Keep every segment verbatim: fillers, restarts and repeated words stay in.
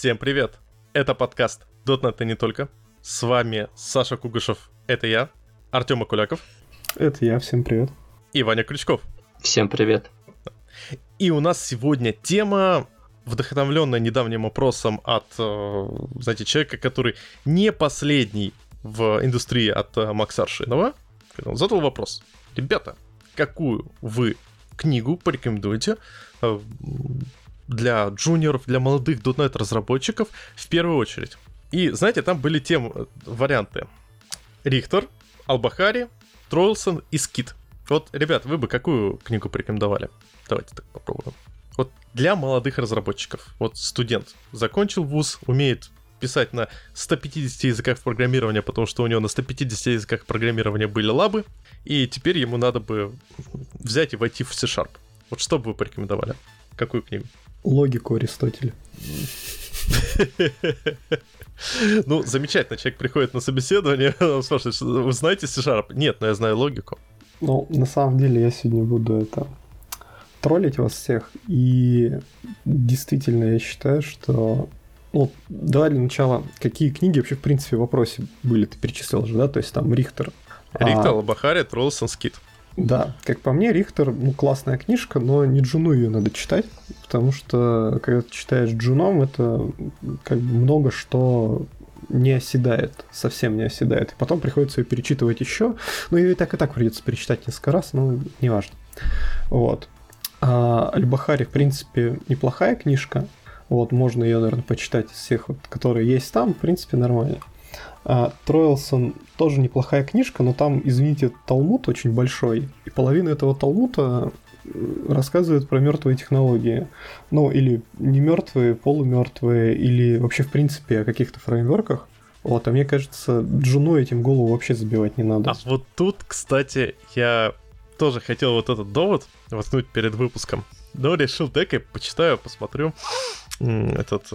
Всем привет! Это подкаст .дот нет и не только. С вами Саша Кугушев, это я, Артём Акуляков. Это я, всем привет. И Ваня Крючков. Всем привет. И у нас сегодня тема, вдохновленная недавним опросом от, знаете, человека, который не последний в индустрии от Макса Аршинова. Он задал вопрос: ребята, какую вы книгу порекомендуете для джуниоров, для молодых .дот нет разработчиков в первую очередь? И, знаете, там были те варианты: Рихтер, Албахари, Троилсон и Скит. Вот, ребят, вы бы какую книгу порекомендовали? Давайте так попробуем. Вот для молодых разработчиков. Вот студент закончил вуз, умеет писать на сто пятидесяти языках программирования, потому что у него на сто пятидесяти языках программирования были лабы, и теперь ему надо бы взять и войти в C-Sharp. Вот что бы вы порекомендовали? Какую книгу? Логику Аристотеля. Ну, замечательно, человек приходит на собеседование, он спрашивает: вы знаете C-Sharp? Нет, но я знаю логику. Ну, на самом деле, я сегодня буду это троллить вас всех, и действительно я считаю, что... Ну, давай для начала, какие книги вообще, в принципе, в вопросе были? Ты перечислил же, да? То есть там Рихтер. Рихтер, а... Албахари, Троилсон, Скит. Да, как по мне, Рихтер, ну, классная книжка, но не джуну ее надо читать, потому что, когда ты читаешь джуном, это как бы много что не оседает, совсем не оседает, и потом приходится ее перечитывать еще, ну, ее и так и так придется перечитать несколько раз, но неважно. Вот. А Аль-Бахари, в принципе, неплохая книжка, вот, можно ее, наверное, почитать из всех, вот, которые есть там, в принципе, нормально. А Троилсон тоже неплохая книжка, но там, извините, талмуд очень большой, и половина этого талмуда рассказывает про мертвые технологии. Ну, или не мертвые, полумертвые, или вообще, в принципе, о каких-то фреймворках. Вот, а мне кажется, джуну этим голову вообще забивать не надо. А вот тут, кстати, я тоже хотел вот этот довод воткнуть перед выпуском, но решил, дай-ка почитаю, посмотрю этот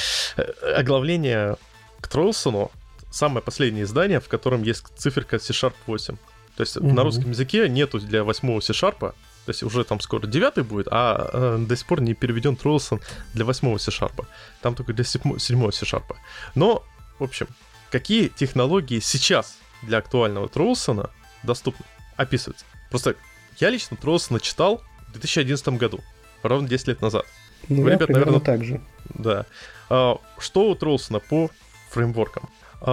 оглавление к Троилсону. Самое последнее издание, в котором есть циферка C-Sharp восемь. То есть mm-hmm. на русском языке нету для восьмого C-Sharp, то есть уже там скоро девятый будет, а э, до сих пор не переведен Троилсон для восьмого C-Sharp. Там только для седьмого C-Sharp. Но, в общем, какие технологии сейчас для актуального Троилсона доступны? Описываются. Просто я лично Троилсона читал в две тысячи одиннадцатом году, ровно десять лет назад. Ну, я ребят, примерно наверное, так же. Да. А, что у Троилсона по фреймворкам?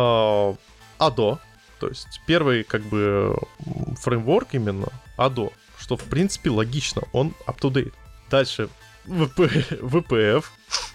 Uh, Ado, то есть первый как бы фреймворк именно Ado, что в принципе логично, он up-to-date. Дальше ви пи эф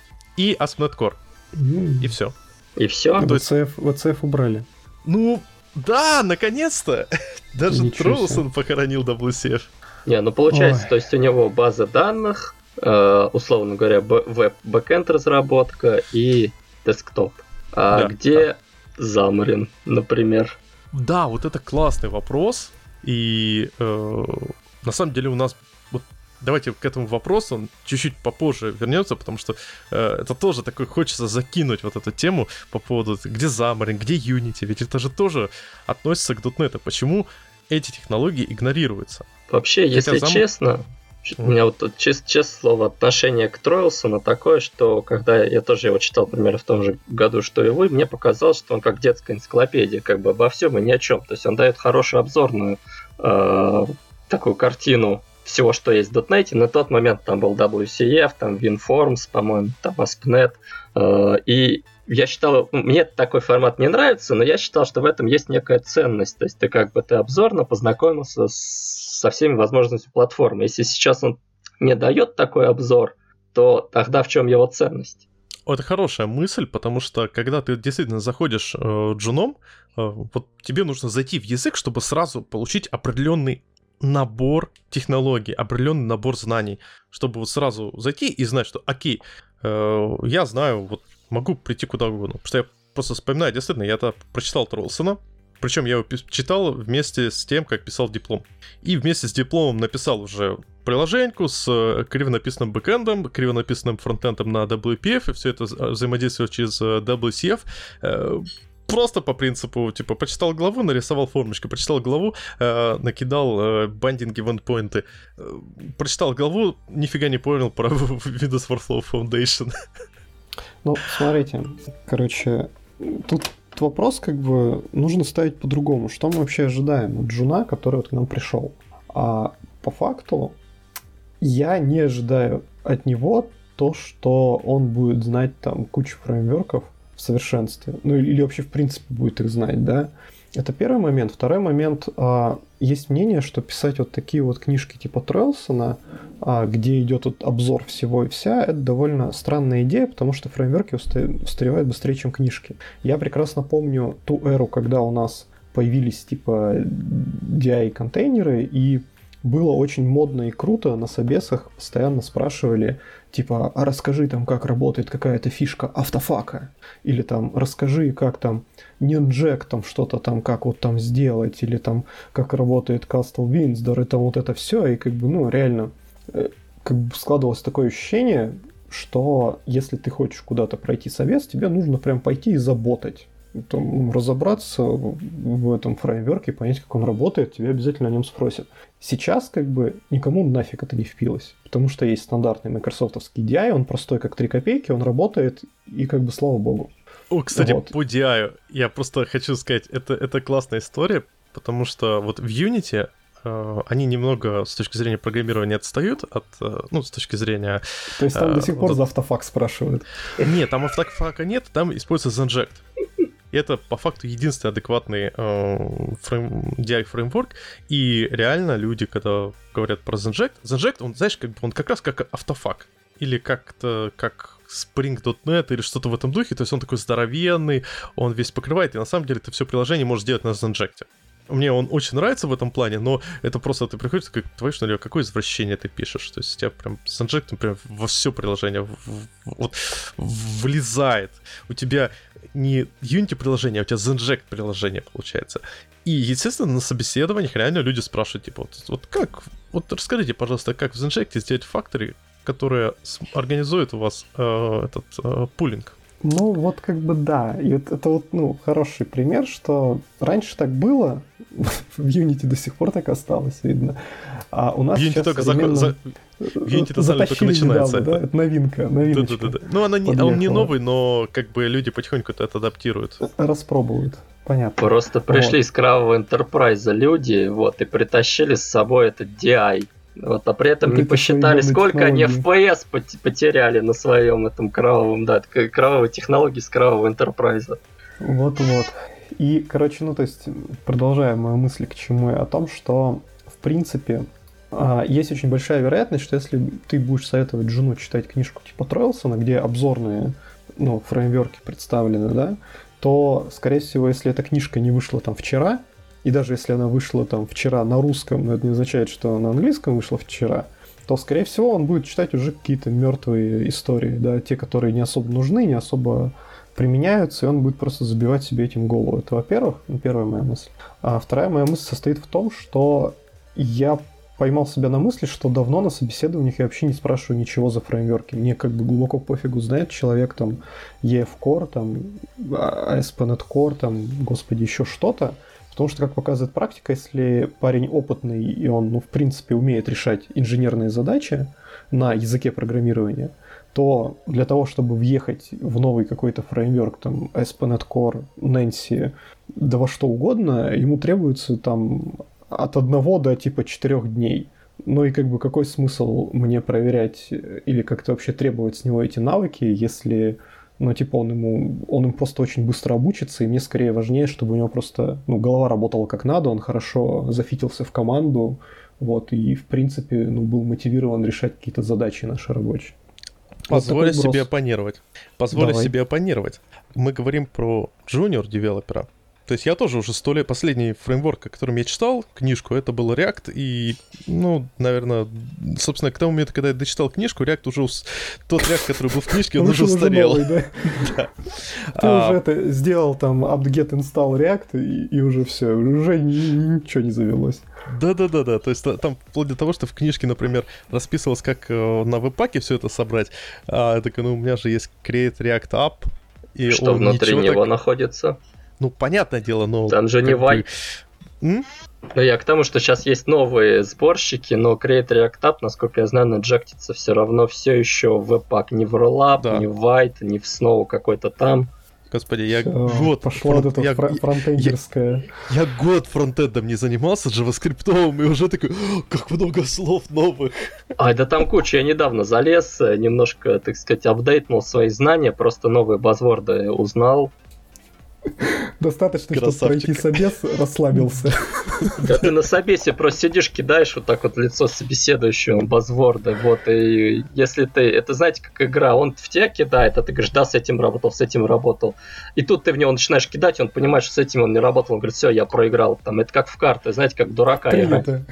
и эй эс пи точка нет Core. Mm. И все. И все? ви си эф, ви си эф убрали. Ну, да, наконец-то! Даже Троилсон похоронил дабл ю си эф. Не, ну получается, Ой. То есть у него база данных, э, условно говоря, веб-бэкэнд разработка и десктоп. А да, где... Да. Xamarin, например. Да, вот это классный вопрос. И э, на самом деле у нас... Вот, давайте к этому вопросу он чуть-чуть попозже вернется, потому что э, это тоже такой, хочется закинуть вот эту тему по поводу, где Xamarin, где Unity, ведь это же тоже относится к .дот нет. Почему эти технологии игнорируются? Вообще, Хотя если Xamarin... честно... У меня вот, честное чест, слово, отношение к Троилсону такое, что когда я тоже его читал примерно в том же году, что и вы, мне показалось, что он как детская энциклопедия, как бы обо всем и ни о чем. То есть он дает хорошую обзорную э, такую картину всего, что есть в .дот нет. На тот момент там был дабл ю си эф, там WinForms, по-моему, там эй эс пи точка нет. Э, и я считал, мне такой формат не нравится, но я считал, что в этом есть некая ценность. То есть ты как бы ты обзорно познакомился с со всеми возможностями платформы. Если сейчас он не дает такой обзор, то тогда в чем его ценность? Это хорошая мысль, потому что когда ты действительно заходишь э, джуном, э, вот тебе нужно зайти в язык, чтобы сразу получить определенный набор технологий, определенный набор знаний, чтобы вот сразу зайти и знать, что окей, э, я знаю, вот могу прийти куда угодно. Потому что я просто вспоминаю, действительно, я-то прочитал Троилсона, причем я его читал вместе с тем, как писал диплом. И вместе с дипломом написал уже приложеньку с криво-написанным бэкэндом, криво-написанным фронтендом на дабл ю пи эф, и все это взаимодействует через дабл ю си эф. Просто по принципу, типа, почитал главу, нарисовал формочку, прочитал главу, э, накидал э, бандинги в эндпоинты, э, прочитал главу, нифига не понял про Windows Workflow Foundation. Ну, смотрите, короче, тут вопрос как бы нужно ставить по-другому. Что мы вообще ожидаем от джуна, который вот к нам пришел? А по факту я не ожидаю от него то, что он будет знать там кучу фреймворков в совершенстве. Ну или вообще в принципе будет их знать, да? Это первый момент. Второй момент. А, есть мнение, что писать вот такие вот книжки типа Троилсона, а, где идет вот обзор всего и вся, это довольно странная идея, потому что фреймворки уста- устаревают быстрее, чем книжки. Я прекрасно помню ту эру, когда у нас появились типа ди ай-контейнеры, и было очень модно и круто, на собесах постоянно спрашивали, типа, а расскажи там, как работает какая-то фишка автофака, или там, расскажи, как там Ninject там что-то там, как вот там сделать, или там, как работает Castle Windsor, и там вот это все, и как бы, ну, реально, как бы складывалось такое ощущение, что если ты хочешь куда-то пройти собес, тебе нужно прям пойти и заботать. Там, разобраться в этом фреймворке, понять, как он работает, тебя обязательно о нем спросят. Сейчас как бы никому нафиг это не впилось, потому что есть стандартный майкрософтовский ди ай, он простой как три копейки, он работает, и как бы слава богу. О, кстати, вот. По ди ай я просто хочу сказать, это, это классная история, потому что вот в Unity э, они немного с точки зрения программирования отстают от, э, ну, с точки зрения... То есть там э, до сих пор вот... за автофак спрашивают? Нет, там автофака нет, там используется Zenject. И это, по факту, единственный адекватный э, фрейм, ди ай-фреймворк. И реально люди, когда говорят про Zenject, Zenject, он, знаешь, как бы он как раз как автофак. Или как-то как Spring точка нет или что-то в этом духе. То есть он такой здоровенный, он весь покрывает. И на самом деле ты все приложение можешь делать на Zenject. Мне он очень нравится в этом плане, но это просто ты приходишь, как, твою что ли, какое извращение ты пишешь. То есть у тебя прям с Zenject прям во все приложение в, в, вот, влезает. У тебя не Unity приложение, а у тебя Zenject приложение получается. И, естественно, на собеседованиях реально люди спрашивают, типа, вот, вот как, вот расскажите, пожалуйста, как в Zenject сделать факторы, которые организуют у вас э, этот э, пулинг. Ну, вот как бы да. И вот это вот, ну, хороший пример, что раньше так было, в Unity до сих пор так осталось, видно. А у нас Unity сейчас только современно... за... Unity только, только начинается. Недавно, да? Это новинка, новиночка. Да, да, да. Ну, она не, он не новый, но как бы люди потихоньку это адаптируют. Распробуют. Понятно. Просто пришли вот. из кровавого энтерпрайза люди, вот, и притащили с собой этот ди ай. Вот, а при этом вот не посчитали, сколько они эф пи эс потеряли на своем этом кровавом, да, кровавой технологии с кровавого энтерпрайза. Вот-вот. И, короче, ну, то есть, продолжая мою мысль к чему я, о том, что, в принципе, есть очень большая вероятность, что если ты будешь советовать жену читать книжку типа Троилсона, где обзорные, ну, фреймворки представлены, да, то, скорее всего, если эта книжка не вышла там вчера, и даже если она вышла там вчера на русском, но это не означает, что она на английском вышла вчера, то, скорее всего, он будет читать уже какие-то мертвые истории, да, те, которые не особо нужны, не особо применяются, и он будет просто забивать себе этим голову. Это, во-первых, первая моя мысль. А вторая моя мысль состоит в том, что я поймал себя на мысли, что давно на собеседованиях я вообще не спрашиваю ничего за фреймворки. Мне как бы глубоко пофигу, знает человек там и эф Core, там эй эс пи нет Core, там, господи, еще что-то. Потому что, как показывает практика, если парень опытный, и он, ну, в принципе, умеет решать инженерные задачи на языке программирования, то для того, чтобы въехать в новый какой-то фреймворк, там, эй эс пи нет Core, Nancy, да во что угодно, ему требуется там от одного до типа четырех дней. Ну и как бы какой смысл мне проверять или как-то вообще требовать с него эти навыки, если... Ну, типа, он ему, он им просто очень быстро обучится, и мне скорее важнее, чтобы у него просто, ну, голова работала как надо, он хорошо зафитился в команду, вот, и, в принципе, ну, был мотивирован решать какие-то задачи наши рабочие. Позволь вот себе оппонировать. Позволь Давай. себе оппонировать. Мы говорим про junior-девелопера. То есть я тоже уже сто лет... Последний фреймворк, о котором я читал книжку, это был React, и, ну, наверное, собственно, к тому моменту, когда я дочитал книжку, React уже... Тот React, который был в книжке, он уже устарел. Ты уже это сделал там apt-get install React, и уже все, уже ничего не завелось. Да-да-да-да, то есть там вплоть до того, что в книжке, например, расписывалось, как на веб-паке все это собрать. А я такой, ну, у меня же есть create React App. И что внутри него так... находится? Ну, понятное дело, но... Там же не вай. М? Ну, я к тому, что сейчас есть новые сборщики, но Create React App, насколько я знаю, наджектится все равно все еще в Webpack, не в Rollup, Да. не в White, не в Snow какой-то там. Господи, я Всё, год... Пошла фронт- вот эта я- фра- фронтендерская. Я год фронтендом не занимался, джаваскриптовым, и уже такой, «О, как много слов новых». Ай, да там куча, я недавно залез, э, немножко, так сказать, апдейтнул свои знания, просто новые базворды узнал. Достаточно, чтобы Красавчик. пройти собес, расслабился. Да ты на собесе просто сидишь, кидаешь вот так вот в лицо собеседующего базворды, вот, и если ты, это знаете, как игра, он в тебя кидает, а ты говоришь, да, с этим работал, с этим работал, и тут ты в него начинаешь кидать, и он понимает, что с этим он не работал, он говорит, все, я проиграл, там, это как в карты, знаете, как дурака играть. Принято.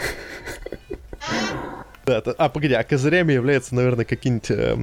Да, это- а, погоди, а козырями являются, наверное, какие-нибудь... эм,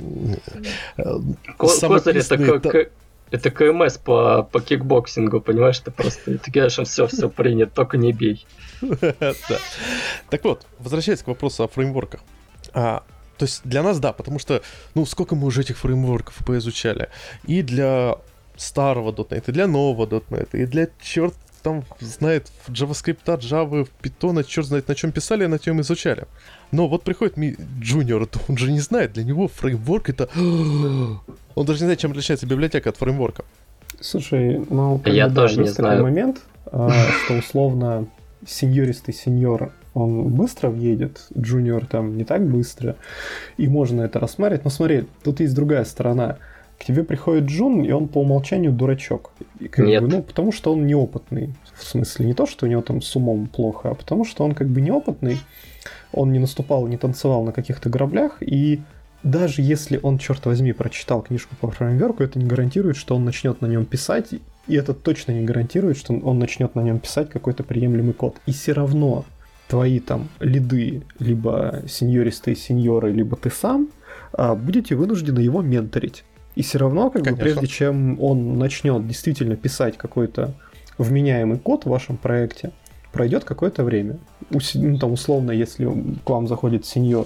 э, Ко- Козырь это, самописные к- та- к- это КМС по, по кикбоксингу, понимаешь, ты просто, ты говоришь, все, все принят, только не бей. Да. Так вот, возвращаясь к вопросу о фреймворках. А, то есть для нас, да, потому что, ну, сколько мы уже этих фреймворков поизучали. И для старого .дот нет, и для нового .дот нет, и для черт там знает JavaScript, Java, Python, черт знает на чем писали, на чем изучали. Но вот приходит ми джуниор, то он же не знает, для него фреймворк это... Он даже не знает, чем отличается библиотека от фреймворка. Слушай, ну, как Я бы, да, тоже не есть такой знаю. момент, а, что условно сеньористый сеньор, он быстро въедет, джуниор там не так быстро, и можно это рассматривать. Но смотри, тут есть другая сторона. К тебе приходит джун, и он по умолчанию дурачок. И как Нет. бы, ну, потому что он неопытный. В смысле, не то, что у него там с умом плохо, а потому что он как бы неопытный, он не наступал, не танцевал на каких-то граблях, и даже если он, черт возьми, прочитал книжку по фреймворку, это не гарантирует, что он начнет на нем писать, и это точно не гарантирует, что он начнет на нем писать какой-то приемлемый код. И все равно твои там лиды, либо сеньористые сеньоры, либо ты сам, а, будете вынуждены его менторить. И все равно, как бы, Конечно. прежде чем он начнет действительно писать какой-то вменяемый код в вашем проекте, пройдет какое-то время. Ус- ну, там, условно, если к вам заходит сеньор,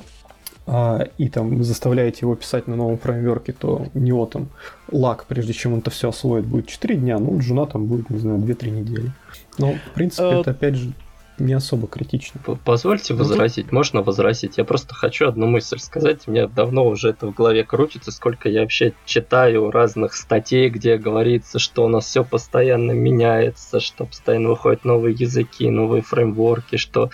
а, и там вы заставляете его писать на новом фреймворке, то у него там лаг, прежде чем он это все освоит, будет четыре дня, ну, у джуна там будет, не знаю, две-три недели. Но, в принципе, А- это, опять же, не особо критично. П- Позвольте Ну, тут- возразить, можно возразить? Я просто хочу одну мысль сказать. У меня давно уже это в голове крутится, сколько я вообще читаю разных статей, где говорится, что у нас все постоянно меняется, что постоянно выходят новые языки, новые фреймворки, что...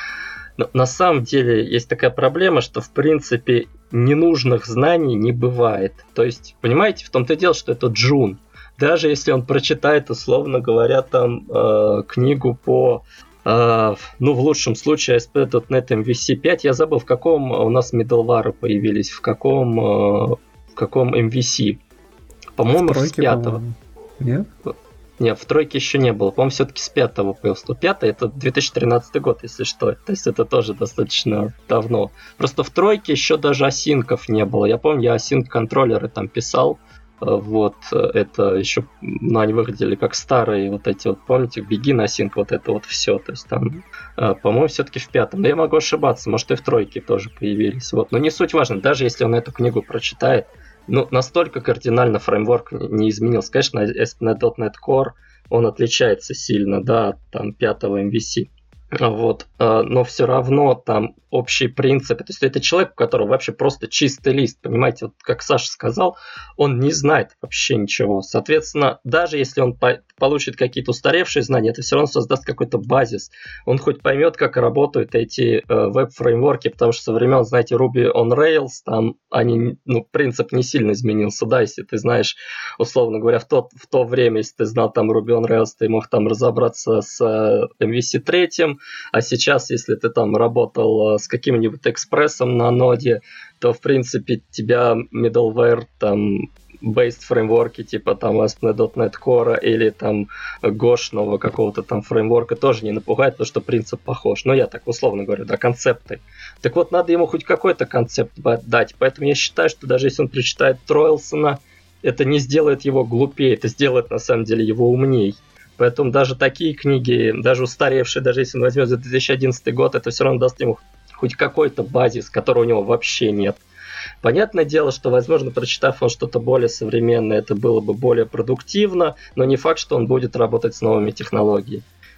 Но на самом деле есть такая проблема, что в принципе ненужных знаний не бывает. То есть, понимаете, в том-то и дело, что это джун. Даже если он прочитает, условно говоря, там э, книгу по... Uh, ну, в лучшем случае, эй эс пи точка нет эм ви си пять. Я забыл, в каком у нас middleware появились, в каком, uh, в каком эм ви си. По-моему, В с тройке, пятого. по-моему. Нет? Нет, в тройке еще не было. По-моему, все-таки с пятого появился. Пятый это две тысячи тринадцатый год, если что. То есть это тоже достаточно давно. Просто в тройке еще даже асинков не было. Я помню, я асинк контроллеры там писал. Вот, это еще, ну, они выглядели как старые вот эти вот, помните, Begin Async, вот это вот все, то есть там, по-моему, все-таки в пятом, но я могу ошибаться, может и в тройке тоже появились, вот, но не суть важно, даже если он эту книгу прочитает, ну, настолько кардинально фреймворк не изменился, конечно, эй эс пи точка нет Core, он отличается сильно, да, от там пятого эм ви си, вот, но все равно там общие принципы, то есть это человек, у которого вообще просто чистый лист, понимаете, вот как Саша сказал, он не знает вообще ничего, соответственно, даже если он по- получит какие-то устаревшие знания, это все равно создаст какой-то базис, он хоть поймет, как работают эти э, веб-фреймворки, потому что со времен, знаете, Ruby on Rails, там они, ну, принцип не сильно изменился, да, если ты знаешь, условно говоря, в то, в то время, если ты знал там Ruby on Rails, ты мог там разобраться с э, эм ви си три, а сейчас, если ты там работал с каким-нибудь экспрессом на ноде, то, в принципе, тебя middleware, там, based фреймворки, типа там эй эс пи точка нет Core или там гошного какого-то там фреймворка тоже не напугает, потому что принцип похож. Но я так условно говорю, да, концепты. Так вот, надо ему хоть какой-то концепт дать. Поэтому я считаю, что даже если он прочитает Троилсона, это не сделает его глупее, это сделает, на самом деле, его умней. Поэтому даже такие книги, даже устаревшие, даже если он возьмет за две тысячи одиннадцатый год, это все равно даст ему хоть какой-то базис, которого у него вообще нет. Понятное дело, что, возможно, прочитав он что-то более современное, это было бы более продуктивно, но не факт, что он будет работать с новыми технологиями.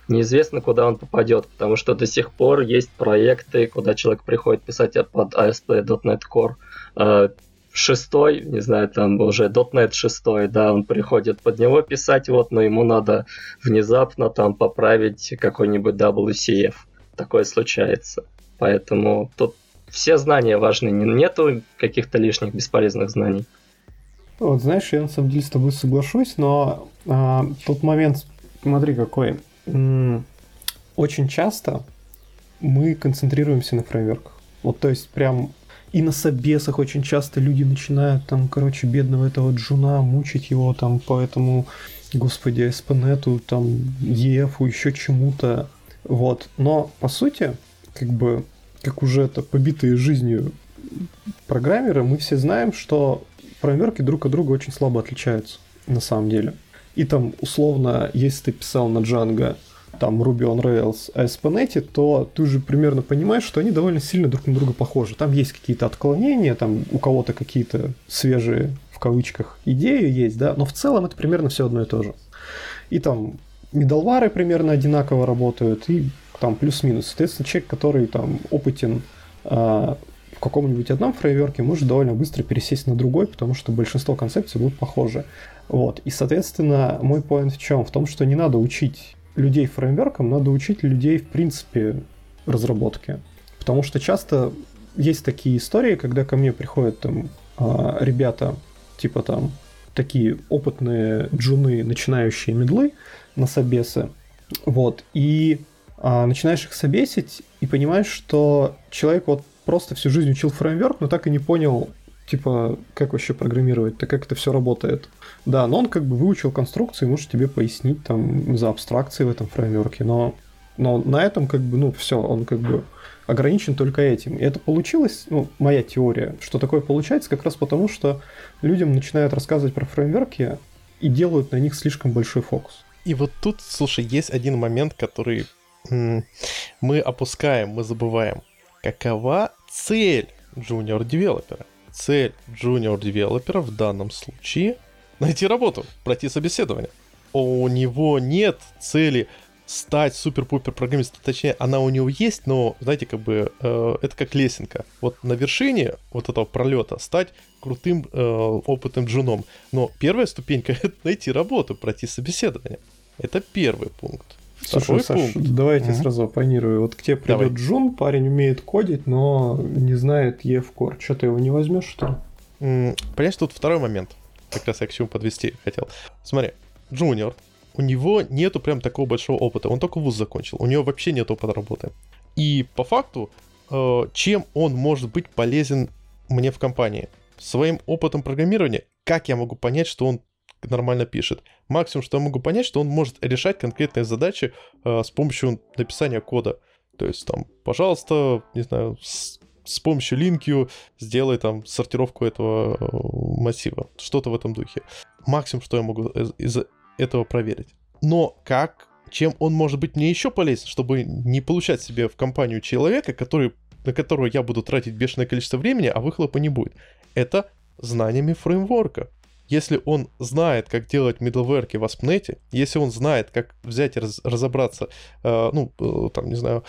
неизвестно, куда он попадет, потому что до сих пор есть проекты, куда человек приходит писать под эй эс пи точка нет Core шестой, не знаю, там уже .дот нет шесть, да, он приходит под него писать, вот, но ему надо внезапно там поправить какой-нибудь дабл ю си эф. Такое случается. Поэтому тут все знания важны, нету каких-то лишних бесполезных знаний. Вот, знаешь, я на самом деле с тобой соглашусь, но а, тот момент, смотри, какой. М- очень часто мы концентрируемся на фреймворках. Вот, то есть, прям и на собесах очень часто люди начинают там, короче, бедного этого джуна, мучить его там по этому, господи, эй эс пи точка нет, там, и эф, еще чему-то. Вот. Но, по сути, как бы, как уже это побитые жизнью программеры, мы все знаем, что фреймворки друг от друга очень слабо отличаются, на самом деле. И там, условно, если ты писал на Django, там, Ruby on Rails, эй эс пи точка нет, то ты уже примерно понимаешь, что они довольно сильно друг на друга похожи. Там есть какие-то отклонения, там у кого-то какие-то свежие, в кавычках, идеи есть, да, но в целом это примерно все одно и то же. И там middleware примерно одинаково работают, и там плюс-минус. Соответственно, человек, который там опытен а, в каком-нибудь одном фреймворке, может довольно быстро пересесть на другой, потому что большинство концепций будут похожи. Вот. И, соответственно, мой поинт в чем? В том, что не надо учить людей фреймворкам, надо учить людей, в принципе, разработке. Потому что часто есть такие истории, когда ко мне приходят там а, ребята, типа там, такие опытные джуны, начинающие мидлы на собесы, вот, и а, начинаешь их собесить и понимаешь, что человек вот просто всю жизнь учил фреймворк, но так и не понял, типа, как вообще программировать-то, как это все работает. Да, но он как бы выучил конструкции, может тебе пояснить там за абстракции в этом фреймворке, но, но на этом как бы, ну, все, он как бы ограничен только этим. И это получилось, ну, моя теория, что такое получается как раз потому, что людям начинают рассказывать про фреймворки и делают на них слишком большой фокус. И вот тут, слушай, есть один момент, который м- мы опускаем, мы забываем. Какова цель junior-девелопера? Цель junior-девелопера в данном случае — найти работу, пройти собеседование. У него нет цели стать супер-пупер программистом, точнее, она у него есть, но, знаете, как бы э, это как лесенка. Вот на вершине вот этого пролета стать крутым э, опытным джуном. Но первая ступенька — это найти работу, пройти собеседование. Это первый пункт. Слушай, Саш, давайте mm-hmm. сразу оппонирую. Вот к тебе придет Давай. Джун, парень умеет кодить, но не знает и эф Core. Что, ты его не возьмешь, что ли? Mm, понимаешь, тут второй момент. Как раз я к чему подвести хотел. Смотри, джуниор, у него нету прям такого большого опыта. Он только вуз закончил. У него вообще нет опыта работы. И по факту, э, чем он может быть полезен мне в компании? Своим опытом программирования, как я могу понять, что он нормально пишет? Максимум, что я могу понять, что он может решать конкретные задачи э, с помощью написания кода. То есть там, пожалуйста, не знаю, с, с помощью LinQ сделай там сортировку этого э, массива. Что-то в этом духе. Максимум, что я могу из, из этого проверить. Но как, чем он может быть мне еще полезен, чтобы не получать себе в компанию человека, который, на которого я буду тратить бешеное количество времени, а выхлопа не будет? Это знаниями фреймворка. Если он знает, как делать middleware в эй эс пи точка нет, если он знает, как взять и раз, разобраться, э, ну, э, там, не знаю,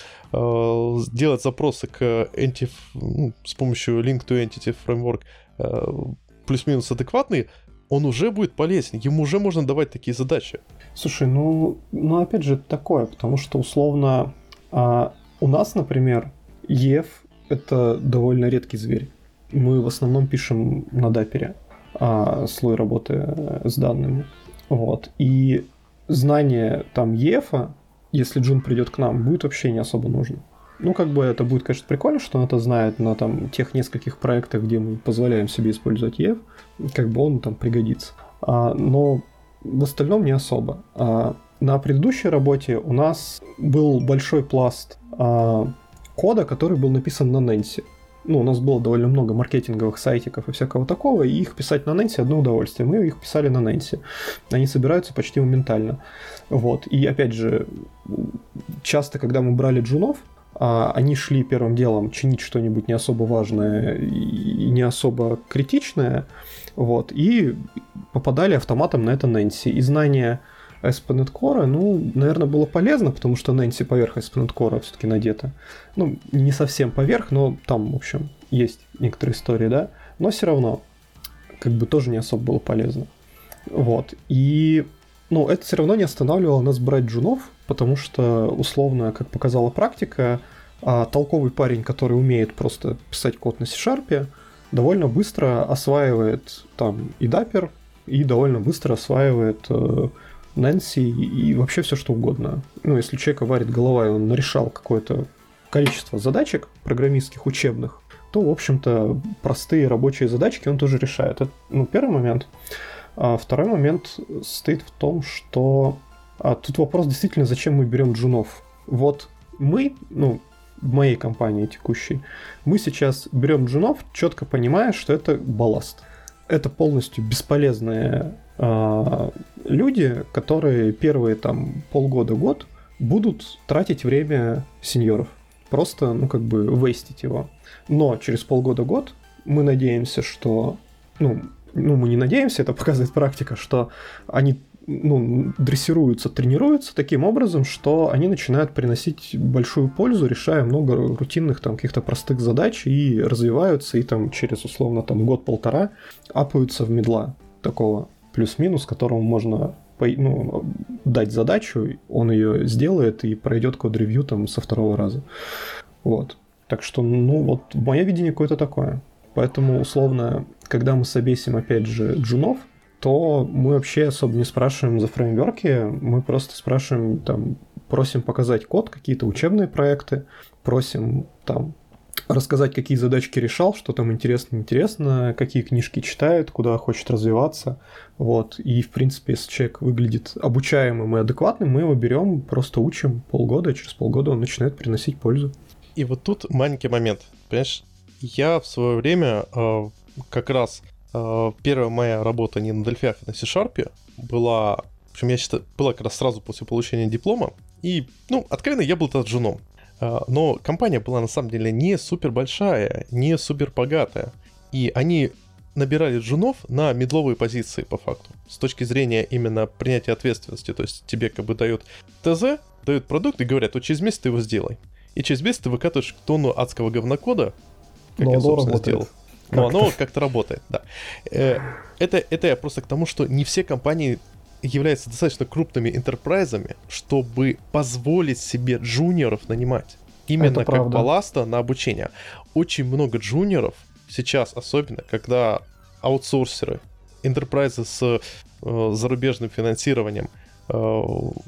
э, сделать запросы к entity, ну, с помощью link to entity framework э, плюс-минус адекватные, он уже будет полезен, ему уже можно давать такие задачи. Слушай, ну, ну опять же, это такое, потому что, условно, а, у нас, например, и эф — это довольно редкий зверь. Мы в основном пишем на дапере. А, слой работы с данными. Вот. И знание там и эф, если Джун придет к нам, будет вообще не особо нужно. Ну, как бы это будет, конечно, прикольно, что он это знает на там тех нескольких проектах, где мы позволяем себе использовать и эф, как бы он там пригодится. А, но в остальном не особо. А, на предыдущей работе у нас был большой пласт а, кода, который был написан на Nancy. Ну, у нас было довольно много маркетинговых сайтиков и всякого такого, и их писать на Nancy одно удовольствие. Мы их писали на Nancy. Они собираются почти моментально. Вот. И опять же, часто, когда мы брали джунов, они шли первым делом чинить что-нибудь не особо важное и не особо критичное, вот, и попадали автоматом на это Nancy. И знание А эс пи точка нет Core, ну, наверное, было полезно, потому что Nancy поверх эс пи точка нет Core все-таки надета. Ну, не совсем поверх, но там, в общем, есть некоторые истории, да. Но все равно, как бы тоже не особо было полезно. Вот. И, ну, это все равно не останавливало нас брать джунов, потому что, условно, как показала практика, толковый парень, который умеет просто писать код на C-Sharp, довольно быстро осваивает там и Dapper, и довольно быстро осваивает э, Nancy и, и вообще все что угодно. Ну, если у человека варит голова, и он нарешал какое-то количество задачек программистских, учебных, то, в общем-то, простые рабочие задачки он тоже решает. Это, ну, первый момент. А второй момент состоит в том, что... А, тут вопрос действительно, зачем мы берем джунов. Вот мы, ну, в моей компании текущей, мы сейчас берем джунов, четко понимая, что это балласт. Это полностью бесполезные э, люди, которые первые там полгода-год будут тратить время сеньоров. Просто, ну, как бы, вейстить его. Но через полгода-год мы надеемся, что... Ну, ну, мы не надеемся, это показывает практика, что они, ну, дрессируются, тренируются таким образом, что они начинают приносить большую пользу, решая много рутинных там каких-то простых задач и развиваются, и там через, условно, там год-полтора апаются в медла такого плюс-минус, которому можно, ну, дать задачу, он ее сделает и пройдет код-ревью там со второго раза. Вот. Так что, ну, вот мое видение какое-то такое. Поэтому, условно, когда мы собесим, опять же, джунов, то мы вообще особо не спрашиваем за фреймворки, мы просто спрашиваем, там, просим показать код, какие-то учебные проекты, просим там рассказать, какие задачки решал, что там интересно-интересно, какие книжки читает, куда хочет развиваться. Вот. И, в принципе, если человек выглядит обучаемым и адекватным, мы его берем, просто учим полгода, и через полгода он начинает приносить пользу. И вот тут маленький момент. Понимаешь, я в свое время э, как раз э, первая моя работа не на Delphi, а на C-Sharp была, в общем, я считаю, была как раз сразу после получения диплома. И, ну, откровенно, я был тогда джуном. Э, но компания была на самом деле не супер большая, не супер богатая. И они набирали джунов на мидловые позиции, по факту. С точки зрения именно принятия ответственности. То есть тебе как бы дают ТЗ, дают продукт и говорят, вот через месяц ты его сделай. И через месяц ты выкатываешь тонну адского говнокода, как но я, собственно, работает. сделал. Но как-то. Оно как-то работает, да. Это, это я просто к тому, что не все компании являются достаточно крупными энтерпрайзами, чтобы позволить себе джуниоров нанимать. Именно как балласта на обучение. Очень много джуниоров сейчас, особенно, когда аутсорсеры, энтерпрайзы с э, зарубежным финансированием э,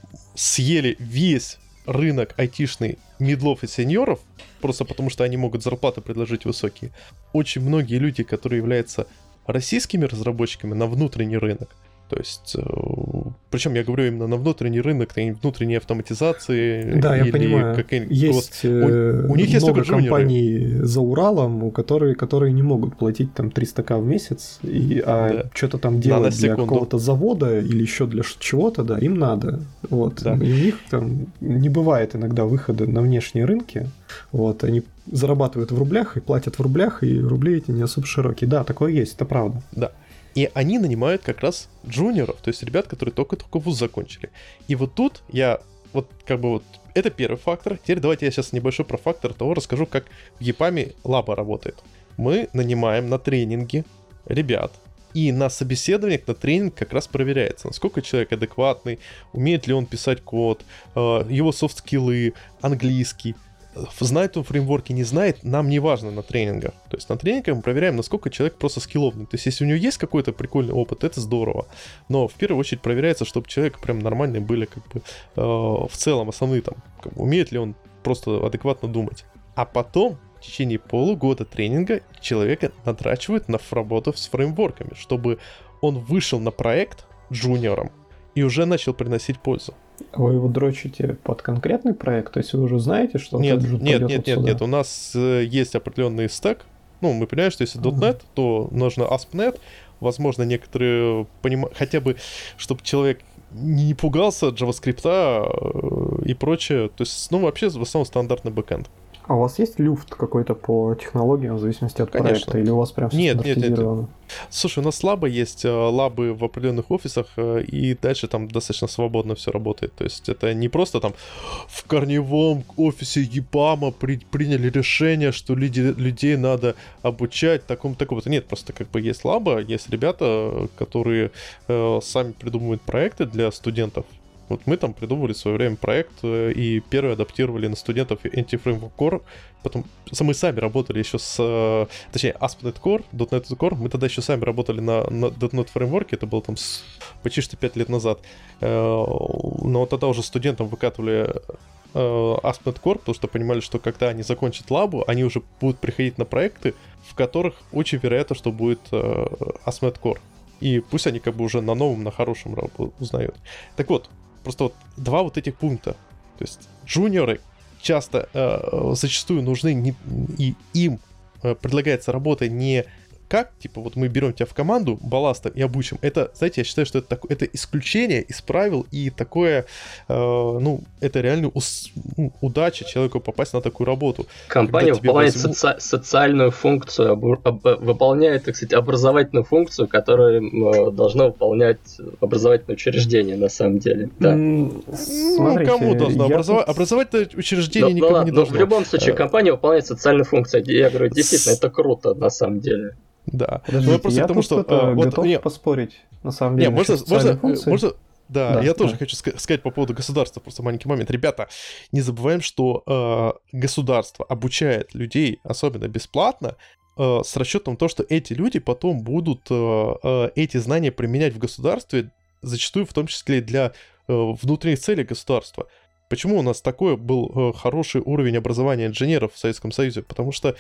съели весь рынок айтишный мидлов и сеньоров, просто потому что они могут зарплаты предложить высокие. Очень многие люди, которые являются российскими разработчиками на внутренний рынок, то есть, э, причем я говорю именно на внутренний рынок, на внутренней автоматизации. Да, я понимаю. Есть у, у них есть много только компаний за Уралом, у которые, которые не могут платить там триста тысяч в месяц, и, а да. что-то там делать для какого-то завода или еще для чего-то, да, им надо. Вот. Да. И у них там не бывает иногда выхода на внешние рынки. Вот. Они зарабатывают в рублях и платят в рублях, и рубли эти не особо широкие. Да, такое есть, это правда. Да. И они нанимают как раз джуниоров, то есть ребят, которые только-только вуз закончили. И вот тут я, вот как бы вот, это первый фактор. Теперь давайте я сейчас небольшой про фактор того расскажу, как в ЕПАМе лаба работает. Мы нанимаем на тренинги ребят, и на собеседованиях, на тренинг как раз проверяется, насколько человек адекватный, умеет ли он писать код, его софт-скиллы, английский. Знает он фреймворки, не знает, нам не важно на тренингах. То есть на тренингах мы проверяем, насколько человек просто скилловный. То есть если у него есть какой-то прикольный опыт, это здорово. Но в первую очередь проверяется, чтобы человек прям нормальные были, как бы, э, в целом основные там, как бы, умеет ли он просто адекватно думать. А потом в течение полугода тренинга человека натрачивают на работу с фреймворками, чтобы он вышел на проект джуниором и уже начал приносить пользу. Вы его дрочите под конкретный проект? То есть вы уже знаете, что... Нет, нет, нет, нет, нет, у нас э, есть определенный стек. Ну, мы понимаем, что если .дот нет, uh-huh. то нужно эй эс пи точка нет. Возможно, некоторые понимают, хотя бы, чтобы человек не пугался JavaScript э, и прочее. То есть, ну, вообще, в основном стандартный бэкэнд. А у вас есть люфт какой-то по технологиям в зависимости от Конечно. проекта? Или у вас прям все Нет, нет, нет, стандартизировано? Слушай, у нас лабы есть, э, лабы в определенных офисах, э, и дальше там достаточно свободно все работает. То есть это не просто там в корневом офисе ЕПАМа при, приняли решение, что люди, людей надо обучать такому-такому. Нет, просто как бы есть лаба, есть ребята, которые э, сами придумывают проекты для студентов. Вот мы там придумывали в свое время проект э, и первый адаптировали на студентов Anti-Framework Core. Потом мы сами работали еще с... Э, точнее, эй эс пи точка нет Core, .дот нет Core. Мы тогда еще сами работали на, на .дот нет Framework. Это было там с, почти что пять лет назад. Э, но тогда уже студентам выкатывали э, эй эс пи точка нет Core, потому что понимали, что когда они закончат лабу, они уже будут приходить на проекты, в которых очень вероятно, что будет э, эй эс пи точка нет Core. И пусть они как бы уже на новом, на хорошем узнают. Так вот, просто вот два вот этих пункта. То есть джуниоры часто, э, зачастую нужны, не, и им э, предлагается работа не как, типа, вот мы берем тебя в команду балластом и обучим. Это, знаете, я считаю, что это, так, это исключение из правил и такое, э, ну, это реально ус, ну, удача человеку попасть на такую работу. Компания выполняет возьму... соци- социальную функцию, об, об, выполняет, так сказать, образовательную функцию, которую э, должно выполнять образовательное учреждение, на самом деле. Да. Mm, смотрите, ну, кому должно? Образова... Тут... Образовательное учреждение но, никому но, не должно. В любом случае, компания выполняет социальную функцию. Я говорю, действительно, это круто, на самом деле. Да. Подождите, но я потому, что, а, вот, готов не, поспорить, на самом деле. Не, можно, можно, можно, да, да, я да. тоже хочу сказать по поводу государства, просто маленький момент. Ребята, не забываем, что э, государство обучает людей, особенно бесплатно, э, с расчетом того, что эти люди потом будут э, э, эти знания применять в государстве, зачастую в том числе для э, внутренних целей государства. Почему у нас такой был э, хороший уровень образования инженеров в Советском Союзе? Потому что э,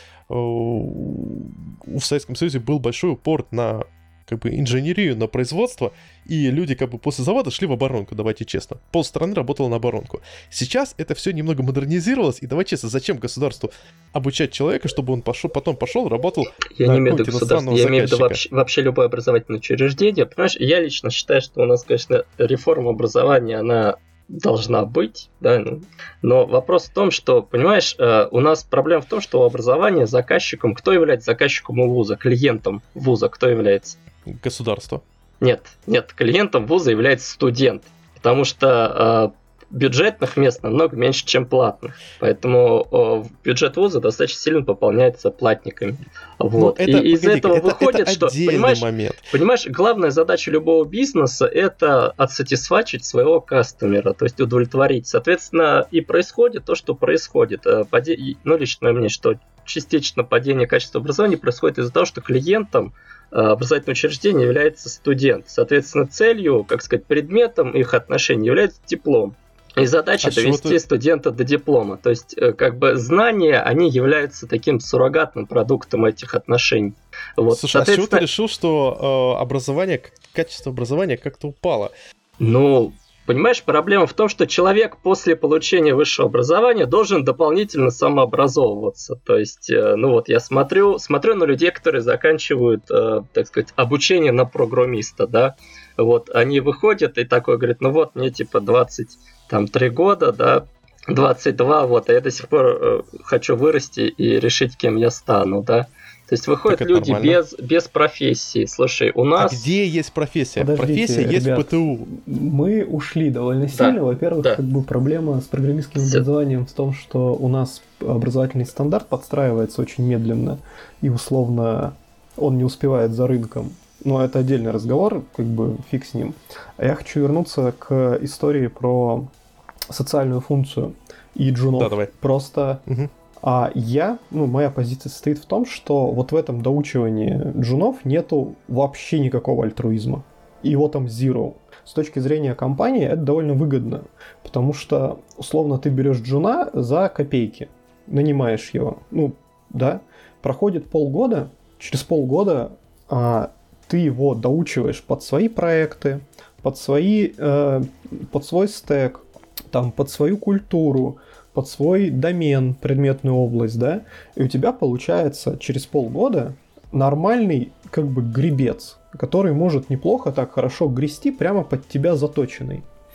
в Советском Союзе был большой упор на как бы инженерию, на производство, и люди как бы после завода шли в оборонку, давайте честно. Полстраны работало на оборонку. Сейчас это все немного модернизировалось, и давайте честно, зачем государству обучать человека, чтобы он пошел, потом пошел, работал я на не имею в виду государство, я имею в виду вообще, вообще любое образовательное учреждение. Понимаешь, я лично считаю, что у нас, конечно, реформа образования, она должна быть, да, ну, но вопрос в том, что, понимаешь, э, у нас проблема в том, что у образования заказчиком, кто является заказчиком у вуза, клиентом вуза, кто является? Государство. Нет, нет, клиентом вуза является студент, потому что э, бюджетных мест намного меньше, чем платных, поэтому э, бюджет вуза достаточно сильно пополняется платниками. Вот. Это, и из этого это, выходит, это что, понимаешь, момент. понимаешь, главная задача любого бизнеса – это отсатисфачить своего кастомера, то есть удовлетворить. Соответственно, и происходит то, что происходит. Паде... Ну, лично мне, что частично падение качества образования происходит из-за того, что клиентом образовательного учреждения является студент. Соответственно, целью, как сказать, предметом их отношений является диплом. И задача а довести ты... студента до диплома. То есть, как бы, знания, они являются таким суррогатным продуктом этих отношений. Вот. Слушай, соответственно... а с чего ты решил, что э, образование, качество образования как-то упало? Ну, понимаешь, проблема в том, что человек после получения высшего образования должен дополнительно самообразовываться. То есть, э, ну вот, я смотрю, смотрю на людей, которые заканчивают, э, так сказать, обучение на программиста, да. Вот, они выходят и такой говорят, ну вот, мне типа двадцать три года, да, двадцать два, вот, а я до сих пор э, хочу вырасти и решить, кем я стану, да. То есть выходят люди без, без профессии. Слушай, у нас... А где есть профессия? Подождите, профессия ребят, есть в ПТУ. Мы ушли довольно сильно. Да, Во-первых, да. как бы проблема с программистским образованием в том, что у нас образовательный стандарт подстраивается очень медленно, и условно он не успевает за рынком. Но это отдельный разговор, как бы фиг с ним. А я хочу вернуться к истории про социальную функцию и джунов. Да, давай. Просто... Угу. А я, ну, моя позиция состоит в том, что вот в этом доучивании джунов нету вообще никакого альтруизма. Его там zero. С точки зрения компании это довольно выгодно, потому что, условно, ты берешь джуна за копейки, нанимаешь его, ну, да, проходит полгода, через полгода а, ты его доучиваешь под свои проекты, под, свои, э, под свой стэк, там, под свою культуру, под свой домен, предметную область, да, и у тебя получается через полгода нормальный, как бы, гребец, который может неплохо так хорошо грести прямо под тебя заточенный.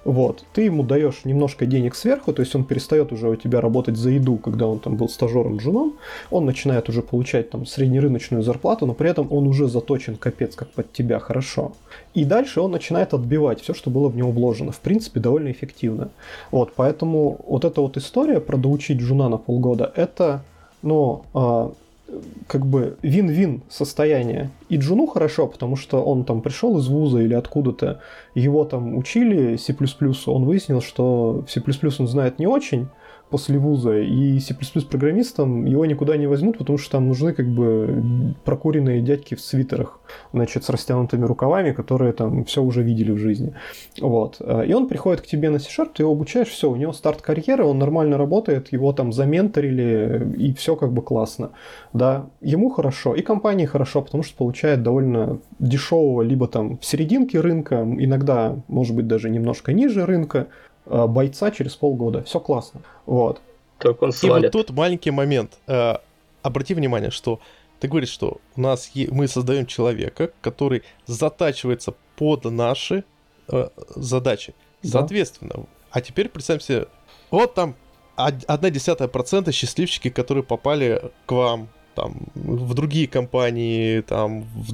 Вот, ты ему даешь немножко денег сверху, то есть он перестает уже у тебя работать за еду, когда он там был стажером джуном, он начинает уже получать там среднерыночную зарплату, но при этом он уже заточен капец как под тебя хорошо. И дальше он начинает отбивать все, что было в него вложено. В принципе, довольно эффективно. Вот, поэтому вот эта вот история про доучить джуна на полгода, это, ну, а, как бы вин-вин состояние. И джуну хорошо, потому что он там пришел из вуза или откуда-то, его там учили C++, он выяснил, что C++ он знает не очень после вуза, и C++ программистом его никуда не возьмут, потому что там нужны как бы прокуренные дядьки в свитерах, значит, с растянутыми рукавами, которые там все уже видели в жизни. Вот. И он приходит к тебе на C-Sharp, ты его обучаешь, все, у него старт карьеры, он нормально работает, его там заменторили, и все как бы классно. Да, ему хорошо, и компании хорошо, потому что получает довольно дешевого, либо там в серединке рынка, иногда, может быть, даже немножко ниже рынка, бойца через полгода. Все классно. Вот. Только он свалит. И вот тут маленький момент. Э, обрати внимание, что ты говоришь, что у нас е- мы создаем человека, который затачивается под наши э, задачи. Да. Соответственно, а теперь представим себе, вот там одна десятая процента счастливчики, которые попали к вам там, в другие компании, там, в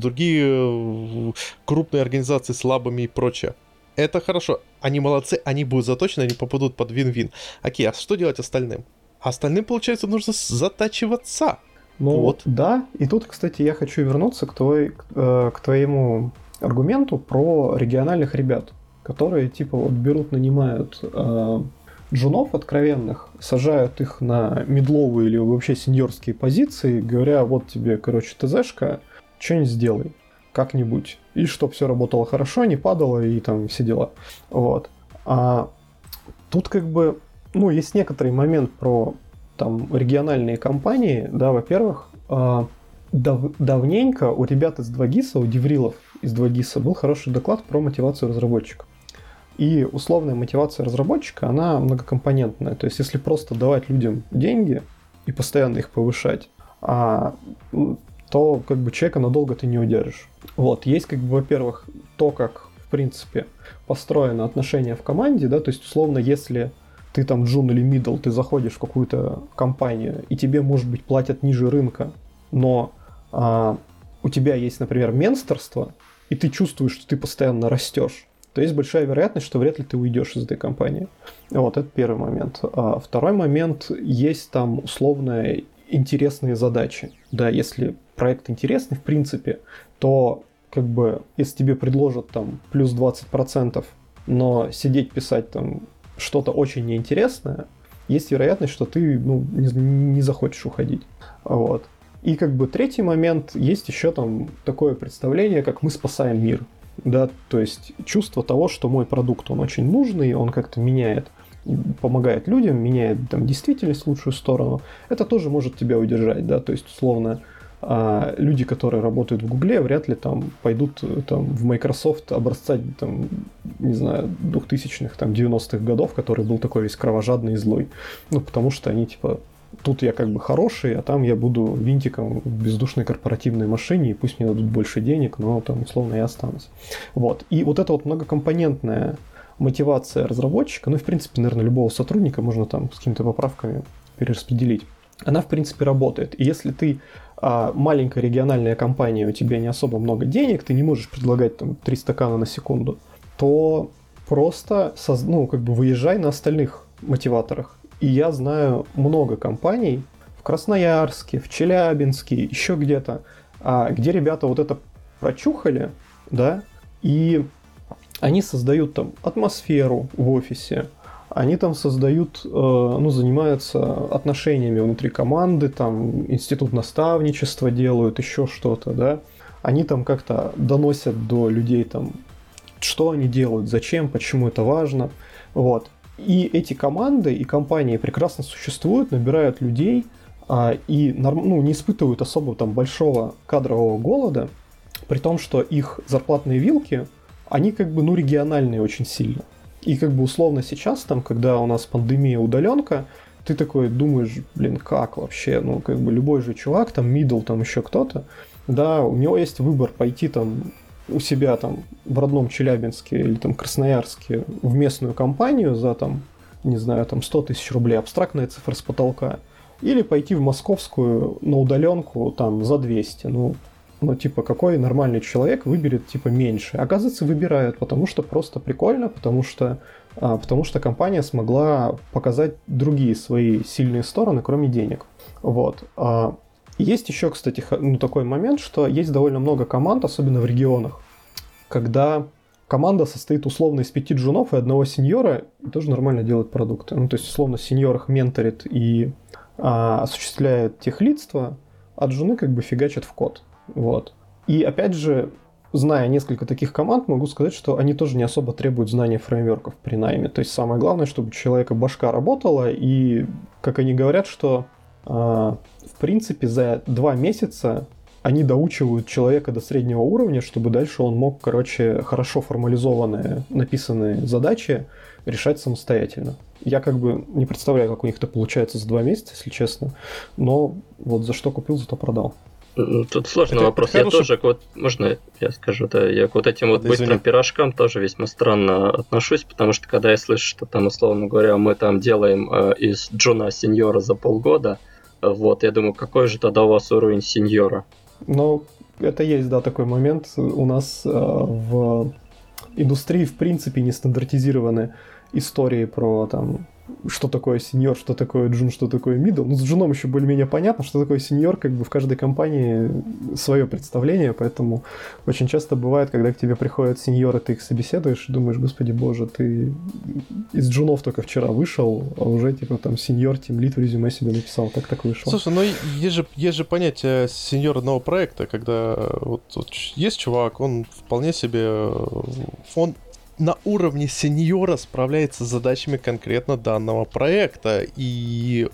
другие крупные организации слабыми и прочее. Это хорошо, они молодцы, они будут заточены, они попадут под вин-вин. Окей, а что делать остальным? Остальным, получается, нужно затачиваться. Ну вот. Да, и тут, кстати, я хочу вернуться к, твой, э, к твоему аргументу про региональных ребят, которые типа вот берут, нанимают э, джунов откровенных, сажают их на мидловые или вообще сеньорские позиции, говоря, вот тебе, короче, ТЗшка, что-нибудь сделай. Как-нибудь. И чтоб все работало хорошо, не падало и там все дела. Вот. А тут как бы, ну, есть некоторый момент про там региональные компании, да, во-первых, дав- давненько у ребят из два гиса, у деврилов из два гиса был хороший доклад про мотивацию разработчика. И условная мотивация разработчика, она многокомпонентная. То есть, если просто давать людям деньги и постоянно их повышать, а то как бы человека надолго ты не удержишь. Вот, есть как бы, во-первых, то, как, в принципе, построено отношение в команде, да, то есть, условно, если ты там джун или мидл, ты заходишь в какую-то компанию, и тебе, может быть, платят ниже рынка, но а, у тебя есть, например, менторство, и ты чувствуешь, что ты постоянно растешь, то есть большая вероятность, что вряд ли ты уйдешь из этой компании. Вот, это первый момент. А второй момент, есть там условные интересные задачи. Да, если проект интересный, в принципе, то как бы, если тебе предложат там плюс двадцать процентов, но сидеть писать там что-то очень неинтересное, есть вероятность, что ты ну, не, не захочешь уходить. Вот. И как бы третий момент, есть еще там такое представление, как мы спасаем мир. Да, то есть чувство того, что мой продукт, он очень нужный, он как-то меняет, помогает людям, меняет там действительность в лучшую сторону, это тоже может тебя удержать, да, то есть условно а люди, которые работают в Гугле, вряд ли там пойдут там, в Microsoft образца там, не знаю, двухтысячных, там, девяностых годов, который был такой весь кровожадный и злой. Ну, потому что они типа, тут я как бы хороший, а там я буду винтиком в бездушной корпоративной машине, и пусть мне дадут больше денег, но там условно я останусь. Вот. И вот эта вот многокомпонентная мотивация разработчика, ну и в принципе, наверное, любого сотрудника можно там с какими-то поправками перераспределить. Она, в принципе, работает. И если ты а, маленькая региональная компания, у тебя не особо много денег, ты не можешь предлагать там три стакана на секунду, то просто соз... ну, как бы выезжай на остальных мотиваторах. И я знаю много компаний в Красноярске, в Челябинске, еще где-то, а, где ребята вот это прочухали, да, и они создают там атмосферу в офисе, они там создают, ну, занимаются отношениями внутри команды, там институт наставничества делают, еще что-то, да. Они там как-то доносят до людей там, что они делают, зачем, почему это важно, вот. И эти команды и компании прекрасно существуют, набирают людей а, и ну, не испытывают особо там большого кадрового голода, при том, что их зарплатные вилки, они как бы, ну, региональные очень сильно. И как бы условно сейчас, там, когда у нас пандемия, удаленка, ты такой думаешь, блин, как вообще, ну, как бы любой же чувак, там, мидл, там, еще кто-то, да, у него есть выбор пойти там у себя там в родном Челябинске или там Красноярске в местную компанию за там, не знаю, там сто тысяч рублей, абстрактная цифра с потолка, или пойти в московскую на удаленку там за двести. Ну, ну, типа, какой нормальный человек выберет, типа, меньше? Оказывается, выбирают, потому что просто прикольно, потому что, а, потому что компания смогла показать другие свои сильные стороны, кроме денег. Вот. А, есть еще, кстати, ну, такой момент, что есть довольно много команд, особенно в регионах, когда команда состоит условно из пяти джунов и одного сеньора, и тоже нормально делает продукты. Ну, то есть, условно, сеньор их менторит и а, осуществляет техлидство, а джуны как бы фигачат в код. Вот. И опять же, зная несколько таких команд, могу сказать, что они тоже не особо требуют знания фреймворков при найме. То есть самое главное, чтобы у человека башка работала, и, как они говорят, что э, в принципе за два месяца они доучивают человека до среднего уровня, чтобы дальше он мог, короче, хорошо формализованные, написанные задачи решать самостоятельно. Я как бы не представляю, как у них это получается за два месяца, если честно, но вот за что купил, зато продал. Тут сложный это, вопрос. Это я хороший... тоже, вот, можно я скажу, да, я к вот этим вот быстрым Извини. пирожкам тоже весьма странно отношусь, потому что когда я слышу, что там, условно говоря, мы там делаем э, из джуна сеньора за полгода, вот, я думаю, какой же тогда у вас уровень сеньора? Ну, это есть, да, такой момент. У нас э, в индустрии, в принципе, не стандартизированы истории про там... что такое сеньор, что такое джун, что такое мидл. Ну, с джуном еще более-менее понятно, что такое сеньор, как бы в каждой компании свое представление, поэтому очень часто бывает, когда к тебе приходят сеньоры, ты их собеседуешь и думаешь, господи боже, ты из джунов только вчера вышел, а уже типа там сеньор, тимлид в резюме себе написал, как так вышло? Слушай, ну есть же, есть же понятие сеньора одного проекта, когда вот, вот есть чувак, он вполне себе, он на уровне сеньора справляется с задачами конкретно данного проекта, и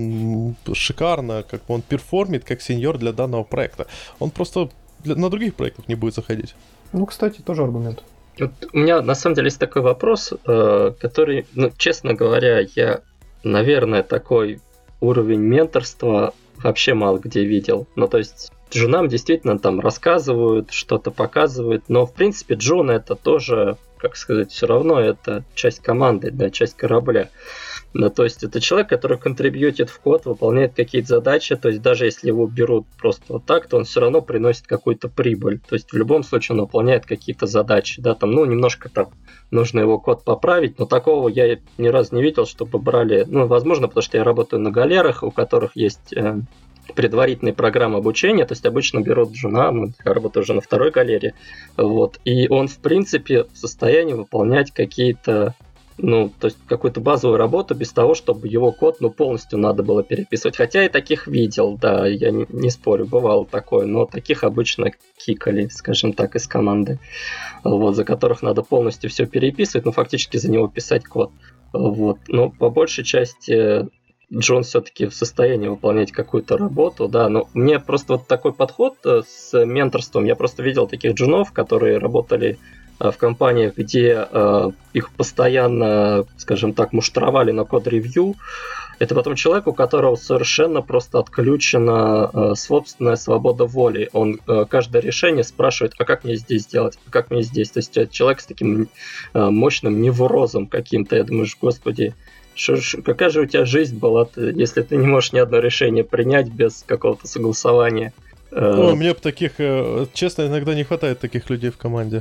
он шикарно, как бы он перформит как сеньор для данного проекта. Он просто для, на других проектах не будет заходить. Ну, кстати, тоже аргумент. Вот у меня на самом деле есть такой вопрос, который, ну, честно говоря, я, наверное, такой уровень менторства вообще мало где видел. Ну, то есть джунам действительно там рассказывают, что-то показывают, но, в принципе, джун это тоже, как сказать, все равно это часть команды, да, часть корабля. Ну, то есть это человек, который контрибьютит в код, выполняет какие-то задачи, то есть даже если его берут просто вот так, то он все равно приносит какую-то прибыль. То есть в любом случае он выполняет какие-то задачи, да, там, ну, немножко там нужно его код поправить, но такого я ни разу не видел, чтобы брали, ну, возможно, потому что я работаю на галерах, у которых есть э, предварительные программы обучения, то есть обычно берут джуна, ну, я работаю уже на второй галере, вот, и он, в принципе, в состоянии выполнять какие-то, ну, то есть какую-то базовую работу без того, чтобы его код, ну, полностью надо было переписывать. Хотя и таких видел, да, я не, не спорю, бывало такое, но таких обычно кикали, скажем так, из команды, вот, за которых надо полностью все переписывать, ну, фактически за него писать код, вот. Но по большей части Джон все-таки в состоянии выполнять какую-то работу, да, но мне просто вот такой подход с менторством, я просто видел таких джунов, которые работали в компаниях, где э, их постоянно, скажем так, муштровали на код-ревью. Это потом человек, у которого совершенно просто отключена э, собственная свобода воли. Он э, каждое решение спрашивает, а как мне здесь сделать, а как мне здесь. То есть человек с таким э, мощным неврозом каким-то. Я думаю, господи, шо, шо, какая же у тебя жизнь была, если ты не можешь ни одно решение принять без какого-то согласования. О, мне таких, честно, иногда не хватает таких людей в команде.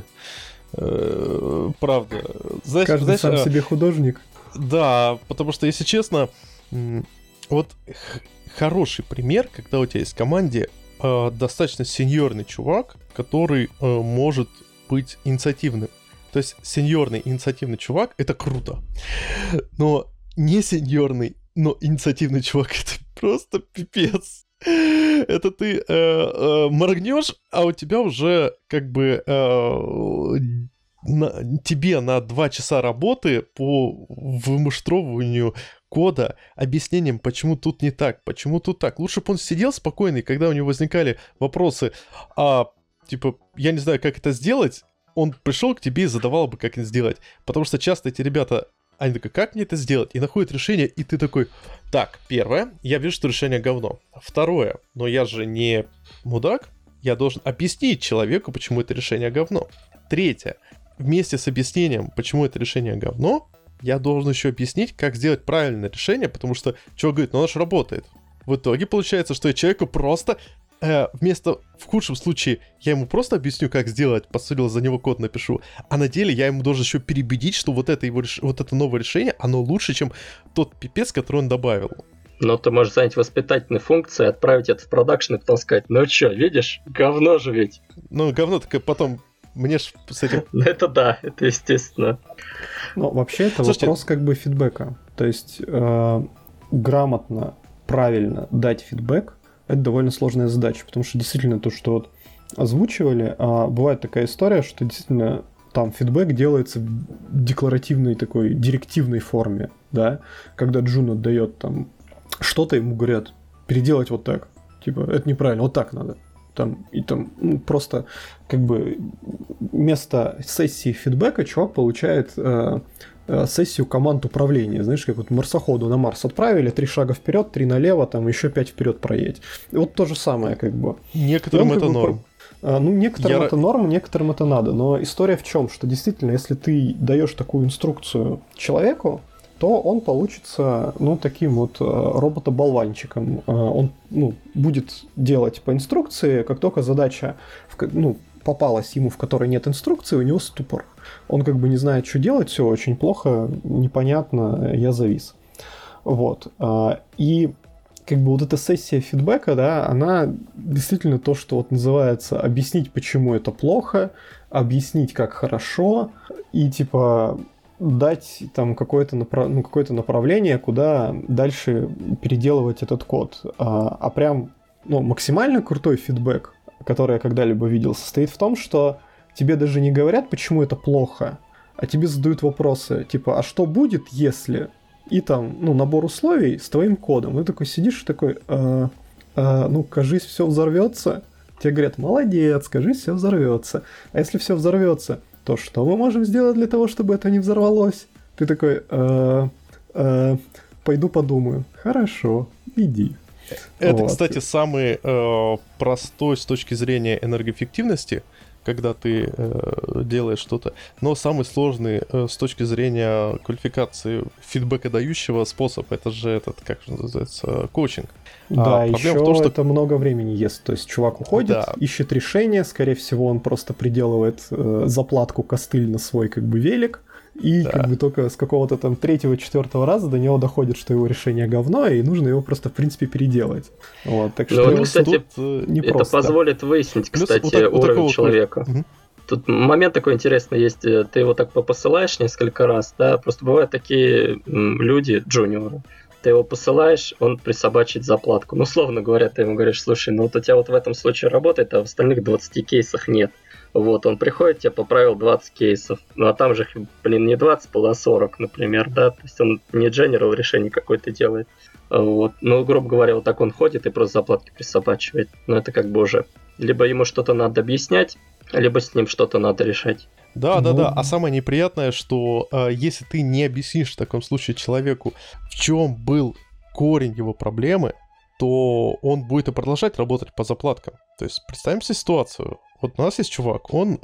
Правда. Знаешь, Каждый знаешь, сам себе художник. Да, потому что, если честно, вот х- хороший пример, когда у тебя есть в команде э, достаточно сеньорный чувак, который э, может быть инициативным. То есть сеньорный инициативный чувак — это круто. Но не сеньорный, но инициативный чувак — это просто пипец. Это ты э, э, моргнешь, а у тебя уже как бы э, на, тебе на два часа работы по вымуштровыванию кода, объяснением, почему тут не так, почему тут так. Лучше бы он сидел спокойный, когда у него возникали вопросы, а типа, я не знаю, как это сделать, он пришел к тебе и задавал бы, как это сделать. Потому что часто эти ребята, они такие, как мне это сделать? И находят решение, и ты такой, так, первое, я вижу, что решение говно. Второе, но я же не мудак, я должен объяснить человеку, почему это решение говно. Третье. Вместе с объяснением, почему это решение говно, я должен еще объяснить, как сделать правильное решение, потому что человек говорит, ну оно же работает. В итоге получается, что я человеку просто, э, вместо, в худшем случае, я ему просто объясню, как сделать, по сути, за него код напишу, а на деле я ему должен еще переубедить, что вот это, его, вот это новое решение, оно лучше, чем тот пипец, который он добавил. Но ты можешь занять воспитательной функцией, отправить это в продакшн и потом сказать, ну что, видишь, говно же ведь. Ну, говно такое потом... Мне ж с этим... Это да, это естественно. Ну, вообще, это Слушайте, вопрос как бы фидбэка. То есть, э, грамотно, правильно дать фидбэк — это довольно сложная задача, потому что действительно то, что вот озвучивали, а бывает такая история, что действительно там фидбэк делается в декларативной такой, директивной форме, да, когда Джун отдает там что-то, ему говорят, переделать вот так, типа, это неправильно, вот так надо. Там, и там ну, просто как бы вместо сессии фидбэка чувак получает э, э, сессию команд управления. Знаешь, как вот марсоходу на Марс отправили, три шага вперед, три налево, там еще пять вперед проедь. И вот то же самое как бы. Некоторым это норм. По... Ну, некоторым Я... это норм, некоторым это надо. Но история в чем? Что действительно, если ты даешь такую инструкцию человеку, то он получится, ну, таким вот э, робота-болванчиком. Э, он, ну, будет делать по инструкции, как только задача, в, ну, попалась ему, в которой нет инструкции, у него ступор. Он как бы не знает, что делать, все очень плохо, непонятно, я завис. Вот. Э, и как бы вот эта сессия фидбэка, да, она действительно то, что вот называется объяснить, почему это плохо, объяснить, как хорошо, и типа... дать там какое-то, направ... ну, какое-то направление, куда дальше переделывать этот код. А, а прям ну, максимально крутой фидбэк, который я когда-либо видел, состоит в том, что тебе даже не говорят, почему это плохо, а тебе задают вопросы, типа, а что будет, если... И там, ну, набор условий с твоим кодом. И ты такой сидишь и такой, а, а, ну, кажись, все взорвется. Тебе говорят, молодец, кажись, все взорвется. А если все взорвется, то что мы можем сделать для того, чтобы это не взорвалось? Ты такой, э, э, пойду подумаю. Хорошо, иди. Это, вот. Кстати, самый э, простой с точки зрения энергоэффективности, когда ты э, делаешь что-то, но самый сложный э, с точки зрения квалификации фидбэка дающего способ, это же этот, как же называется, коучинг. Да, а, еще в том, что... это много времени ест. То есть чувак уходит, да. ищет решение, скорее всего, он просто приделывает э, заплатку костыль на свой как бы велик, и да. как бы только с какого-то там третьего-четвертого раза до него доходит, что его решение говно, и нужно его просто, в принципе, переделать. Вот, так что ну, вот, кстати, тут не это просто. Позволит выяснить, кстати, вот так, уровень вот человека. Угу. Тут момент такой интересный есть, ты его так посылаешь несколько раз, да, просто бывают такие люди, джуниоры, ты его посылаешь, он присобачит заплатку. Ну, условно говоря, ты ему говоришь, слушай, ну вот у тебя вот в этом случае работает, а в остальных двадцати кейсах нет. Вот, он приходит, тебе поправил двадцать кейсов, ну а там же, блин, не двадцать было, а сорок, например, да, то есть он не general решение какое-то делает. Вот, ну, грубо говоря, вот так он ходит и просто заплатки присобачивает. Ну, это как бы уже, либо ему что-то надо объяснять, либо с ним что-то надо решать. Да, ну... да, да. А самое неприятное, что э, если ты не объяснишь в таком случае человеку, в чем был корень его проблемы, то он будет и продолжать работать по заплаткам. То есть представим себе ситуацию. Вот у нас есть чувак, он,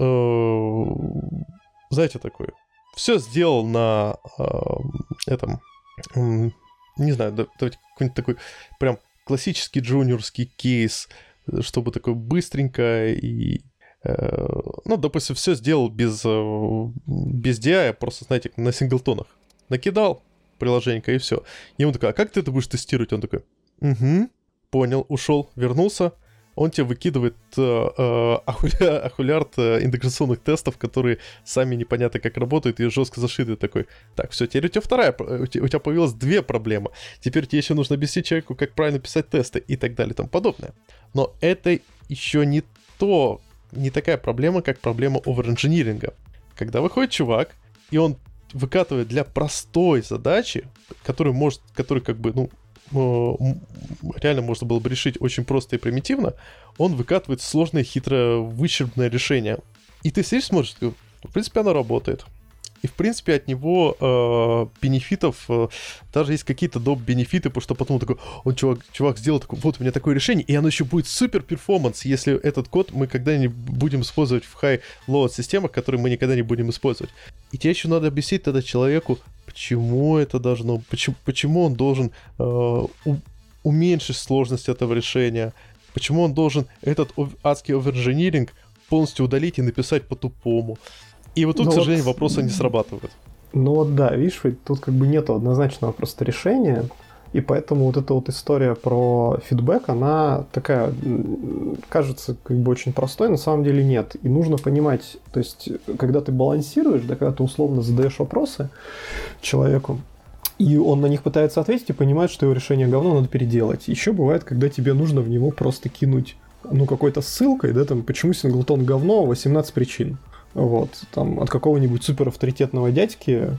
э, знаете, такой, все сделал на э, этом, э, не знаю, давайте какой-нибудь такой прям классический джуниорский кейс, чтобы такой быстренько и... Ну, допустим, все сделал без, без ди ай, просто, знаете, на синглтонах. Накидал приложенько и все. Ему такой, а как ты это будешь тестировать? Он такой, угу, понял, ушел, вернулся. Он тебе выкидывает э, э, ахуля, ахулярд э, интеграционных тестов, которые сами непонятно как работают и жестко зашиты. Такой, так, все, теперь у тебя вторая, у тебя, у тебя появилась две проблемы. Теперь тебе еще нужно объяснить человеку, как правильно писать тесты и так далее и тому подобное. Но это еще не то, не такая проблема, как проблема оверинжиниринга. Когда выходит чувак, и он выкатывает для простой задачи, которую может, которую как бы, ну, реально можно было бы решить очень просто и примитивно, он выкатывает сложное, хитро вычерпное решение. И ты сидишь, смотришь, в принципе, оно работает. и, в принципе, от него э, бенефитов, э, даже есть какие-то доп. Бенефиты, потому что потом он такой, он, чувак, чувак сделал такой, вот у меня такое решение, и оно еще будет супер перформанс, если этот код мы когда-нибудь будем использовать в high-load системах, которые мы никогда не будем использовать. И тебе еще надо объяснить тогда человеку, почему это должно, почему, почему он должен э, у, уменьшить сложность этого решения, почему он должен этот ов, адский оверинжиниринг полностью удалить и написать по-тупому. И вот тут, ну к сожалению, вот, вопросы не срабатывают. Ну вот да, видишь, ведь тут как бы нету однозначного просто решения, и поэтому вот эта вот история про фидбэк, она такая, кажется, как бы очень простой, на самом деле нет. И нужно понимать, то есть, когда ты балансируешь, да, когда ты условно задаешь вопросы человеку, и он на них пытается ответить и понимает, что его решение говно, надо переделать. Еще бывает, когда тебе нужно в него просто кинуть, ну, какой-то ссылкой, да, там, почему синглтон говно, восемнадцать причин. Вот, там, от какого-нибудь суперавторитетного дядьки,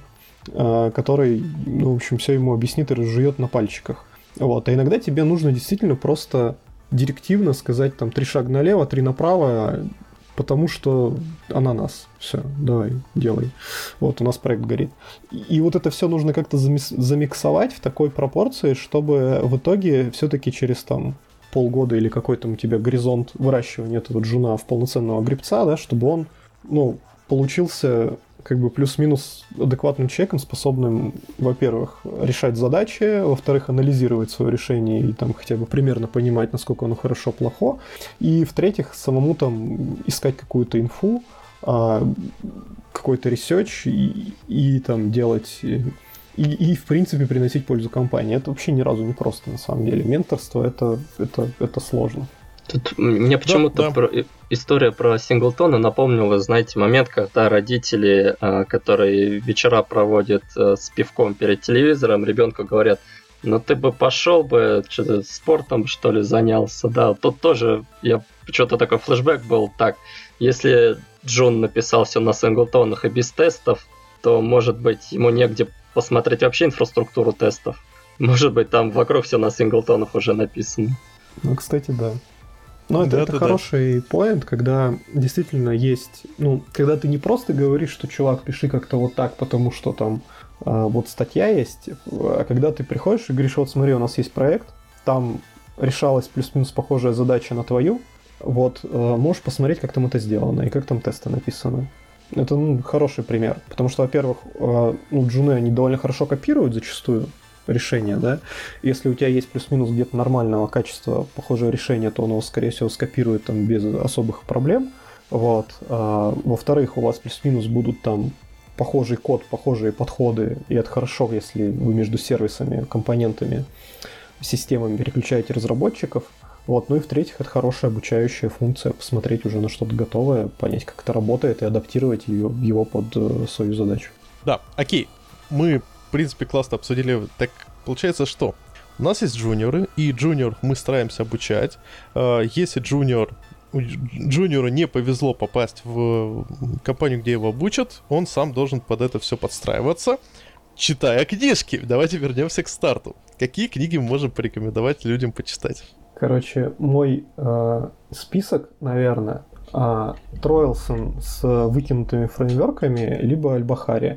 э, который, ну, в общем, все ему объяснит и разжует на пальчиках. Вот, а иногда тебе нужно действительно просто директивно сказать, там, три шага налево, три направо, потому что ананас. Все, давай, делай. Вот, у нас проект горит. И, и вот это все нужно как-то замиксовать в такой пропорции, чтобы в итоге все-таки через, там, полгода или какой там у тебя горизонт выращивания этого джуна в полноценного гребца, да, чтобы он, ну, получился как бы плюс-минус адекватным человеком, способным, во-первых, решать задачи, во-вторых, анализировать свое решение и там хотя бы примерно понимать, насколько оно хорошо-плохо, и, в-третьих, самому там искать какую-то инфу, а, какой-то ресерч и, и там делать... И, и, в принципе, приносить пользу компании. Это вообще ни разу не просто, на самом деле. Менторство это, — это, это сложно. Тут мне почему-то да, да. Про, история про синглтона напомнила, знаете, момент, когда родители, которые вечера проводят с пивком перед телевизором, ребенку говорят, ну ты бы пошел бы, что-то спортом, что ли, занялся. Да, тут тоже, я что-то такой флешбэк был, так, если Джун написал все на синглтонах и без тестов, то, может быть, ему негде посмотреть вообще инфраструктуру тестов. Может быть, там вокруг все на синглтонах уже написано. Ну, кстати, да. Но это, да, это да, хороший поинт, когда действительно есть... Ну, когда ты не просто говоришь, что, чувак, пиши как-то вот так, потому что там а, вот статья есть, а когда ты приходишь и говоришь, вот смотри, у нас есть проект, там решалась плюс-минус похожая задача на твою, вот, а, можешь посмотреть, как там это сделано и как там тесты написаны. Это, ну, хороший пример, потому что, во-первых, ну, джуны, они довольно хорошо копируют зачастую решения, да, если у тебя есть плюс-минус где-то нормального качества похожее решение, то оно, скорее всего, скопирует там без особых проблем, вот, а, во-вторых, у вас плюс-минус будут там похожий код, похожие подходы, и это хорошо, если вы между сервисами, компонентами, системами переключаете разработчиков. Вот, ну и в-третьих, это хорошая обучающая функция, посмотреть уже на что-то готовое, понять, как это работает, и адаптировать ее, его под э, свою задачу. Да, окей. Мы, в принципе, классно обсудили. Так, получается, что? У нас есть джуниоры, и джуниор мы стараемся обучать. Если джуниор, джуниору не повезло попасть в компанию, где его обучат, он сам должен под это все подстраиваться, читая книжки. Давайте вернемся к старту. Какие книги мы можем порекомендовать людям почитать? Короче, мой э, список, наверное, э, Троилсон с выкинутыми фреймворками, либо Альбахари.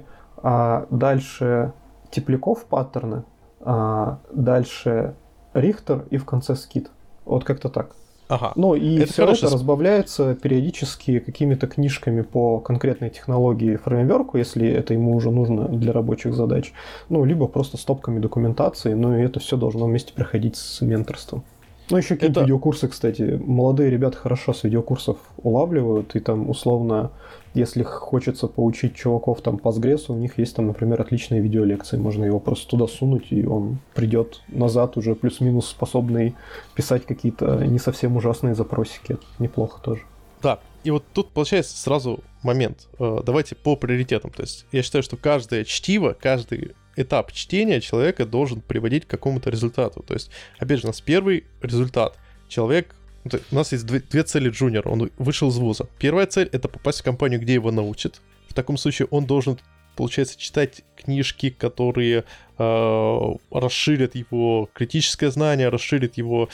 А дальше Тепляков паттерны, а дальше Рихтер и в конце Скит. Вот как-то так. Ага. Ну и это все хорошо. это разбавляется периодически какими-то книжками по конкретной технологии фреймворку, если это ему уже нужно для рабочих задач. Ну, либо просто стопками документации, ну и это все должно вместе проходить с менторством. Ну, еще какие-то это... видеокурсы, кстати. Молодые ребята хорошо с видеокурсов улавливают, и там, условно, если хочется поучить чуваков там Postgres, у них есть там, например, отличные видеолекции. Можно его просто туда сунуть, и он придет назад уже плюс-минус способный писать какие-то не совсем ужасные запросики. Это неплохо тоже. Да, и вот тут получается сразу момент. Давайте по приоритетам. То есть я считаю, что каждое чтиво, каждый этап чтения человека должен приводить к какому-то результату. То есть, опять же, у нас первый результат. Человек... У нас есть две, две цели джуниора. Он вышел из вуза. Первая цель — это попасть в компанию, где его научат. В таком случае он должен, получается, читать книжки, которые э, расширят его критическое знание, расширят его,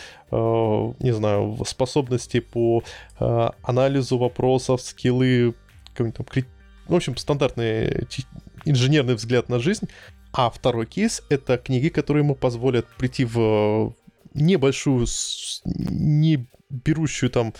э, не знаю, способности по э, анализу вопросов, скиллы, там, в общем, стандартный инженерный взгляд на жизнь. А второй кейс — это книги, которые ему позволят прийти в небольшую, не берущую там,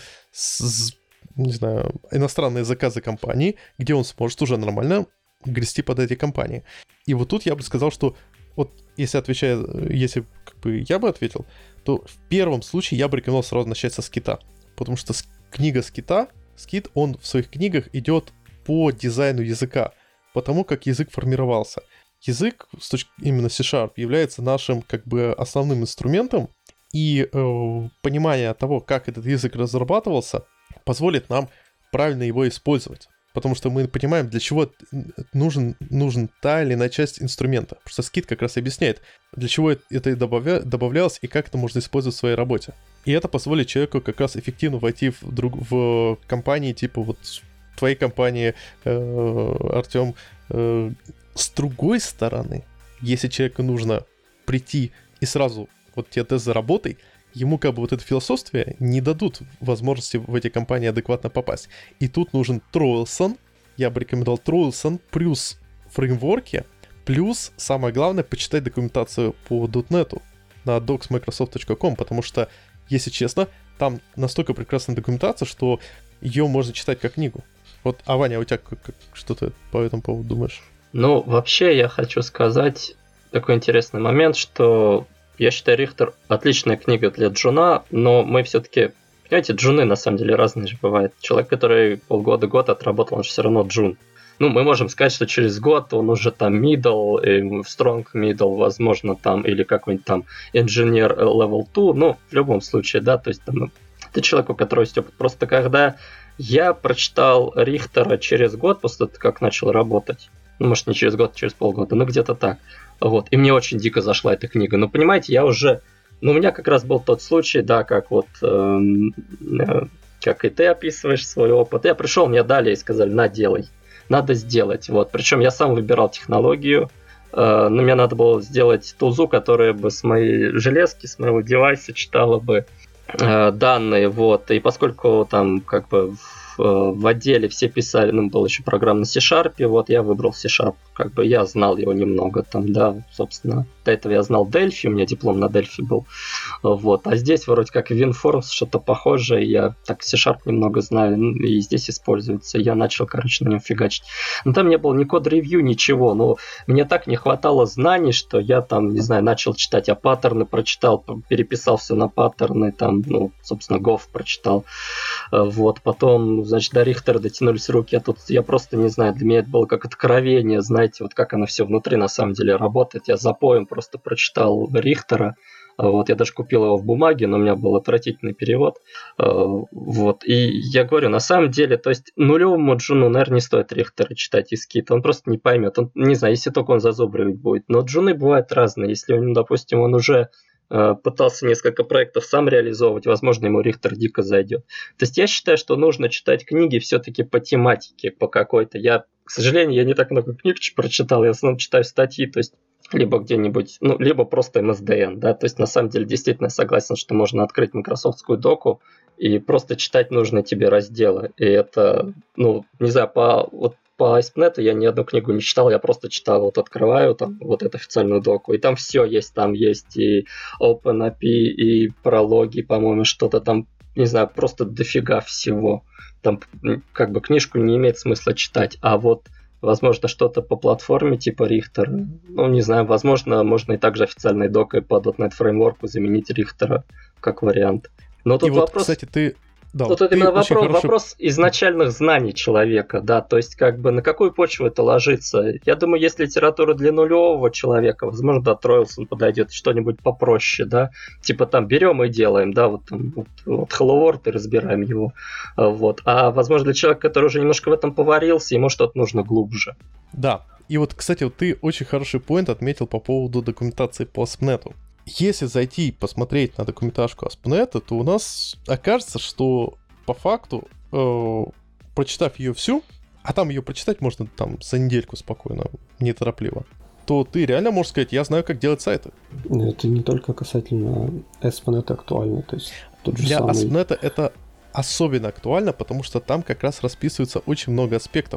с, не знаю, иностранные заказы компании, где он сможет уже нормально грести под эти компании. И вот тут я бы сказал, что вот если отвечая, если как бы я бы ответил, то в первом случае я бы рекомендовал сразу начать со скита. Потому что книга скита, скит, он в своих книгах идет по дизайну языка, по тому, как язык формировался. Язык, с точки именно C-Sharp, является нашим как бы основным инструментом, и э, понимание того, как этот язык разрабатывался, позволит нам правильно его использовать. Потому что мы понимаем, для чего нужен, нужен та или иная часть инструмента. Просто скит как раз объясняет, для чего это добавля, добавлялось и как это можно использовать в своей работе. И это позволит человеку как раз эффективно войти в, друг, в компании, типа вот в твоей компании, э, Артём. Э, с другой стороны, если человеку нужно прийти и сразу вот тебе тест за работой, ему как бы вот это философствие не дадут возможности в эти компании адекватно попасть. И тут нужен Троилсон, я бы рекомендовал Троилсон, плюс фреймворки, плюс, самое главное, почитать документацию по .дот нет на docs microsoft точка com, потому что, если честно, там настолько прекрасная документация, что ее можно читать как книгу. Вот, а Ваня, у тебя как, как, что ты по этому поводу думаешь? Ну, вообще, я хочу сказать такой интересный момент, что я считаю, Рихтер отличная книга для джуна, но мы все-таки, понимаете, джуны на самом деле разные же бывают. Человек, который полгода-год отработал, он же все равно джун. Ну, мы можем сказать, что через год он уже там middle, strong middle, возможно, там, или какой-нибудь там инженер level два, ну, в любом случае, да, то есть там, это человек, у которого есть опыт. Просто когда я прочитал Рихтера через год после того, как начал работать, ну, может, не через год, а через полгода, но где-то так. Вот. И мне очень дико зашла эта книга. Но, понимаете, я уже... Ну, у меня как раз был тот случай, да, как вот... Эм, э, как и ты описываешь свой опыт. Я пришел, мне дали и сказали, на, делай. Надо сделать. Вот. Причем я сам выбирал технологию. Э, но мне надо было сделать тулзу, которая бы с моей железки, с моего девайса читала бы э, данные. Вот. И поскольку там как бы... в отделе все писали, ну, был еще программа на C-Sharp, вот я выбрал C-Sharp, как бы я знал его немного там, да, собственно, до этого я знал Delphi, у меня диплом на Delphi был, вот, а здесь вроде как WinForms, что-то похожее, я так C-Sharp немного знаю, и здесь используется, я начал, короче, на нем фигачить, но там не было ни код-ревью, ничего, но мне так не хватало знаний, что я там, не знаю, начал читать, а паттерны прочитал, переписал все на паттерны, там, ну, собственно, Гоф прочитал, вот, потом, значит, до Рихтера дотянулись руки, а тут я просто не знаю, для меня это было как откровение, знаете, вот как оно все внутри на самом деле работает. Я запоем просто прочитал Рихтера, вот, я даже купил его в бумаге, но у меня был отвратительный перевод, вот, и я говорю, на самом деле, то есть нулевому джуну, наверное, не стоит Рихтера читать из скита, он просто не поймет, он, не знаю, если только он зазубривать будет, но джуны бывают разные, если, допустим, он уже пытался несколько проектов сам реализовывать, возможно, ему Рихтер дико зайдет. То есть я считаю, что нужно читать книги все-таки по тематике, по какой-то. Я, к сожалению, я не так много книг прочитал, я в основном читаю статьи, то есть либо где-нибудь, ну, либо просто эм эс ди эн, да, то есть на самом деле действительно согласен, что можно открыть майкрософтскую доку и просто читать нужные тебе разделы. И это, ну, не знаю, по вот по эй эс пи точка нет я ни одну книгу не читал, я просто читал, вот открываю там вот эту официальную доку, и там все есть, там есть и OpenAPI, и прологи, по-моему, что-то там, не знаю, просто дофига всего. Там как бы книжку не имеет смысла читать, а вот, возможно, что-то по платформе типа Рихтера, ну, не знаю, возможно, можно и также официальной докой по .дот нет фреймворку заменить Рихтера как вариант. Но тут и вот, вопрос... кстати, ты... Да, Тут это именно вопрос, хороший... вопрос изначальных знаний человека, да, то есть как бы на какую почву это ложится. Я думаю, если литература для нулевого человека, возможно, да, Троилсон подойдет, что-нибудь попроще, да, типа там берем и делаем, да, вот там вот, вот Hello World и разбираем его, вот. А возможно, для человека, который уже немножко в этом поварился, ему что-то нужно глубже. Да, и вот, кстати, вот ты очень хороший поинт отметил по поводу документации по эй эс пи точка нет. Если зайти и посмотреть на документашку эй эс пи точка нет, то у нас окажется, что по факту, э, прочитав ее всю, а там ее прочитать можно там за недельку спокойно, неторопливо, то ты реально можешь сказать, я знаю, как делать сайты. Это не только касательно эй эс пи точка нет актуально. То есть тот же Для самый... эй эс пи точка нет это особенно актуально, потому что там как раз расписывается очень много аспектов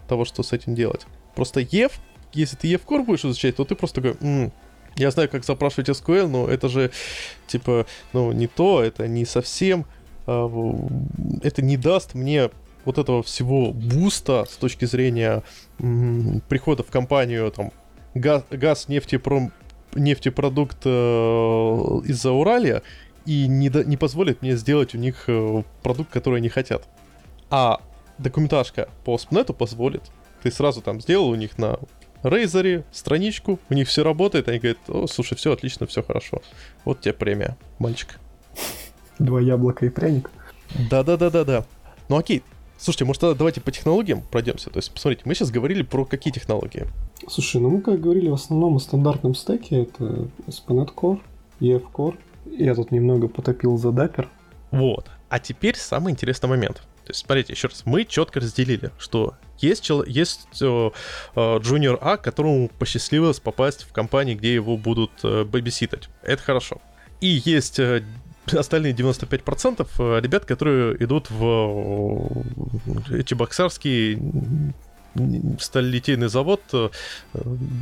того, что с этим делать. Просто и эф, если ты и эф Core будешь изучать, то ты просто такой, м-м, я знаю, как запрашивать эс ку эль, но это же, типа, ну, не то, это не совсем, э, это не даст мне вот этого всего буста с точки зрения м- прихода в компанию, там, газ, газ нефтепром, нефтепродукт э, из-за Уралия, и не, да, не позволит мне сделать у них э, продукт, который они хотят. А документашка по эй эс пи точка нет позволит. Ты сразу там сделал у них на Razer страничку, у них все работает, они говорят, о, слушай, все отлично, все хорошо. Вот тебе премия, мальчик. Два яблока и пряник. Да-да-да-да-да. Ну окей, слушайте, может тогда давайте по технологиям пройдемся. То есть, посмотрите, мы сейчас говорили про какие технологии? Слушай, ну мы как говорили в основном о стандартном стеке, это эс пи точка нет Core, и эф Core. Я тут немного потопил за Dapper. Вот. А теперь самый интересный момент. То есть, смотрите, еще раз, мы четко разделили, что есть, чел- есть э, э, Junior А, которому посчастливилось попасть в компании, где его будут э, бэбиситать. Это хорошо. И есть э, остальные девяносто пять процентов э, ребят, которые идут в э, Чебоксарский сталелитейный завод. Э, э,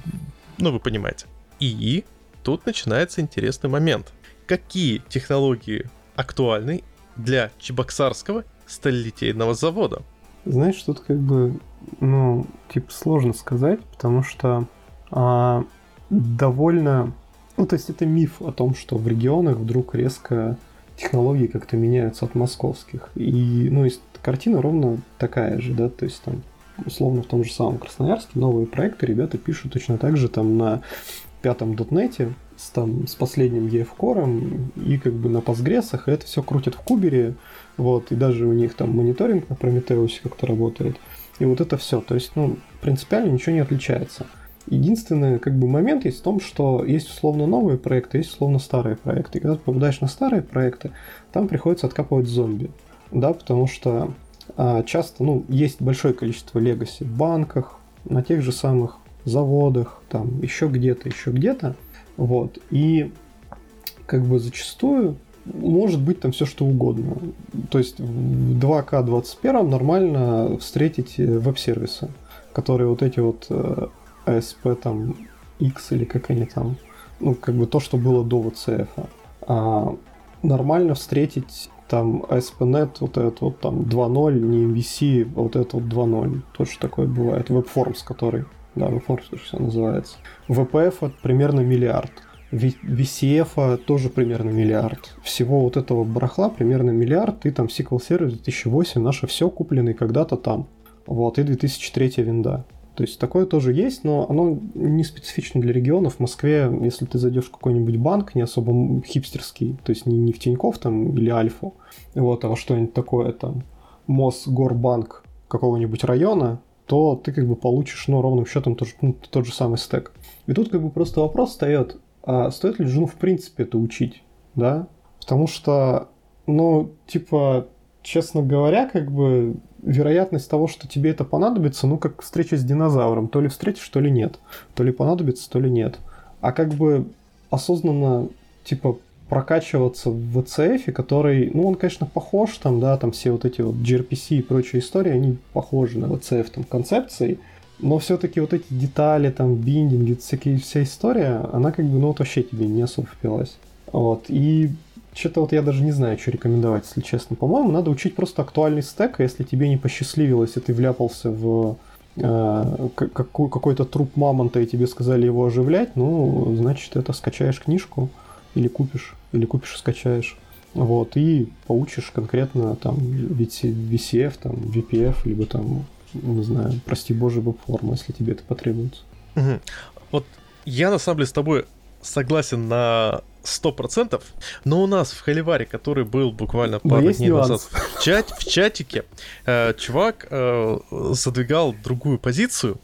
ну, вы понимаете. И тут начинается интересный момент. Какие технологии актуальны для Чебоксарского сталелитейного завода? Знаешь, тут как бы, ну, типа сложно сказать, потому что а, довольно... Ну, то есть это миф о том, что в регионах вдруг резко технологии как-то меняются от московских. И, ну, и картина ровно такая же, да, то есть там, условно, в том же самом Красноярске новые проекты ребята пишут точно так же там на пятом дотнете, с, там, с последним и эф Core и как бы на Postgres, и это все крутят в кубере, вот, и даже у них там мониторинг на Prometheus как-то работает, и вот это все, то есть, ну, принципиально ничего не отличается. Единственный, как бы, момент есть в том, что есть условно новые проекты, есть условно старые проекты, и когда ты попадаешь на старые проекты, там приходится откапывать зомби, да, потому что а, часто, ну, есть большое количество легаси в банках, на тех же самых заводах, там, еще где-то, еще где-то, вот, и как бы зачастую может быть там все что угодно. То есть в два ка двадцать один нормально встретить веб-сервисы, которые вот эти вот эй эс пи там X или как они там, ну как бы то, что было до ви си эф. А нормально встретить там эй эс пи точка нет, вот этот вот там два ноль, не эм ви си, а вот это вот два ноль. Тоже такое бывает. WebForms, который, да, WebForms тоже все называется. ви пи эф примерно миллиард. ви си эф тоже примерно миллиард. Всего вот этого барахла примерно миллиард, и там эс ку эль Server две тысячи восемь, наше все купленный когда-то там. Вот, и две тысячи третья винда. То есть такое тоже есть, но оно не специфично для регионов. В Москве, если ты зайдешь в какой-нибудь банк, не особо хипстерский, то есть не, не в Тинькофф там или Альфу, вот, а что-нибудь такое там, Мосгорбанк какого-нибудь района, то ты как бы получишь, ну, ровным счетом тот, ну, тот же самый стек. И тут как бы просто вопрос встает, а стоит ли Джуну в принципе это учить, да? Потому что, ну, типа, честно говоря, как бы вероятность того, что тебе это понадобится, ну, как встреча с динозавром. То ли встретишь, то ли нет. То ли понадобится, то ли нет. А как бы осознанно, типа, прокачиваться в ви си эф, который, ну, он, конечно, похож, там, да, там все вот эти вот джи ар пи си и прочие истории, они похожи на ви си эф, там, концепции, но все-таки вот эти детали, там, биндинги, всякие, вся история, она как бы, ну, вот вообще тебе не особо впилась. Вот, и что-то вот я даже не знаю, что рекомендовать, если честно. По-моему, надо учить просто актуальный стек, а если тебе не посчастливилось, и ты вляпался в э, какой- какой-то труп мамонта, и тебе сказали его оживлять, ну, значит, это скачаешь книжку, или купишь, или купишь и скачаешь. Вот, и поучишь конкретно там ви си эф, там, ви пи эф, либо там, не знаю, прости боже, веб-форма, если тебе это потребуется. Угу. Вот я на самом деле с тобой согласен на сто процентов, но у нас в Холиваре, который был буквально пару дней нюанс. назад в, чат, в чатике, э, чувак э, задвигал другую позицию,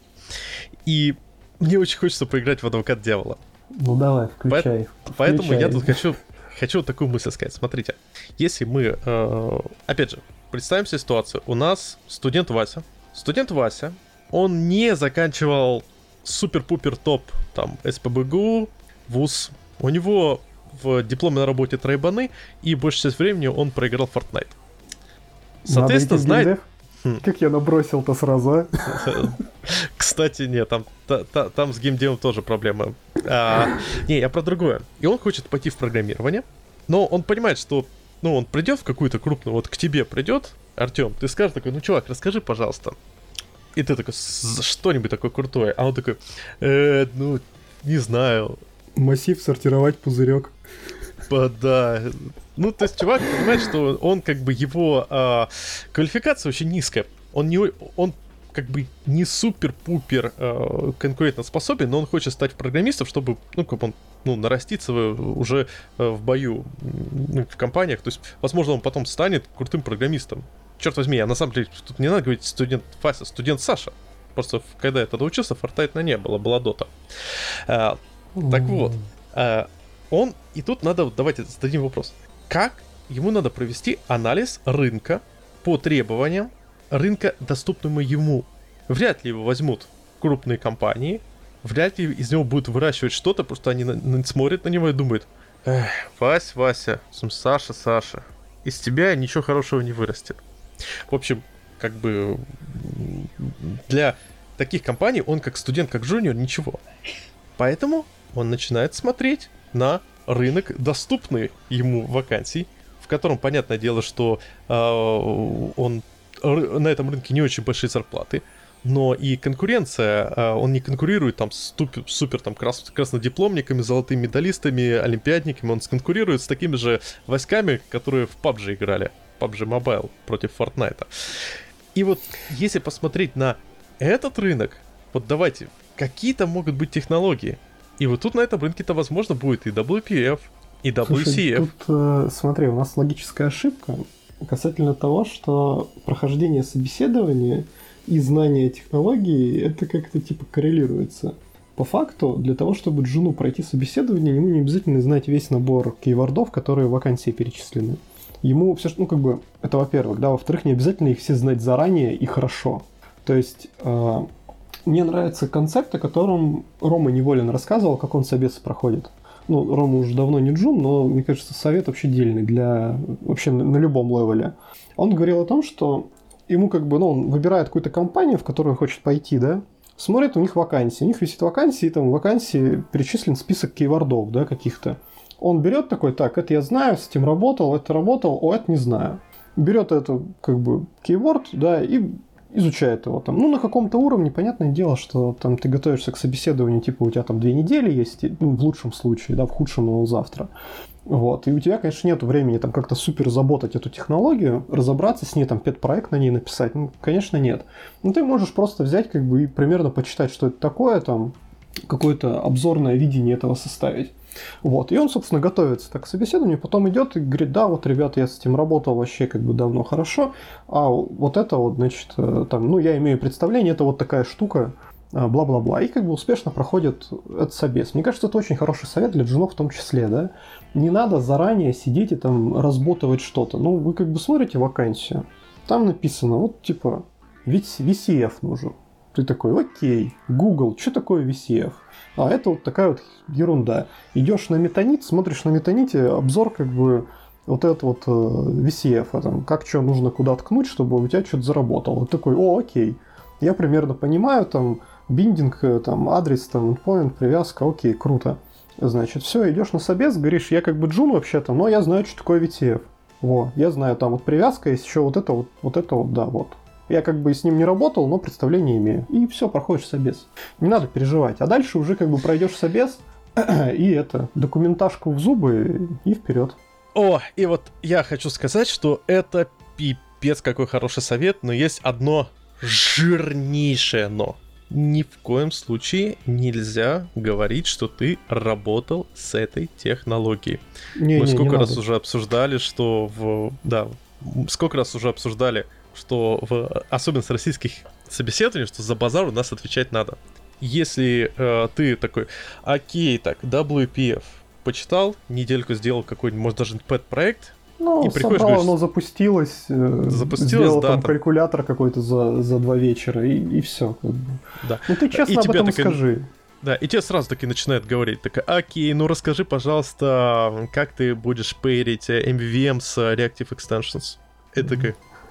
и мне очень хочется поиграть в адвокат дьявола. Ну давай, включай. По- поэтому включай. Я тут хочу, хочу такую мысль сказать. Смотрите, если мы, э, опять же, представим себе ситуацию. У нас студент Вася. Студент Вася, он не заканчивал супер-пупер топ, там, эс пэ бэ гэ у, вуз. У него в дипломе на работе тройбаны, и большую часть времени он проиграл Fortnite. Соответственно, знает... Как я набросил-то сразу, а? Кстати, нет, там, та, та, там с геймдевом тоже проблема. А, не, я про другое. И он хочет пойти в программирование, но он понимает, что ну, он придет в какую-то крупную, вот к тебе придет, Артем, ты скажешь такой, ну, чувак, расскажи, пожалуйста. И ты такой, что-нибудь такое крутое. А он такой, э, ну, не знаю. Массив сортировать пузырек. Да. Ну, то есть чувак понимает, что он как бы его а, квалификация очень низкая. Он не, он как бы не супер-пупер а, конкурентоспособен, но он хочет стать программистом, чтобы, ну, как он, ну, нараститься уже а, в бою, ну, в компаниях. То есть, возможно, он потом станет крутым программистом. Черт возьми, я на самом деле, тут не надо говорить студент Вася, студент Саша. Просто когда я тогда учился, Fortnite не было, была Dota. А, так вот, а, он, и тут надо, давайте зададим вопрос. Как ему надо провести анализ рынка по требованиям рынка, доступному ему? Вряд ли его возьмут крупные компании, вряд ли из него будут выращивать что-то, просто они на, на, смотрят на него и думают, эх, Вась, Вася, Саша, Саша, из тебя ничего хорошего не вырастет. В общем, как бы для таких компаний он как студент, как джуниор, ничего. Поэтому он начинает смотреть на рынок, доступный ему вакансий, в котором, понятное дело, что э, он на этом рынке не очень большие зарплаты, но и конкуренция, э, он не конкурирует там с тупи, супер там крас, краснодипломниками, золотыми медалистами, олимпиадниками, он конкурирует с такими же войсками, которые в пабг играли, пабг Mobile против Fortnite. И вот если посмотреть на этот рынок, вот давайте, какие-то могут быть технологии. И вот тут на этом рынке-то, возможно, будет и дабл ю пи эф, и дабл ю си эф. Слушай, тут, э, смотри, у нас логическая ошибка касательно того, что прохождение собеседования и знание технологий, это как-то типа коррелируется. По факту, для того, чтобы джуну пройти собеседование, ему не обязательно знать весь набор кейвордов, которые в вакансии перечислены. Ему все, ну как бы, это во-первых, да, во-вторых, не обязательно их все знать заранее и хорошо. То есть... Э, Мне нравится концепт, о котором Рома Неволин рассказывал, как он собес проходит. Ну, Рома уже давно не джун, но, мне кажется, совет вообще дельный для вообще на, на любом левеле. Он говорил о том, что ему как бы, ну, он выбирает какую-то компанию, в которую он хочет пойти, да, смотрит у них вакансии. У них висит вакансии, и там в вакансии перечислен список кейвордов, да, каких-то. Он берет такой, так, это я знаю, с этим работал, это работал, о, это не знаю. Берет эту, как бы, кейворд, да, и изучает его там. Ну, на каком-то уровне, понятное дело, что там ты готовишься к собеседованию, типа у тебя там две недели есть, ну, в лучшем случае, да, в худшем, но завтра. Вот. И у тебя, конечно, нет времени там как-то супер заботать эту технологию, разобраться с ней, там, педпроект на ней написать. Ну, конечно, нет. Но ты можешь просто взять, как бы, и примерно почитать, что это такое, там, какое-то обзорное видение этого составить. Вот. И он, собственно, готовится так к собеседованию, потом идет и говорит, да, вот, ребята, я с этим работал вообще как бы давно хорошо, а вот это вот, значит, там, ну, я имею представление, это вот такая штука, бла-бла-бла, и как бы успешно проходит этот собес. Мне кажется, это очень хороший совет для джунов в том числе, да. Не надо заранее сидеть и там разботывать что-то. Ну, вы как бы смотрите вакансию, там написано, вот, типа, ви си эф нужен. Ты такой, окей, Google, что такое ви си эф? А это вот такая вот ерунда. Идешь на Метанит, смотришь на Метаните обзор как бы вот этот вот ви си эф, там, как что нужно куда ткнуть, чтобы у тебя что-то заработало. Вот такой, о, окей, я примерно понимаю, там, биндинг, там, адрес, там, endpoint, привязка, окей, круто. Значит, все, идешь на собес, говоришь, я как бы джун вообще-то, но я знаю, что такое ви си эф. Во, я знаю, там вот привязка есть, еще вот это вот, вот это вот, да, вот. Я как бы с ним не работал, но представление имею. И все, проходишь собес. Не надо переживать. А дальше уже как бы пройдешь собес, и это, документашку в зубы и вперед. О, и вот я хочу сказать, что это пипец какой хороший совет, но есть одно жирнейшее но. Ни в коем случае нельзя говорить, что ты работал с этой технологией. Не, Мы не, сколько не раз надо. уже обсуждали, что в... Да, сколько раз уже обсуждали, что в, особенно с российских собеседований, что за базар у нас отвечать надо. Если э, ты такой, окей, так, дабл ю пи эф почитал, недельку сделал какой-нибудь, может, даже пэт-проект, ну, и приходишь, собрал, говоришь, оно запустилось, запустилось, сделал да, там там калькулятор какой-то за, за два вечера, и, и все. Как бы. Да. Ну ты честно и об этом таки... скажи. Да, и тебе сразу таки начинают говорить, так, окей, ну расскажи, пожалуйста, как ты будешь пейрить эм ви ви эм с Reactive Extensions. Это такая,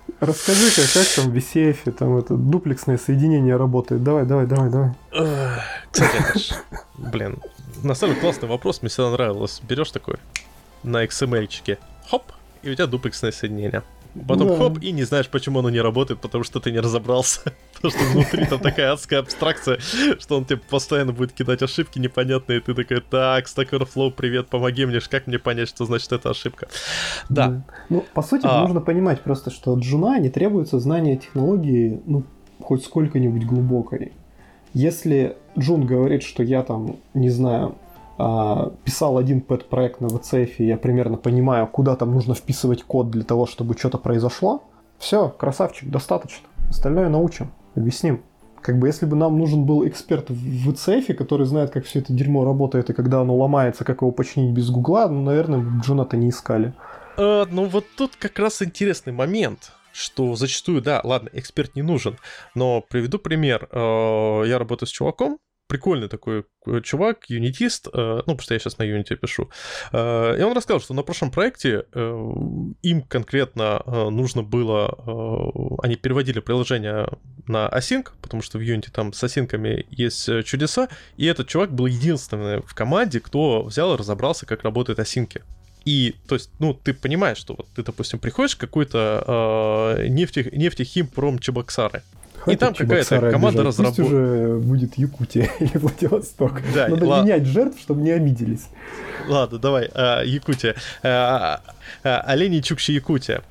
Расскажи-ка, как там в ви си эф, там это дуплексное соединение работает. Давай, давай, давай, давай. Кстати, это ж, блин, на самом деле классный вопрос, мне всегда нравилось. Берешь такой на икс эм эль-чике, хоп, и у тебя дуплексное соединение. Потом да. хоп, и не знаешь, почему оно не работает, потому что ты не разобрался. Потому что внутри там такая адская абстракция, что он тебе постоянно будет кидать ошибки непонятные, и ты такой, так, Stack Overflow, привет, помоги мне, как мне понять, что значит это ошибка? Да. да. Ну, по сути, а... нужно понимать просто, что от джуна не требуется знание технологии, ну, хоть сколько-нибудь глубокой. Если джун говорит, что я там, не знаю, писал один пэт-проект на ви си эф, и я примерно понимаю, куда там нужно вписывать код для того, чтобы что-то произошло, все, красавчик, достаточно. Остальное научим, объясним. Как бы если бы нам нужен был эксперт в ви си эф, который знает, как все это дерьмо работает, и когда оно ломается, как его починить без гугла, ну, наверное, джуна-то не искали. А, ну вот тут как раз интересный момент, что зачастую, да, ладно, эксперт не нужен, но приведу пример. Я работаю с чуваком, прикольный такой чувак, юнитист, ну, потому что я сейчас на Unity пишу. И он рассказал, что на прошлом проекте им конкретно нужно было... Они переводили приложение на async, потому что в Unity там с асинками есть чудеса, и этот чувак был единственный в команде, кто взял и разобрался, как работают асинки. И, то есть, ну, ты понимаешь, что вот ты, допустим, приходишь в какой-то э, нефти, нефтехимпром Чебоксары, Хватит и там какая-то команда разработки. Пусть уже будет Якутия или Владивосток. Да, надо ла... менять жертв, чтобы не обиделись. Ладно, давай, а, Якутия. А, а, Оленей Чукчи Якутия.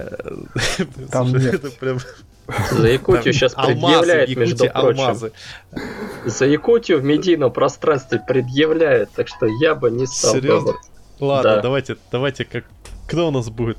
Там нет. Прям... За Якутию сейчас предъявляют, между прочим. За Якутию в медийном пространстве предъявляют, так что я бы не стал. Серьезно? Ладно, да. давайте, давайте, как кто у нас будет?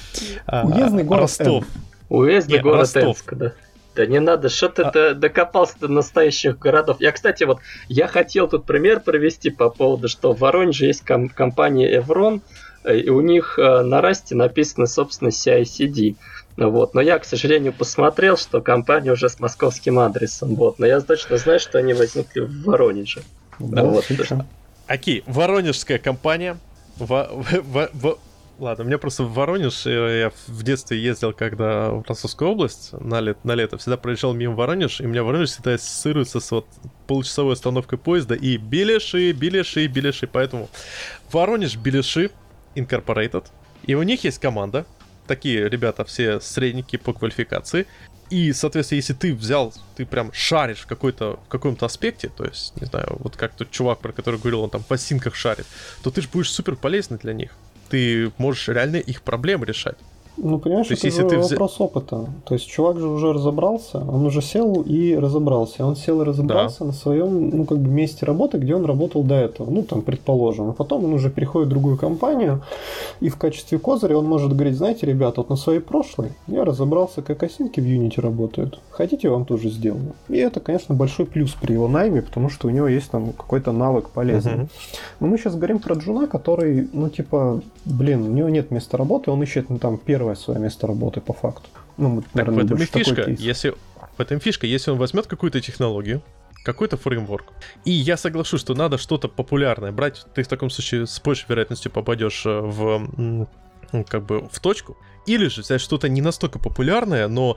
Уездный город Ростов. Уездный Не, город Энск, да. Да не надо, что ты а... докопался до настоящих городов. Я, кстати, вот, я хотел тут пример провести по поводу, что в Воронеже есть ком- компания Evron, и у них э, на Расте написано, собственно, си ай си ди. Вот. Но я, к сожалению, посмотрел, что компания уже с московским адресом. Вот. Но я точно знаю, что они возникли в Воронеже. Да, вот. Окей, воронежская компания. В, в, в, ладно, у меня просто в Воронеж, я в детстве ездил, когда в Ростовскую область на, лет, на лето, всегда проезжал мимо Воронеж, и у меня Воронеж всегда ассоциируется с вот получасовой остановкой поезда и Белеши, Белеши, Белеши, поэтому Воронеж, Белеши, Incorporated, и у них есть команда, такие ребята все средники по квалификации, и, соответственно, если ты взял, ты прям шаришь в, какой-то, в каком-то аспекте, то есть, не знаю, вот как тот чувак, про который говорил, он там в осинках шарит, то ты же будешь супер полезный для них. Ты можешь реально их проблемы решать. Ну, понимаешь, то это есть, же вопрос взя... опыта. То есть чувак же уже разобрался, он уже сел и разобрался. Он сел и разобрался да. на своем, ну, как бы месте работы, где он работал до этого. Ну, там, предположим. А потом он уже переходит в другую компанию, и в качестве козыря он может говорить, знаете, ребята, вот на своей прошлой я разобрался, как осинки в Unity работают. Хотите, я вам тоже сделаю. И это, конечно, большой плюс при его найме, потому что у него есть там какой-то навык полезный. Uh-huh. Но мы сейчас говорим про джуна, который, ну, типа, блин, у него нет места работы, он ищет, ну, там, первое свое место работы по факту. Ну, так наверное, в этом и фишка. Если, в этом фишка, если он возьмет какую-то технологию, какой-то фреймворк, и я соглашусь, что надо что-то популярное брать, ты в таком случае с большей вероятностью попадешь в, ну, как бы в точку, или же взять что-то не настолько популярное, но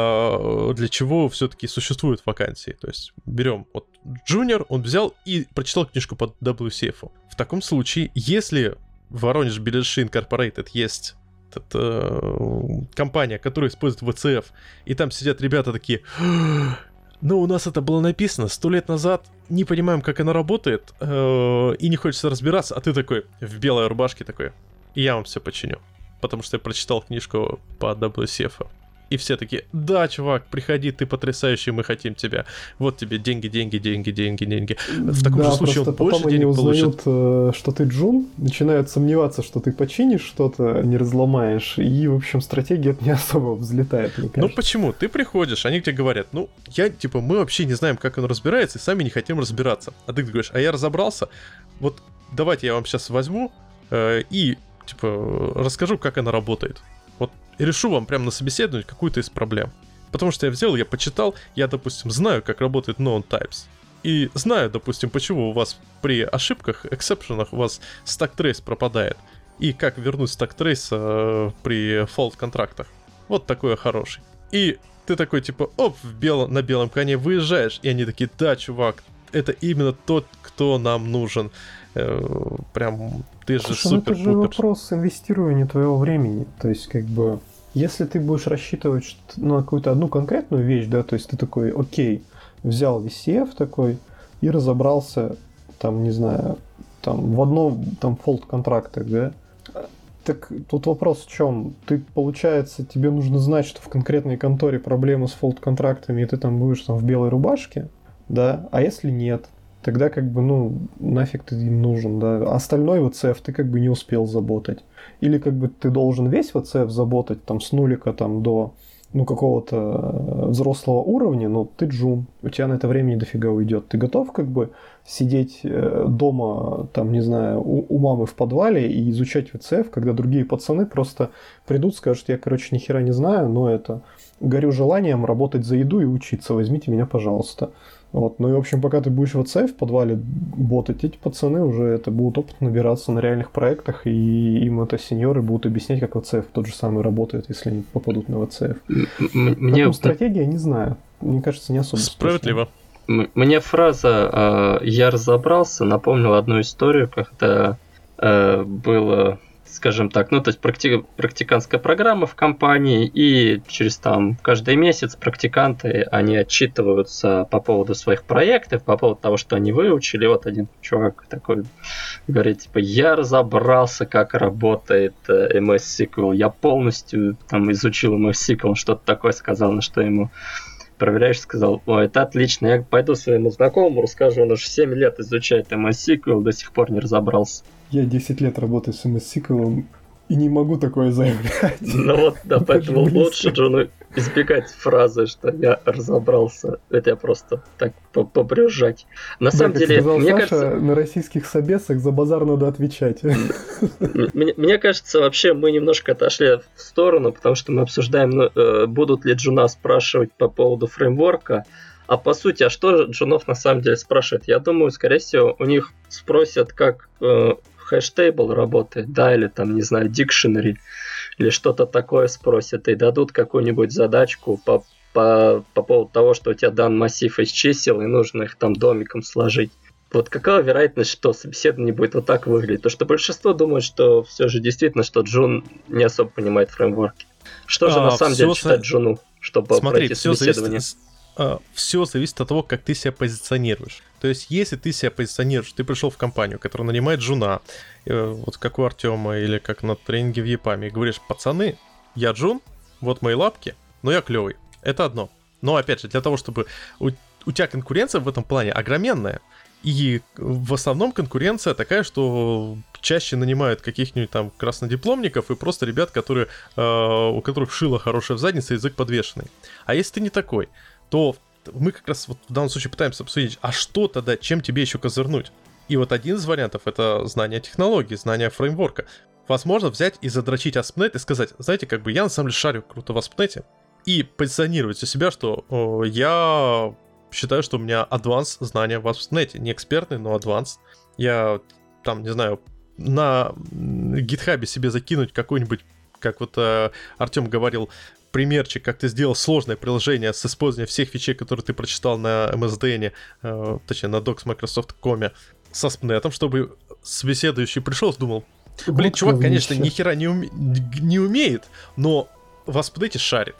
э, для чего все-таки существуют вакансии. То есть берем вот Junior, он взял и прочитал книжку по дабл ю си эф. В таком случае, если в Воронеж Белеши Incorporated есть это, компания, которая использует ви си эф, и там сидят ребята такие, ну, у нас это было написано сто лет назад, не понимаем, как оно работает, э, и не хочется разбираться, а ты такой в белой рубашке такой, я вам все починю, потому что я прочитал книжку по дабл ю си эф. И все такие, да, чувак, приходи, ты потрясающий, мы хотим тебя. Вот тебе деньги, деньги, деньги, деньги, деньги. В таком да, же случае он больше потом денег они получит. узнают, что ты джун, начинают сомневаться, что ты починишь что-то, не разломаешь, и, в общем, стратегия не особо взлетает, мне кажется. Ну почему? Ты приходишь, они тебе говорят, ну, я, типа, мы вообще не знаем, как он разбирается, и сами не хотим разбираться. А ты говоришь, а я разобрался, вот давайте я вам сейчас возьму э, и, типа, расскажу, как она работает. Вот и решу вам прямо на собеседовании какую-то из проблем. Потому что я взял, я почитал, я, допустим, знаю, как работает known types. И знаю, допустим, почему у вас при ошибках, эксепшенах у вас stack trace пропадает. И как вернуть stack trace э, при fault контрактах. вот такой хороший. И ты такой, типа, оп, в белом, на белом коне выезжаешь, и они такие, да, чувак, это именно тот, кто нам нужен. Э, прям, ты же Слушай, ну это же супер-пупер. вопрос инвестирования твоего времени. То есть, как бы, если ты будешь рассчитывать что- на какую-то одну конкретную вещь, да, то есть ты такой, окей, взял ви си эф такой и разобрался, там, не знаю, там, в одном, там, фолд-контрактах, да, так тут вопрос в чем? Ты, получается, тебе нужно знать, что в конкретной конторе проблемы с фолд-контрактами, и ты там будешь там в белой рубашке, да, а если нет, тогда как бы, ну, нафиг ты им нужен, да, а остальной ви си эф ты как бы не успел заботать. Или как бы ты должен весь ви си эф заботать, там, с нулика там до, ну, какого-то взрослого уровня, но ты джун, у тебя на это времени дофига уйдет. Ты готов как бы сидеть дома, там, не знаю, у, у мамы в подвале и изучать ви си эф, когда другие пацаны просто придут, скажут, я, короче, ни хера не знаю, но это, горю желанием работать за еду и учиться, возьмите меня, пожалуйста. Вот. Ну и, в общем, пока ты будешь в ви си эф в подвале ботать, эти пацаны уже это будут опыт набираться на реальных проектах, и им это сеньоры будут объяснять, как ви си эф тот же самый работает, если они попадут на ви си эф. Мне... Поэтому стратегия, не знаю. Мне кажется, не особо Справедливо. Мне фраза «я разобрался» напомнила одну историю, когда э, было, скажем так, ну, то есть практи- практикантская программа в компании, и через там каждый месяц практиканты, они отчитываются по поводу своих проектов, по поводу того, что они выучили. Вот один чувак такой говорит, типа, я разобрался, как работает эм эс эс кью эл, я полностью там изучил эм эс эс кью эл, что-то такое сказал, на что ему проверяешь, сказал, о, это отлично, я пойду своему знакомому расскажу, он уже семь лет изучает эм эс эс кью эл, до сих пор не разобрался. Я десять лет работаю с эм эс эс кью эл и не могу такое заявлять. Ну вот, да, поэтому лучше Джону избегать фразы, что я разобрался. Это я просто так побрюзжать. На самом деле, мне кажется... на российских собесах за базар надо отвечать. Мне кажется, вообще мы немножко отошли в сторону, потому что мы обсуждаем, будут ли Джуна спрашивать по поводу фреймворка. А по сути, а что Джунов на самом деле спрашивает? Я думаю, скорее всего, у них спросят, как хэштейбл работает, да, или там, не знаю, dictionary, или что-то такое спросят, и дадут какую-нибудь задачку по, по, по поводу того, что у тебя дан массив из чисел, и нужно их там домиком сложить. Вот какова вероятность, что собеседование будет вот так выглядеть? То, что большинство думает, что все же действительно, что Джун не особо понимает фреймворки. Что же а, на самом деле читать Джуну, чтобы Смотри, пройти собеседование? Зависит... Все зависит от того, как ты себя позиционируешь. То есть, если ты себя позиционируешь, ты пришел в компанию, которая нанимает джуна, вот как у Артема или как на тренинге в Епаме, и говоришь, пацаны, я джун, вот мои лапки, но я клевый. Это одно. Но, опять же, для того, чтобы... У, у тебя конкуренция в этом плане огроменная, и в основном конкуренция такая, что чаще нанимают каких-нибудь там краснодипломников и просто ребят, которые, э, у которых шило хорошее в заднице, язык подвешенный. А если ты не такой, то мы как раз вот в данном случае пытаемся обсудить, а что тогда, чем тебе еще козырнуть? И вот один из вариантов — это знание технологий, знание фреймворка. Возможно, взять и задрочить эй эс пи точка нет и сказать, знаете, как бы я на самом деле шарю круто в эй эс пи точка нет, и позиционировать у себя, что о, я считаю, что у меня адванс знания в эй эс пи точка нет, не экспертный, но адванс. Я там, не знаю, на гитхабе себе закинуть какой-нибудь, как вот э, Артем говорил, примерчик, как ты сделал сложное приложение с использованием всех фичей, которые ты прочитал на эм эс ди эн, э, точнее на Docs Microsoft точка ком, с эй эс пи точка нет, чтобы собеседующий пришел и думал, блин, вот чувак, конечно, ни хера не, уме- не умеет, но в эй эс пи точка нет шарит.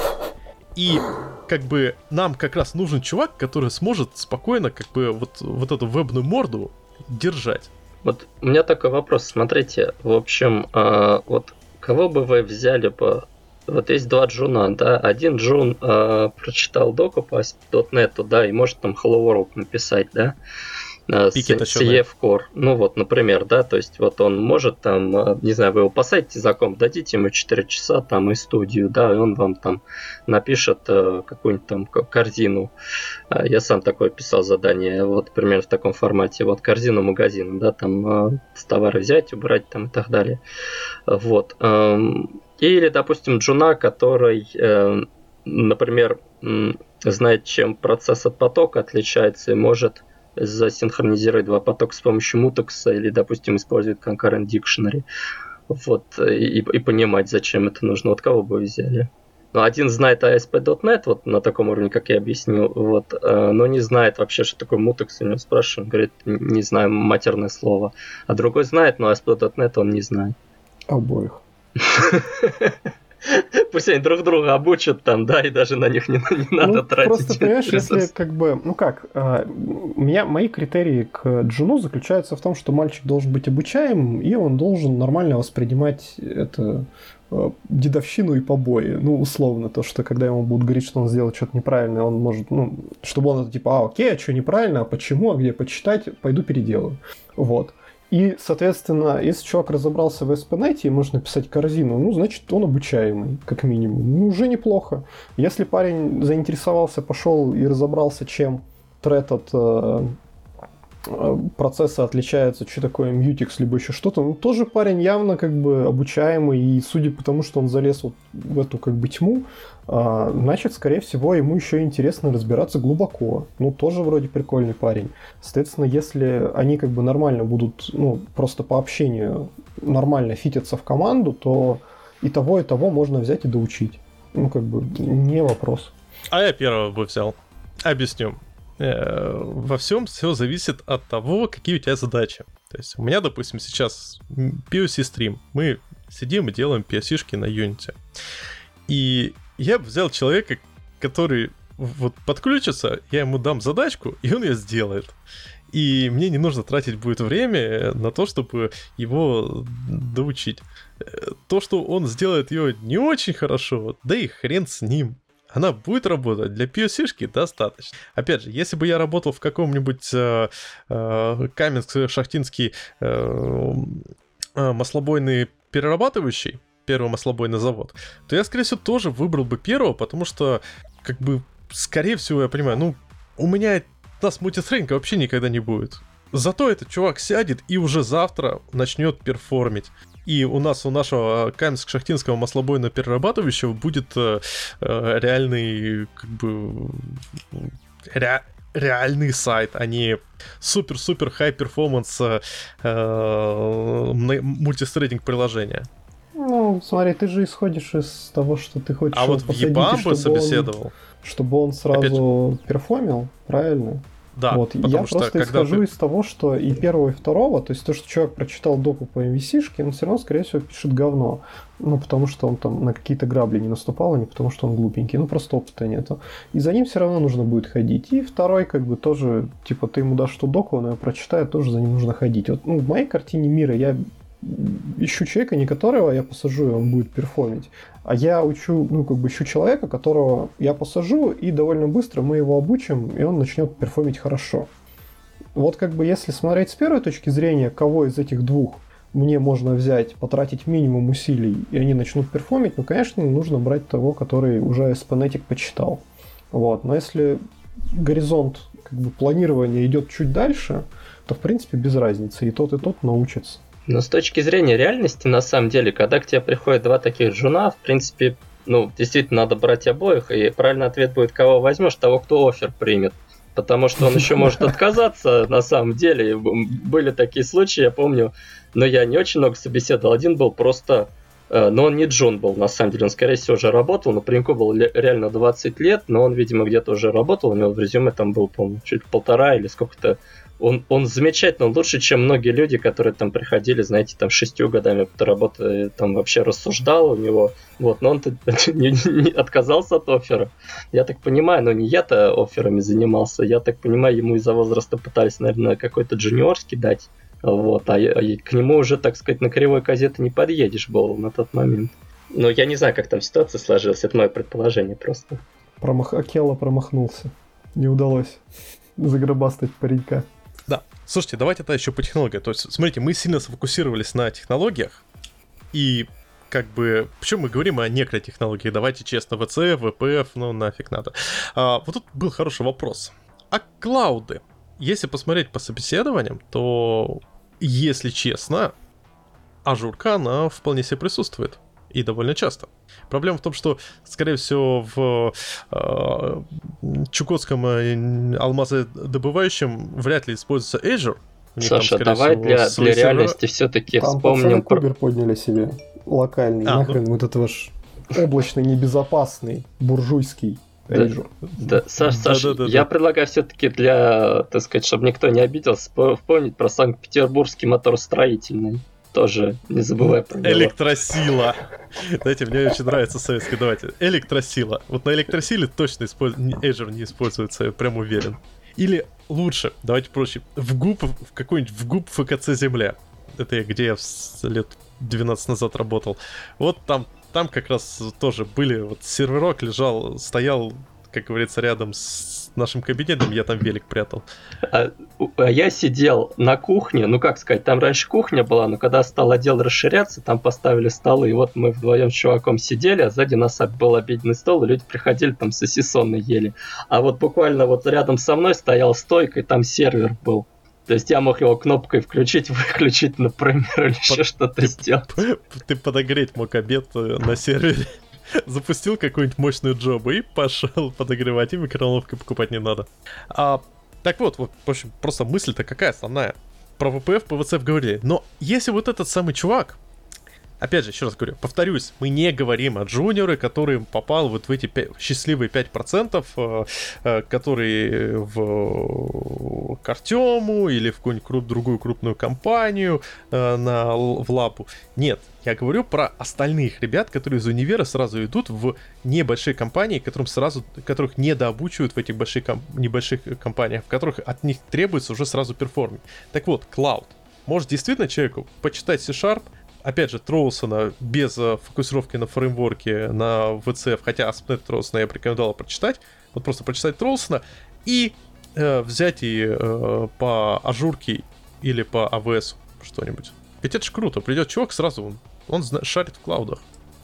И как бы нам как раз нужен чувак, который сможет спокойно как бы вот, вот эту вебную морду держать. Вот у меня такой вопрос, смотрите, в общем, э, вот кого бы вы взяли бы? Вот есть два джуна, да, один джун э, прочитал доку по эй эс пи точка нет, да, и может там Hello World написать, да, э, с си эф Core, ну вот, например, да, то есть вот он может там, э, не знаю, вы его посадите знаком, дадите ему четыре часа там и студию, да, и он вам там напишет э, какую-нибудь там корзину, э, я сам такое писал задание, вот примерно в таком формате, вот корзину магазина, да, там э, с товара взять, убрать там и так далее, вот, э, или, допустим, джуна, который, э, например, э, знает, чем процесс от потока отличается и может засинхронизировать два потока с помощью мутекса или, допустим, использует concurrent dictionary. вот, и, и понимать, зачем это нужно. Вот кого бы вы взяли? Ну, один знает эй эс пи точка нет, вот на таком уровне, как я объяснил, вот, но не знает вообще, что такое мутекс. У него спрашиваем, говорит, не знаю матерное слово. А другой знает, но эй эс пи точка нет он не знает. Обоих. Пусть они друг друга обучат там, да, и даже на них не, не надо ну, тратить. Просто, понимаешь, ресурс. Если как бы, ну как, а, у меня мои критерии к джуну заключаются в том, что мальчик должен быть обучаемым, и он должен нормально воспринимать это а, дедовщину и побои. Ну, условно, то, что когда ему будут говорить, что он сделал что-то неправильное, он может, ну, чтобы он это типа, а, окей, а что неправильно, а почему, а где почитать, пойду переделаю. Вот. И, соответственно, если чувак разобрался в эй эс пи точка нет и может написать корзину, ну, значит, он обучаемый, как минимум. Ну, уже неплохо. Если парень заинтересовался, пошел и разобрался, чем тред от э, процесса отличается, что такое мьютекс, либо еще что-то, ну, тоже парень явно как бы обучаемый, и судя по тому, что он залез вот в эту как бы тьму, а, значит, скорее всего, ему еще интересно разбираться глубоко. Ну, тоже вроде прикольный парень. Соответственно, если они как бы нормально будут, ну, просто по общению нормально фитятся в команду, то и того, и того можно взять и доучить. Ну, как бы, не вопрос. А я первого бы взял. Объясню. Во всем все зависит от того, какие у тебя задачи. То есть у меня, допустим, сейчас пи о си-стрим. Мы сидим и делаем пи о си-шки на Unity. И я бы взял человека, который вот подключится, я ему дам задачку, и он ее сделает. И мне не нужно тратить будет время на то, чтобы его доучить. То, что он сделает ее не очень хорошо, да и хрен с ним. Она будет работать, для пи о си-шки достаточно. Опять же, если бы я работал в каком-нибудь э, э, Каменск-Шахтинский э, э, маслобойный перерабатывающий, первый маслобойный завод, то я, скорее всего, тоже выбрал бы первого, потому что, как бы, скорее всего, я понимаю, ну, у меня нас мультитрейнинга вообще никогда не будет. Зато этот чувак сядет и уже завтра начнет перформить. И у нас, у нашего Каменск-Шахтинского маслобойного перерабатывающего будет э, э, реальный, как бы, ре, реальный сайт, а не супер-супер хай-перформанс э, э, мультистрейдинг приложения. Ну, смотри, ты же исходишь из того, что ты хочешь... А вот в ЕБАМ бы собеседовал. Он, чтобы он сразу перформил, правильно? Да, вот. Я что просто исхожу ты... из того, что и первого, и второго, то есть то, что человек прочитал доку по эм ви си-шке, он все равно, скорее всего, пишет говно. Ну, потому что он там на какие-то грабли не наступал, а не потому что он глупенький. Ну, просто опыта нету. И за ним все равно нужно будет ходить. И второй, как бы, тоже, типа, ты ему дашь ту доку, он ее прочитает, тоже за ним нужно ходить. Вот, ну, в моей картине мира я ищу человека, не которого я посажу, и он будет перформить, а я учу, ну, как бы ищу человека, которого я посажу, и довольно быстро мы его обучим, и он начнет перформить хорошо. Вот как бы если смотреть с первой точки зрения, кого из этих двух мне можно взять, потратить минимум усилий, и они начнут перформить, ну, конечно, нужно брать того, который уже эй эс пи точка нет почитал. Вот. Но если горизонт как бы планирования идет чуть дальше, то, в принципе, без разницы, и тот, и тот научатся. Но с точки зрения реальности, на самом деле, когда к тебе приходят два таких джуна, в принципе, ну, действительно, надо брать обоих, и правильный ответ будет, кого возьмешь, того, кто оффер примет. Потому что он еще может отказаться, на самом деле. Были такие случаи, я помню, но я не очень много собеседовал. Один был просто... Но он не джун был, на самом деле. Он, скорее всего, уже работал. Но пареньку было реально двадцать лет, но он, видимо, где-то уже работал. У него в резюме там был, по-моему, чуть полтора или сколько-то. Он, он замечательно, он лучше, чем многие люди, которые там приходили, знаете, там шестью годами работы, там вообще рассуждал у него. Вот, но он не, не отказался от оффера. Я так понимаю, но не я-то офферами занимался. Я так понимаю, ему из-за возраста пытались, наверное, какой-то джуниорский дать. Вот, а, а к нему уже, так сказать, на кривой газеты не подъедешь был на тот момент. Но я не знаю, как там ситуация сложилась, это мое предположение просто. Промах... Акела промахнулся. Не удалось загробастать паренька. Да. Слушайте, давайте тогда еще по технологии. То есть, смотрите, мы сильно сфокусировались на технологиях. И как бы... Почему мы говорим о некротехнологиях? Давайте честно, ви си эф, ви пи эф, ну нафиг надо. А, вот тут был хороший вопрос. А клауды? Если посмотреть по собеседованиям, то, если честно, ажурка, она вполне себе присутствует. И довольно часто. Проблема в том, что, скорее всего, в э, Чукотском э, алмазодобывающем вряд ли используется Azure, них там, Саша, скорее давай всего, для, свои для сервера. реальности все-таки Там вспомним пацаны про... Кубер подняли себе локальный, А, нахрен вот это ваш облачный, небезопасный, буржуйский Да, Azure. да, Саш, Саш, Да-да-да-да. я предлагаю все-таки для, так сказать, чтобы никто не обиделся, спо- вспомнить про Санкт-Петербургский моторостроительный. Тоже не забывай про него. Электросила. Знаете, мне очень нравится советский. Давайте. Электросила. Вот на электросиле точно использ... не- Azure не используется, я прям уверен. Или лучше, давайте проще, в ГУП, в какой-нибудь в ГУП ФКЦ «Земля». Это я, где я с- лет двенадцать назад работал. Вот там, там как раз тоже были, вот серверок лежал, стоял, как говорится, рядом с нашим кабинетом, я там велик прятал. А, у- а я сидел на кухне, ну как сказать, там раньше кухня была, но когда стал отдел расширяться, там поставили столы, и вот мы вдвоем с чуваком сидели, а сзади нас был обеденный стол, и люди приходили, там сосисоны ели. А вот буквально вот рядом со мной стоял стойка, и там сервер был. То есть я мог его кнопкой включить, выключить, например, или еще что-то сделать. Ты подогреть мог обед э, на сервере. Запустил какую-нибудь мощную джобу и пошел подогревать, и микроволновкой покупать не надо. А, так вот, вот, в общем, просто мысль-то какая основная? Про ви пи эф, пи ви си эф говорили. Но если вот этот самый чувак, опять же, еще раз говорю, повторюсь, мы не говорим о джуниоре, который попал вот в эти пять, счастливые пять процентов, э, э, которые в к Артему или в какую-нибудь круп, другую крупную компанию э, на, в лапу. Нет, я говорю про остальных ребят, которые из универа сразу идут в небольшие компании, которым сразу, которых недообучивают в этих больших, небольших компаниях, в которых от них требуется уже сразу перформинг. Так вот, Cloud. Может действительно человеку почитать C-Sharp, опять же, Троусона без э, фокусировки на фреймворке, на ви си эф, хотя Аспнет Троусона я бы рекомендовал прочитать, вот просто прочитать Троусона и э, взять и э, по ажурке или по эй ви эс что-нибудь. Ведь это ж круто, придет чувак сразу, он, он зна- шарит в клаудах.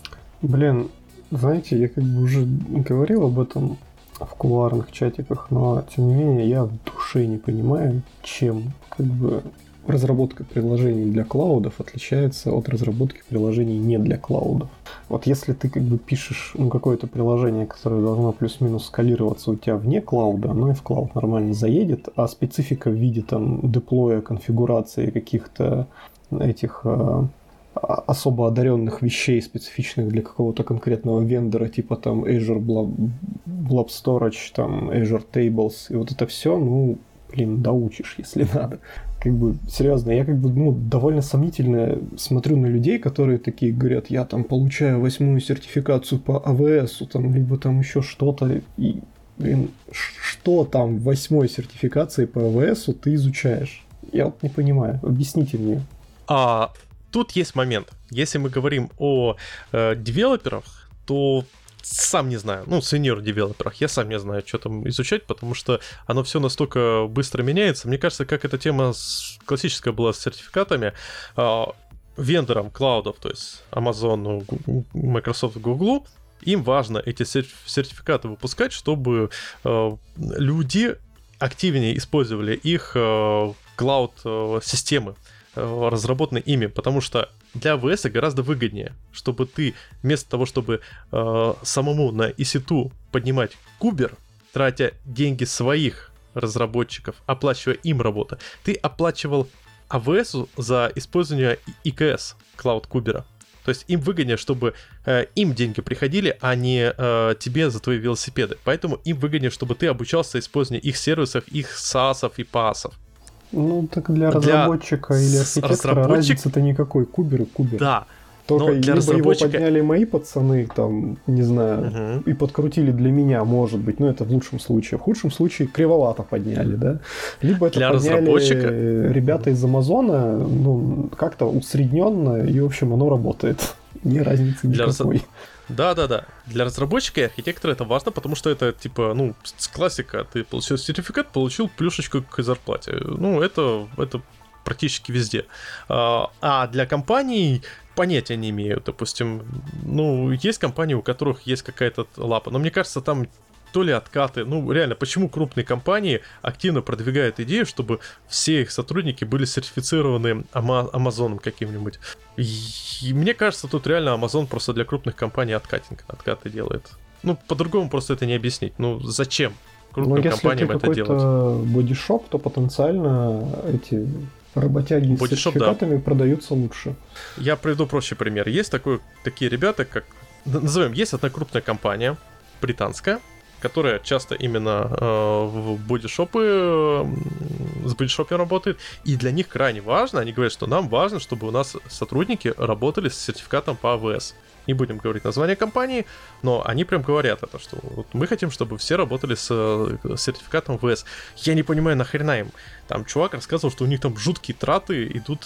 Блин, знаете, я как бы уже говорил об этом в кулуарных чатиках, но тем не менее я в душе не понимаю, чем как бы разработка приложений для клаудов отличается от разработки приложений не для клаудов. Вот если ты как бы пишешь ну, какое-то приложение, которое должно плюс-минус скалироваться у тебя вне клауда, оно и в клауд нормально заедет, а специфика в виде там деплоя, конфигурации каких-то этих э, особо одаренных вещей, специфичных для какого-то конкретного вендора, типа там Azure Blob, Blob Storage, там Azure Tables, и вот это все, ну, блин, доучишь, если надо. Как бы, серьезно, я как бы, ну, довольно сомнительно смотрю на людей, которые такие говорят, я там получаю восьмую сертификацию по эй ви эс, там, либо там еще что-то, и, блин, что там в восьмой сертификации по эй ви эс ты изучаешь? Я вот не понимаю, объясните мне. А тут есть момент. Если мы говорим о э, девелоперах, то сам не знаю, ну, сеньор-девелоперах, я сам не знаю, что там изучать, потому что оно все настолько быстро меняется. Мне кажется, как эта тема с... классическая была с сертификатами, э, вендорам клаудов, то есть Amazon, Microsoft, Google, им важно эти сертификаты выпускать, чтобы э, люди активнее использовали их э, клауд-системы, э, разработанные ими, потому что для эй ви эс гораздо выгоднее, чтобы ты вместо того, чтобы э, самому на и си ту поднимать кубер, тратя деньги своих разработчиков, оплачивая им работу, ты оплачивал эй ви эс за использование и кей эс, Cloud Кубера. То есть им выгоднее, чтобы э, им деньги приходили, а не э, тебе за твои велосипеды. Поэтому им выгоднее, чтобы ты обучался использованию их сервисов, их сасов и пасов. Ну, так для разработчика для или архитектора разработчик... разницы-то никакой. Кубер и кубер. Да. Только для либо разработчика... его подняли мои пацаны, там, не знаю, угу. и подкрутили для меня, может быть. Ну, это в лучшем случае. В худшем случае кривовато подняли, да? Либо это для подняли разработчика... ребята из Амазона, ну, как-то усредненно, и, в общем, оно работает. Ни разницы никакой. Для... Да-да-да. Для разработчика и архитектора это важно, потому что это, типа, ну, классика. Ты получил сертификат, получил плюшечку к зарплате. Ну, это, это практически везде. А, а для компаний понятия не имею. Допустим, ну, есть компании, у которых есть какая-то лапа. Но мне кажется, там то ли откаты. Ну, реально, почему крупные компании активно продвигают идею, чтобы все их сотрудники были сертифицированы Амазоном каким-нибудь? И мне кажется, тут реально Amazon просто для крупных компаний откатинг, откаты делает. Ну, по-другому просто это не объяснить. Ну, зачем крупным ну, компаниям это делать? если ты какой-то бодишоп, то потенциально эти Работяги с Bodyshop, сертификатами да. продаются лучше. Я приведу проще пример. Есть такой, такие ребята, как... Назовем, есть одна крупная компания, британская, которая часто именно э, в бодишопы, э, с бодишопом работает, и для них крайне важно, они говорят, что нам важно, чтобы у нас сотрудники работали с сертификатом по эй ви эс. Не будем говорить название компании, но они прям говорят это, что вот мы хотим, чтобы все работали с, с сертификатом эй ви эс. Я не понимаю, нахрена им. Там чувак рассказывал, что у них там жуткие траты идут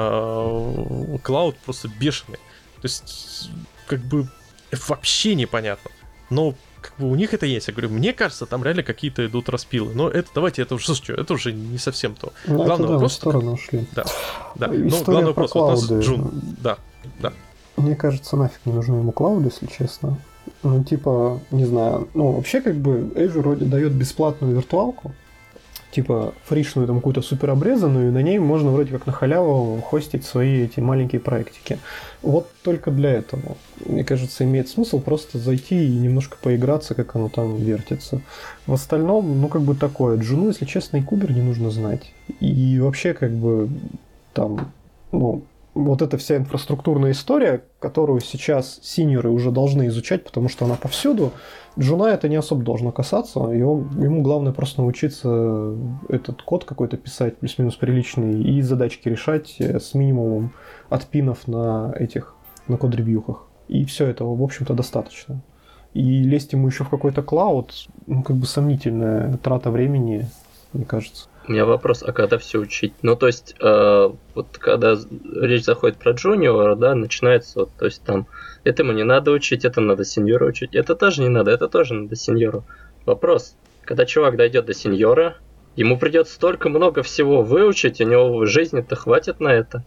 на клауд просто бешеные. То есть, как бы, вообще непонятно. Но как бы у них это есть. Я говорю, мне кажется, там реально какие-то идут распилы. Но это, давайте, это уже, слушайте, это уже не совсем то. Ну, главный это, вопрос... Да, в сторону ушли. Да, да. Но главный вопрос, вот у нас Джун... Да, да. Мне кажется, нафиг не нужны ему клауды, если честно. Ну, типа, не знаю. Ну, вообще, как бы, Azure вроде дает бесплатную виртуалку. Типа, фришную, там, какую-то супер обрезанную, и на ней можно вроде как на халяву хостить свои эти маленькие проектики. Вот только для этого, мне кажется, имеет смысл просто зайти и немножко поиграться, как оно там вертится. В остальном, ну, как бы такое. Джуну, если честно, и кубер не нужно знать. И вообще, как бы, там, ну... Вот эта вся инфраструктурная история, которую сейчас синьоры уже должны изучать, потому что она повсюду, Джуна это не особо должно касаться. Его, ему главное просто научиться этот код какой-то писать, плюс-минус приличный, и задачки решать с минимумом отпинов на этих, на код-ревьюхах. И все этого, в общем-то, достаточно. И лезть ему еще в какой-то клауд, ну, как бы сомнительная трата времени, мне кажется. У меня вопрос, а когда все учить? Ну, то есть, э, вот когда речь заходит про джуниора, да, начинается, вот, то есть там, этому не надо учить, это надо сеньору учить, это тоже не надо, это тоже надо сеньору. Вопрос, когда чувак дойдет до сеньора, ему придется столько много всего выучить, у него жизни-то хватит на это.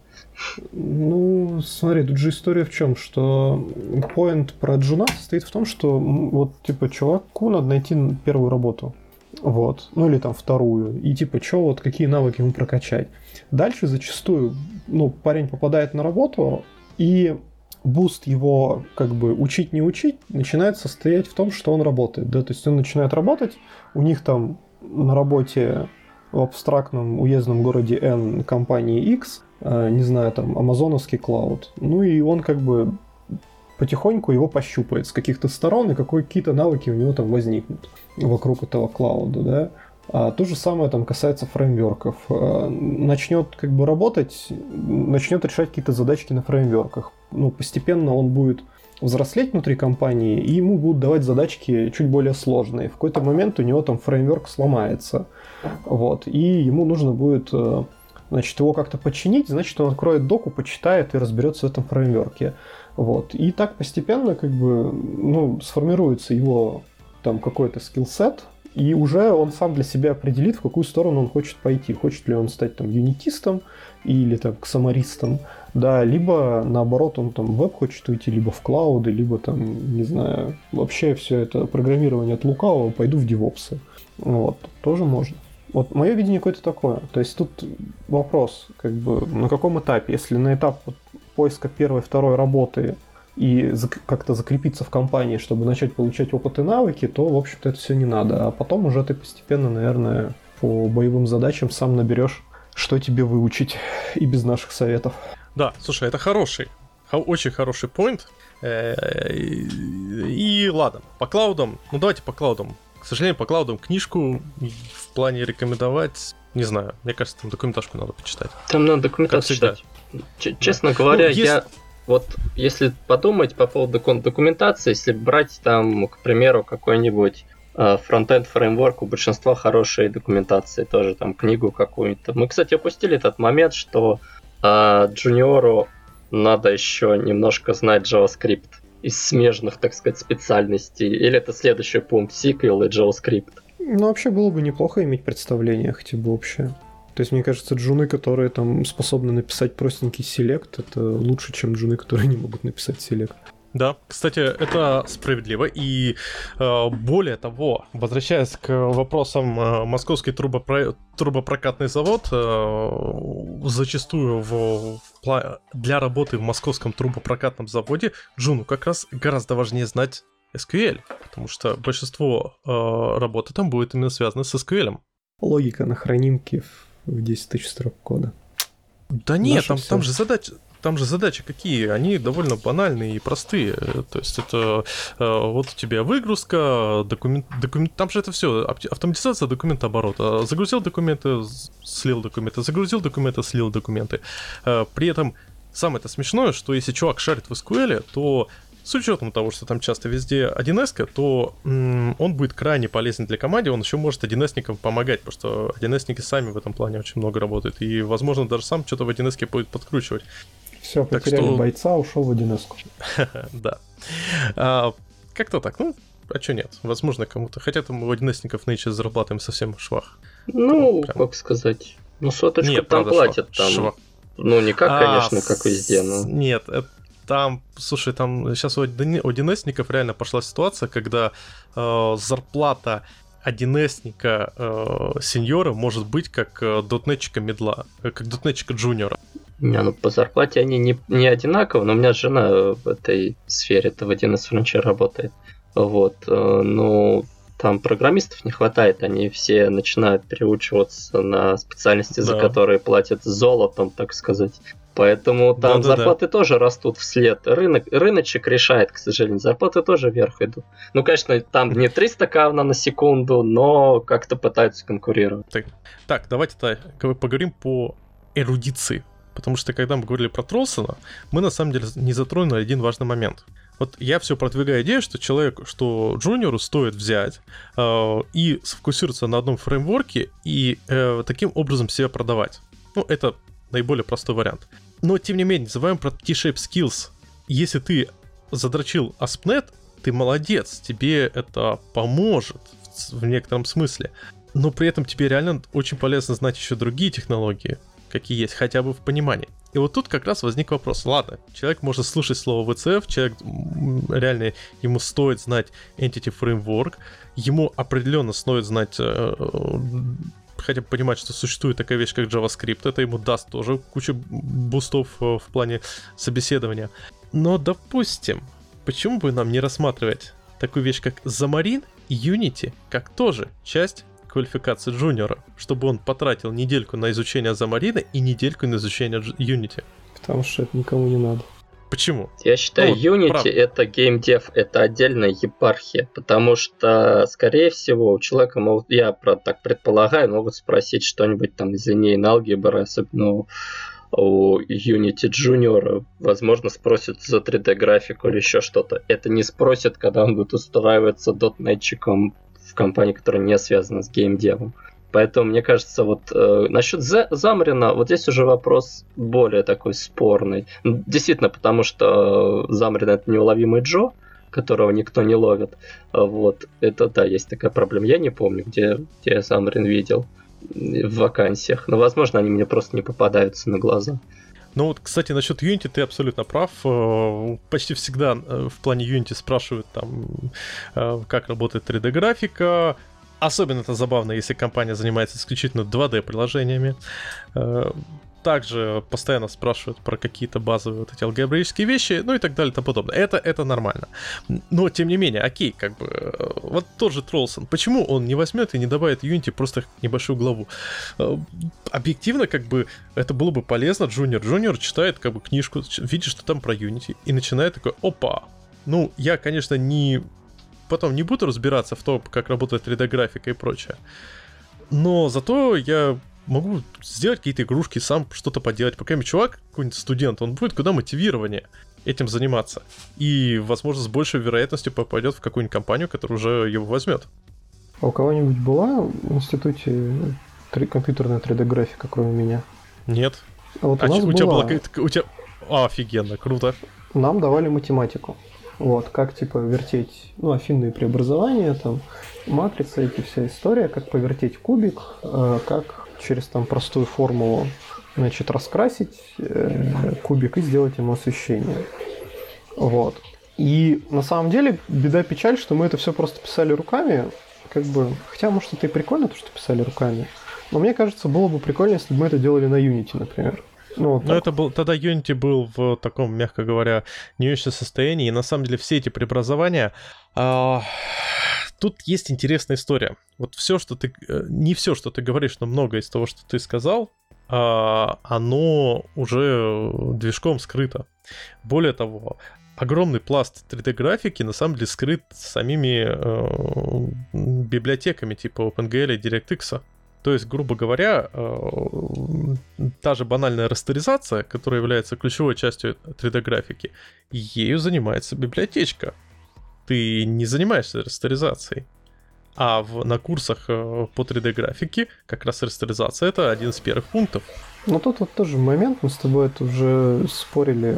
Ну, смотри, тут же история в чем, что поинт про джуна состоит в том, что вот, типа, чуваку надо найти первую работу. Вот, ну или там вторую, и типа, что вот, какие навыки ему прокачать. Дальше зачастую, ну, парень попадает на работу, и буст его, как бы, учить не учить, начинает состоять в том, что он работает, да, то есть он начинает работать, у них там на работе в абстрактном уездном городе N компании X, э, не знаю, там, амазоновский клауд, ну и он как бы потихоньку его пощупает с каких-то сторон, и какие-то навыки у него там возникнут вокруг этого клауда, да. А то же самое там касается фреймворков. Начнет как бы работать, начнет решать какие-то задачки на фреймворках. Ну, постепенно он будет взрослеть внутри компании, и ему будут давать задачки чуть более сложные. В какой-то момент у него там фреймворк сломается. Вот, и ему нужно будет, значит, его как-то починить, значит, он откроет доку, почитает и разберется в этом фреймворке. Вот. И так постепенно как бы, ну, сформируется его там какой-то скиллсет, и уже он сам для себя определит, в какую сторону он хочет пойти. Хочет ли он стать там юнитистом или там ксамаристом, да, либо наоборот он там в веб хочет уйти, либо в клауды, либо там, не знаю, вообще все это программирование от лукавого, пойду в девопсы. Вот, тоже можно. Вот мое видение какое-то такое. То есть тут вопрос, как бы, на каком этапе, если на этап вот, поиска первой, второй работы и зак- как-то закрепиться в компании, чтобы начать получать опыт и навыки, то, в общем-то, это все не надо. А потом уже ты постепенно, наверное, по боевым задачам сам наберешь, что тебе выучить, и без наших советов. Да, слушай, это хороший, очень хороший поинт. И ладно, по клаудам, ну давайте по клаудам. К сожалению, по клаудам книжку в плане рекомендовать, не знаю, мне кажется, там документашку надо почитать. Там надо документацию читать. Ч- честно да. говоря, ну, есть... я вот если подумать по поводу документации, если брать там, к примеру, какой-нибудь э, фронтенд фреймворк, у большинства хорошие документации, тоже там книгу какую-то. Мы, кстати, упустили этот момент, что э, джуниору надо еще немножко знать JavaScript из смежных, так сказать, специальностей. Или это следующий пункт, эс ку эль и JavaScript. Ну, вообще было бы неплохо иметь представление хотя бы общее. То есть, мне кажется, джуны, которые там способны написать простенький селект, это лучше, чем джуны, которые не могут написать селект. Да, кстати, это справедливо. И э, более того, возвращаясь к вопросам, э, московский трубопро... трубопрокатный завод э, зачастую в, в пла... для работы в московском трубопрокатном заводе джуну как раз гораздо важнее знать эс ку эль, потому что большинство э, работы там будет именно связано с эс ку эль. Логика на хранимке в десять тысяч строк кода. Да нет, там, там же задача... Там же задачи какие? Они довольно банальные и простые. То есть это э, вот у тебя выгрузка, документ, документ, там же это все автоматизация документооборота. Загрузил документы, слил документы, загрузил документы, слил документы. Э, при этом самое это смешное, что если чувак шарит в эс ку эль, то с учетом того, что там часто везде один эс, то м- он будет крайне полезен для команды, он еще может один эсникам помогать, потому что один эсники сами в этом плане очень много работают, и, возможно, даже сам что-то в один эс будет подкручивать. Все, потеряли что... бойца, ушел в один эс. Да. А, как-то так, ну, а что нет? Возможно, кому-то. Хотя там у один эсников нынче с зарплатами совсем швах. Ну, прям... как сказать, ну, соточку нет, там правда, платят, швах. там, швах. Ну, не как, конечно, а, как везде, но... Нет, это... Там, слушай, там сейчас у один эсников реально пошла ситуация, когда э, зарплата один эсника э, сеньора может быть как э, дотнетчика медла, э, как дотнетчика джуниора. Не, ну по зарплате они не, не одинаковы, но у меня жена в этой сфере-то в один эс Frontier работает. Вот, э, ну, там программистов не хватает, они все начинают переучиваться на специальности, да. за которые платят золотом, так сказать. Поэтому там да, зарплаты да, да. тоже растут вслед. Рынок, рыночек решает, к сожалению. Зарплаты тоже вверх идут. Ну, конечно, там не триста кавна на секунду, но как-то пытаются конкурировать. Так, так давайте поговорим по эрудиции. Потому что, когда мы говорили про Тролсона, мы на самом деле не затронули один важный момент. Вот я все продвигаю идею, что человеку, что джуниору стоит взять э, и сфокусироваться на одном фреймворке и э, таким образом себя продавать. Ну, это наиболее простой вариант. Но, тем не менее, называем про T-Shape Skills. Если ты задрочил эй эс пи точка нет, ты молодец, тебе это поможет в, в некотором смысле. Но при этом тебе реально очень полезно знать еще другие технологии, какие есть, хотя бы в понимании. И вот тут как раз возник вопрос. Ладно, человек может слушать слово ви си эф, человек реально, ему стоит знать Entity Framework, ему определенно стоит знать... хотя бы понимать, что существует такая вещь, как JavaScript, это ему даст тоже кучу бустов в плане собеседования. Но, допустим, почему бы нам не рассматривать такую вещь, как Xamarin и Unity, как тоже часть квалификации джуниора, чтобы он потратил недельку на изучение Xamarin и недельку на изучение Unity? Потому что это никому не надо. Почему? Я считаю, ну, Unity прав... это геймдев, это отдельная епархия, потому что, скорее всего, у человека могут, я правда так предполагаю, могут спросить что-нибудь там из линейной алгебры, особенно у Unity Junior, возможно, спросят за три дэ-графику или еще что-то. Это не спросят, когда он будет устраиваться дотнетчиком в компании, которая не связана с геймдевом. Поэтому, мне кажется, вот э, насчет Xamarin, вот здесь уже вопрос более такой спорный. Действительно, потому что Xamarin — это неуловимый Джо, которого никто не ловит. Вот, это, да, есть такая проблема. Я не помню, где, где я Xamarin видел в вакансиях. Но, возможно, они мне просто не попадаются на глаза. Ну вот, кстати, насчет Unity ты абсолютно прав. Почти всегда в плане Unity спрашивают, там, как работает три дэ-графика. Особенно это забавно, если компания занимается исключительно два дэ-приложениями. Также постоянно спрашивают про какие-то базовые вот эти алгебраические вещи, ну и так далее и тому подобное. Это, это нормально. Но, тем не менее, окей, как бы, вот тот же Тролсон, почему он не возьмет и не добавит Unity просто небольшую главу? Объективно, как бы, это было бы полезно. Джуниор, Джуниор читает, как бы, книжку, видит, что там про Unity, и начинает такой, опа, ну, я, конечно, не... Потом не буду разбираться в том, как работает три дэ-графика и прочее. Но зато я могу сделать какие-то игрушки, сам что-то поделать. По крайней мере, чувак, какой-нибудь студент, он будет куда мотивированнее этим заниматься. И, возможно, с большей вероятностью попадет в какую-нибудь компанию, которая уже его возьмет. А у кого-нибудь была в институте три, компьютерная три дэ-графика, кроме меня? Нет. А вот у а нас у была... тебя была... У тебя... О, офигенно, круто. Нам давали математику. Вот, как, типа, вертеть, ну, афинные преобразования, там, матрицы, эти вся история, как повертеть кубик, э, как через, там, простую формулу, значит, раскрасить э, кубик и сделать ему освещение. Вот. И, на самом деле, беда-печаль, что мы это все просто писали руками, как бы, хотя, может, это и прикольно, то, что писали руками, но мне кажется, было бы прикольно, если бы мы это делали на Unity, например. Ну, вот Но это был, тогда Unity был в таком, мягко говоря, не очень состоянии, и на самом деле все эти преобразования... А, тут есть интересная история. Вот все, что ты... Не все, что ты говоришь, но многое из того, что ты сказал, а, оно уже движком скрыто. Более того, огромный пласт три дэ-графики на самом деле скрыт самими э, библиотеками типа OpenGL и DirectX. То есть, грубо говоря, э, та же банальная растеризация, которая является ключевой частью три дэ-графики, ею занимается библиотечка. Ты не занимаешься растеризацией. А в, на курсах э, по три дэ-графике как раз растеризация — это один из первых пунктов. Ну тут вот тоже момент, мы с тобой это уже спорили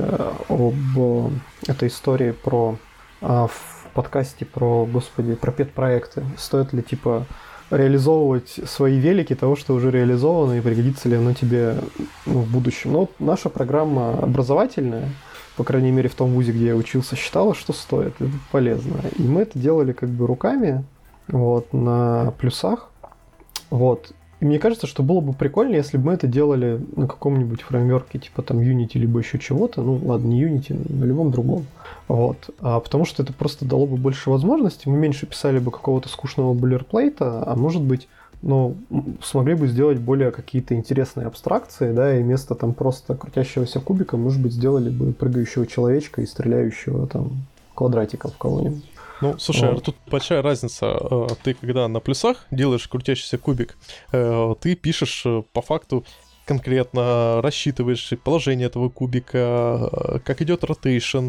об этой истории про а, в подкасте про, господи, про пет-проекты. Стоит ли, типа, реализовывать свои велики того, что уже реализовано, и пригодится ли оно тебе, ну, в будущем. Но вот наша программа образовательная, по крайней мере в том вузе, где я учился, считала, что стоит, это полезно. И мы это делали как бы руками, вот, на плюсах. Вот. И мне кажется, что было бы прикольно, если бы мы это делали на каком-нибудь фреймворке, типа там Unity, либо еще чего-то. Ну, ладно, не Unity, на любом другом. Вот. А потому что это просто дало бы больше возможностей. Мы меньше писали бы какого-то скучного бойлерплейта, а может быть, ну, смогли бы сделать более какие-то интересные абстракции, да, и вместо там просто крутящегося кубика, может быть, сделали бы прыгающего человечка и стреляющего там квадратиком в кого-нибудь. Ну, слушай, вот. Тут большая разница. Ты, когда на плюсах делаешь крутящийся кубик, ты пишешь по факту конкретно, рассчитываешь положение этого кубика, как идет ротейшн,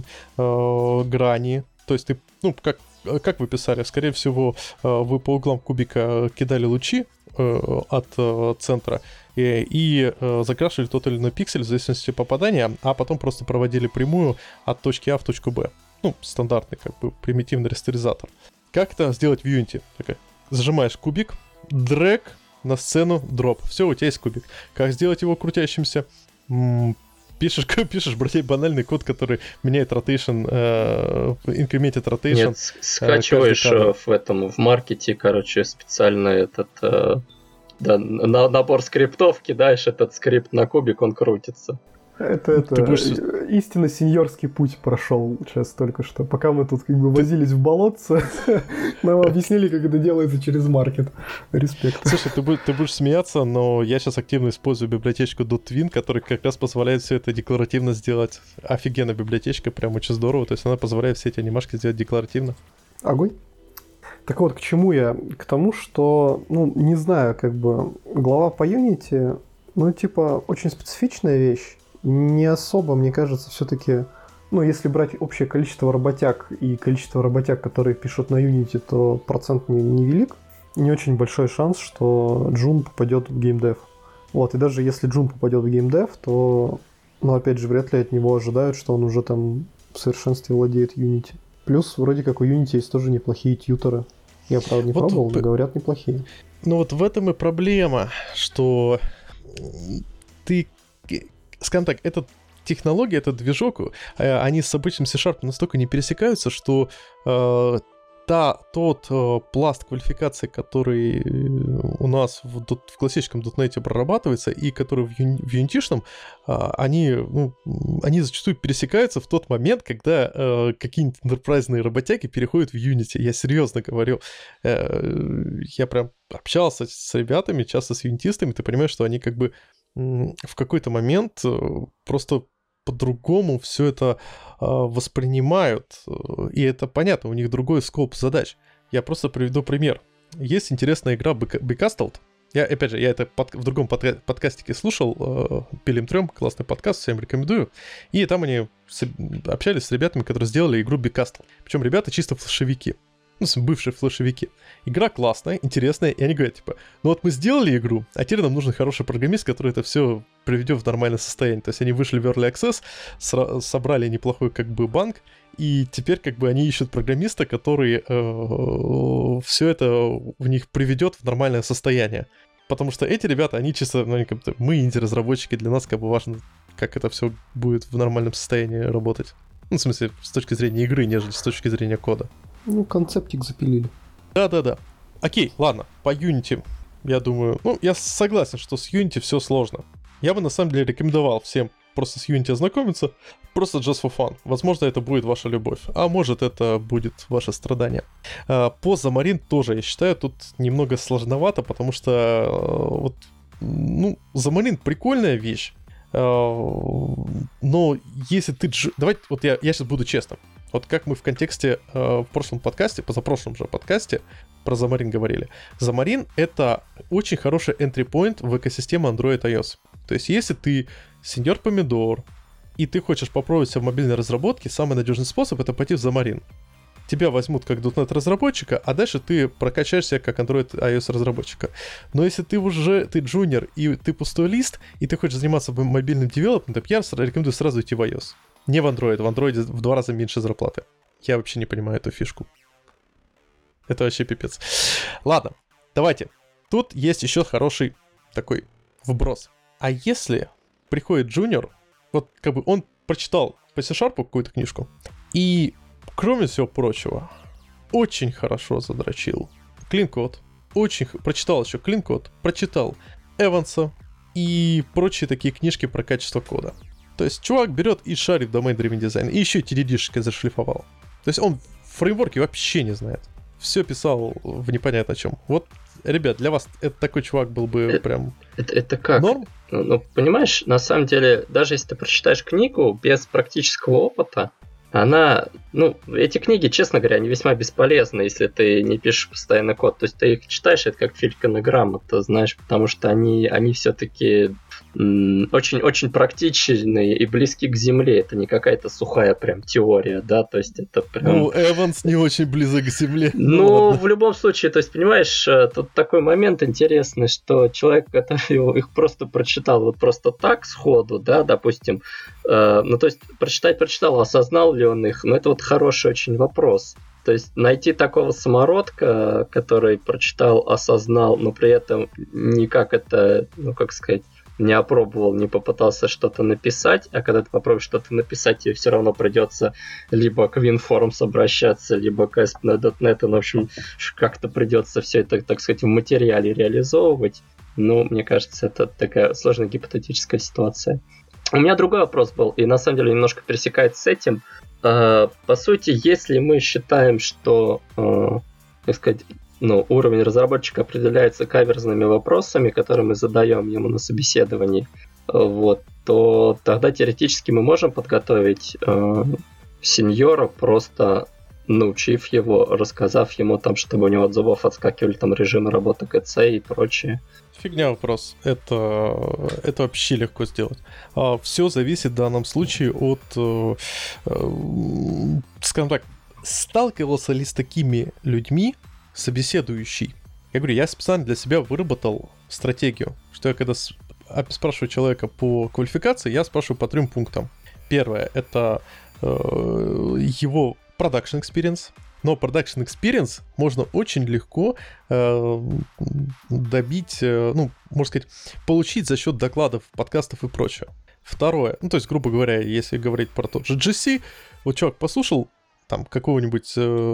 грани. То есть ты, ну, как, как вы писали, скорее всего, вы по углам кубика кидали лучи от центра и, и закрашивали тот или иной пиксель в зависимости от попадания, а потом просто проводили прямую от точки А в точку Б. Ну, стандартный, как бы, примитивный растеризатор. Как это сделать в Unity? Такая, зажимаешь кубик, дрэг на сцену, дроп. Все, у тебя есть кубик. Как сделать его крутящимся? М-м, пишешь, пишешь, блядь, банальный код, который меняет ротейшн, инкрементит ротейшн. Нет, скачиваешь э, в этом, в маркете, короче, специально этот... Э, да, на, набор скриптов, кидаешь этот скрипт на кубик, он крутится. Это, это будешь... истинно сеньорский путь прошел сейчас только что. Пока мы тут как бы возились в болотце, нам объяснили, как это делается через маркет. Респект. Слушай, ты, будь, ты будешь смеяться, но я сейчас активно использую библиотечку .twin, которая как раз позволяет все это декларативно сделать. Офигенная библиотечка, прям очень здорово. То есть она позволяет все эти анимашки сделать декларативно. Огонь. Так вот, к чему я? К тому, что, ну, не знаю, как бы, глава по Unity, ну, типа, очень специфичная вещь. Не особо, мне кажется, все-таки, ну, если брать общее количество работяг и количество работяг, которые пишут на Unity, то процент не, не велик. Не очень большой шанс, что Джун попадет в геймдев. Вот, и даже если Джун попадет в геймдев, то, ну, опять же, вряд ли от него ожидают, что он уже там в совершенстве владеет Unity. Плюс, вроде как, у Unity есть тоже неплохие тьюторы. Я, правда, не вот пробовал, но говорят, неплохие. Ну, вот в этом и проблема, что ты... Скажем так, эта технология, этот движок, они с обычным C-Sharp настолько не пересекаются, что э, та, тот э, пласт квалификации, который у нас в, в классическом .дот нет прорабатывается, и который в, юни, в Unity-шном, э, они, ну, они зачастую пересекаются в тот момент, когда э, какие-нибудь энтерпрайзные работяги переходят в Unity. Я серьезно говорю. Э, я прям общался с ребятами, часто с юнитистами, ты понимаешь, что они как бы в какой-то момент просто по-другому все это воспринимают. И это понятно, у них другой скоп задач. Я просто приведу пример. Есть интересная игра Becastled. Я, опять же, я это под, в другом под, подкастике слушал, Пилим трем, классный подкаст, всем рекомендую. И там они с, общались с ребятами, которые сделали игру Becastled. Причем ребята чисто флешевики. Ну, бывшие флешевики. Игра классная, интересная, и они говорят, типа, ну вот мы сделали игру, а теперь нам нужен хороший программист, который это все приведет в нормальное состояние. То есть они вышли в Early Access, сра- собрали неплохой как бы банк, и теперь как бы они ищут программиста, который э- все это в них приведет в нормальное состояние. Потому что эти ребята, они чисто, ну, они как бы, мы инди-разработчики, для нас как бы важно, как это все будет в нормальном состоянии работать. Ну, в смысле, с точки зрения игры, нежели с точки зрения кода. Ну, концептик запилили. Да-да-да. Окей, ладно, по Unity, я думаю... Ну, я согласен, что с Unity все сложно. Я бы, на самом деле, рекомендовал всем просто с Unity ознакомиться, просто just for fun. Возможно, это будет ваша любовь, а может, это будет ваше страдание. По Xamarin тоже, я считаю, тут немного сложновато, потому что вот ну, Xamarin прикольная вещь, но если ты... Давайте, вот я, я сейчас буду честным. Вот как мы в контексте в прошлом подкасте, позапрошлом же подкасте про Xamarin говорили. Xamarin — это очень хороший entry point в экосистему Android и iOS. То есть если ты сеньор-помидор, и ты хочешь попробовать себя в мобильной разработке, самый надежный способ — это пойти в Xamarin. Тебя возьмут как .дот нет разработчика, а дальше ты прокачаешься как Android и iOS разработчика. Но если ты уже, ты джуниор, и ты пустой лист, и ты хочешь заниматься мобильным девелопментом, я рекомендую сразу идти в iOS. Не в Android, в Android в два раза меньше зарплаты. Я вообще не понимаю эту фишку. Это вообще пипец. Ладно, давайте. Тут есть еще хороший такой вброс. А если приходит джуниор, вот как бы он прочитал по C-Sharp какую-то книжку, и, кроме всего прочего, очень хорошо задрочил Clean Code, очень х... прочитал еще Clean Code, прочитал Эванса и прочие такие книжки про качество кода. То есть чувак берет и шарит в Domain Driven Design, и еще и ти ди ди-шкой зашлифовал. То есть он фреймворки вообще не знает. Все писал в непонятно чем. Вот, ребят, для вас это такой чувак был бы это, прям это, это как? Норм? Ну, ну, понимаешь, на самом деле, даже если ты прочитаешь книгу без практического опыта, она, ну, эти книги, честно говоря, они весьма бесполезны, если ты не пишешь постоянно код. То есть ты их читаешь, это как Филькина грамота, знаешь, потому что они, они все-таки очень-очень практичные и близки к земле. Это не какая-то сухая прям теория, да, то есть это прям... Ну, Эванс не очень близок к земле. Ну, в любом случае, то есть, понимаешь, тут такой момент интересный, что человек, который их просто прочитал вот просто так сходу, да, допустим, э, ну, то есть, прочитать прочитал, осознал ли он их, ну, это вот хороший очень вопрос. То есть найти такого самородка, который прочитал, осознал, но при этом никак это, ну, как сказать, не опробовал, не попытался что-то написать, а когда ты попробуешь что-то написать, тебе все равно придется либо к WinForms обращаться, либо к эй эс пи точка нет, ну, в общем, как-то придется все это, так сказать, в материале реализовывать. Ну, мне кажется, это такая сложная гипотетическая ситуация. У меня другой вопрос был, и на самом деле немножко пересекается с этим. По сути, если мы считаем, что, так сказать, ну, уровень разработчика определяется каверзными вопросами, которые мы задаем ему на собеседовании, вот, то тогда теоретически мы можем подготовить э, сеньора, просто научив его, рассказав ему, там, чтобы у него от зубов отскакивали там режимы работы ка цэ и прочее. Фигня вопрос. Это, это вообще легко сделать. А, все зависит в данном случае от, э, э, скажем так, сталкивался ли с такими людьми собеседующий. Я говорю, я специально для себя выработал стратегию, что я когда спрашиваю человека по квалификации, я спрашиваю по трем пунктам. Первое — это э, его production experience. Но production experience можно очень легко э, добить, э, ну, можно сказать, получить за счет докладов, подкастов и прочего. Второе, ну, то есть, грубо говоря, если говорить про тот же джи си, вот человек послушал там какого-нибудь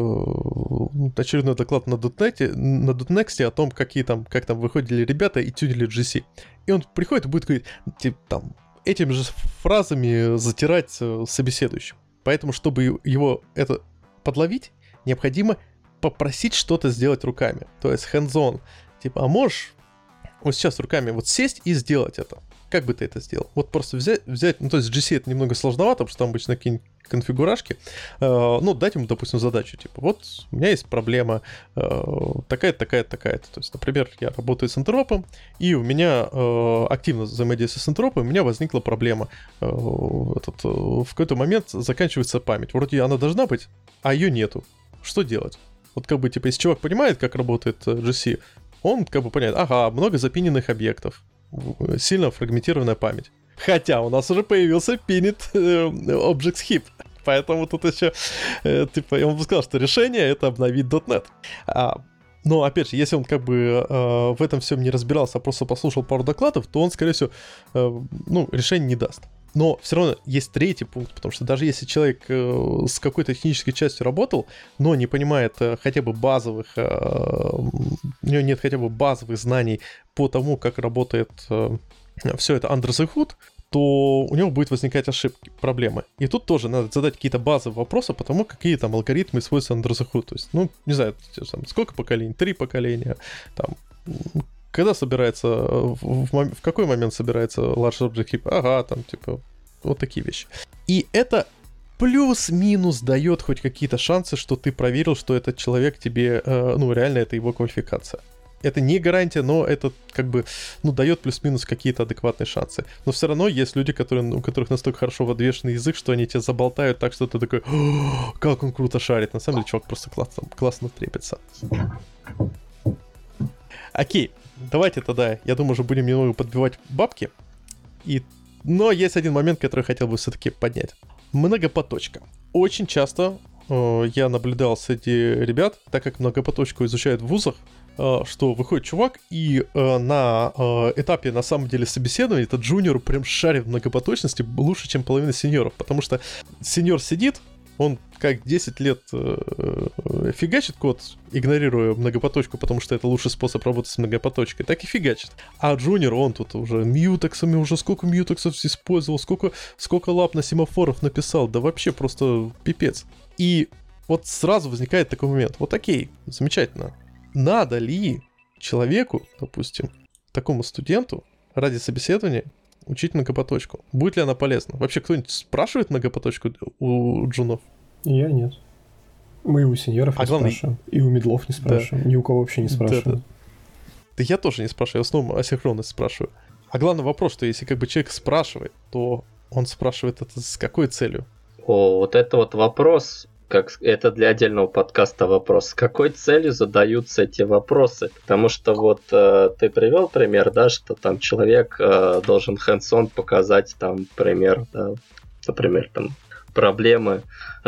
э, очередной доклад на .дот нет, на .дот некст о том, какие там, как там выходили ребята и тюнили джи си. И он приходит и будет говорить, типа, там, этими же фразами затирать э, собеседующим. Поэтому, чтобы его это подловить, необходимо попросить что-то сделать руками. То есть hands-on. Типа, а можешь вот сейчас руками вот сесть и сделать это? Как бы ты это сделал? Вот просто взять, взять, ну то есть джи си это немного сложновато, потому что там обычно какие-нибудь конфигурашки, э, ну дать ему, допустим, задачу, типа, вот у меня есть проблема э, такая-то, такая-то, такая-то. То есть, например, я работаю с энтропом, и у меня э, активно взаимодействие с энтропом, у меня возникла проблема. Э, этот, э, в какой-то момент заканчивается память. Вроде она должна быть, а ее нету. Что делать? Вот как бы, типа, если чувак понимает, как работает джи си, он как бы понимает, ага, много запиненных объектов, сильно фрагментированная память. Хотя у нас уже появился pinned э, Objects Heap. Поэтому тут еще, э, типа, я вам сказал, что решение — это обновить .дот нет. А, но, опять же, если он как бы э, в этом всем не разбирался, а просто послушал пару докладов, то он, скорее всего, э, ну, решение не даст. Но все равно есть третий пункт, потому что даже если человек э, с какой-то технической частью работал, но не понимает э, хотя бы базовых, э, у него нет хотя бы базовых знаний по тому, как работает э, все это under the hood, то у него будет возникать ошибки, проблемы. И тут тоже надо задать какие-то базовые вопросы по тому, какие там алгоритмы используются under the hood. То есть, ну, не знаю, сколько поколений, три поколения, там, когда собирается, в, в, в какой момент собирается Large Object Heap? Ага, там, типа, вот такие вещи. И это плюс-минус дает хоть какие-то шансы, что ты проверил, что этот человек тебе, э, ну, реально это его квалификация. Это не гарантия, но это как бы, ну, дает плюс-минус какие-то адекватные шансы. Но все равно есть люди, которые, у которых настолько хорошо подвешенный язык, что они тебя заболтают так, что ты такой, как он круто шарит. На самом деле, чувак просто классно, классно трепится. Окей, давайте тогда, я думаю, уже будем немного подбивать бабки. И... Но есть один момент, который хотел бы все-таки поднять. Многопоточка. Очень часто э, я наблюдал среди ребят, так как многопоточку изучают в вузах, э, что выходит чувак и э, на э, этапе, на самом деле, собеседования этот джуниор прям шарит в многопоточности лучше, чем половина сеньоров, потому что сеньор сидит, он как десять лет э, фигачит код, игнорируя многопоточку, потому что это лучший способ работать с многопоточкой, так и фигачит. А джуниор, он тут уже мьютексами, уже сколько мьютексов использовал, сколько, сколько лап на семафоров написал, да вообще просто пипец. И вот сразу возникает такой момент, вот окей, замечательно, надо ли человеку, допустим, такому студенту ради собеседования учить многопоточку? Будет ли она полезна? Вообще кто-нибудь спрашивает многопоточку у джунов? Я нет. Мы у сеньоров а не главное... спрашиваем. И у медлов не спрашиваем. Да. Ни у кого вообще не спрашиваем. Да, да. да я тоже не спрашиваю, я в основном асинхронность спрашиваю. А главный вопрос, что если как бы человек спрашивает, то он спрашивает это с какой целью? О, вот это вот вопрос, как это для отдельного подкаста вопрос. С какой целью задаются эти вопросы? Потому что вот э, ты привел пример, да, что там человек э, должен hands-on показать там пример, да, например, там проблемы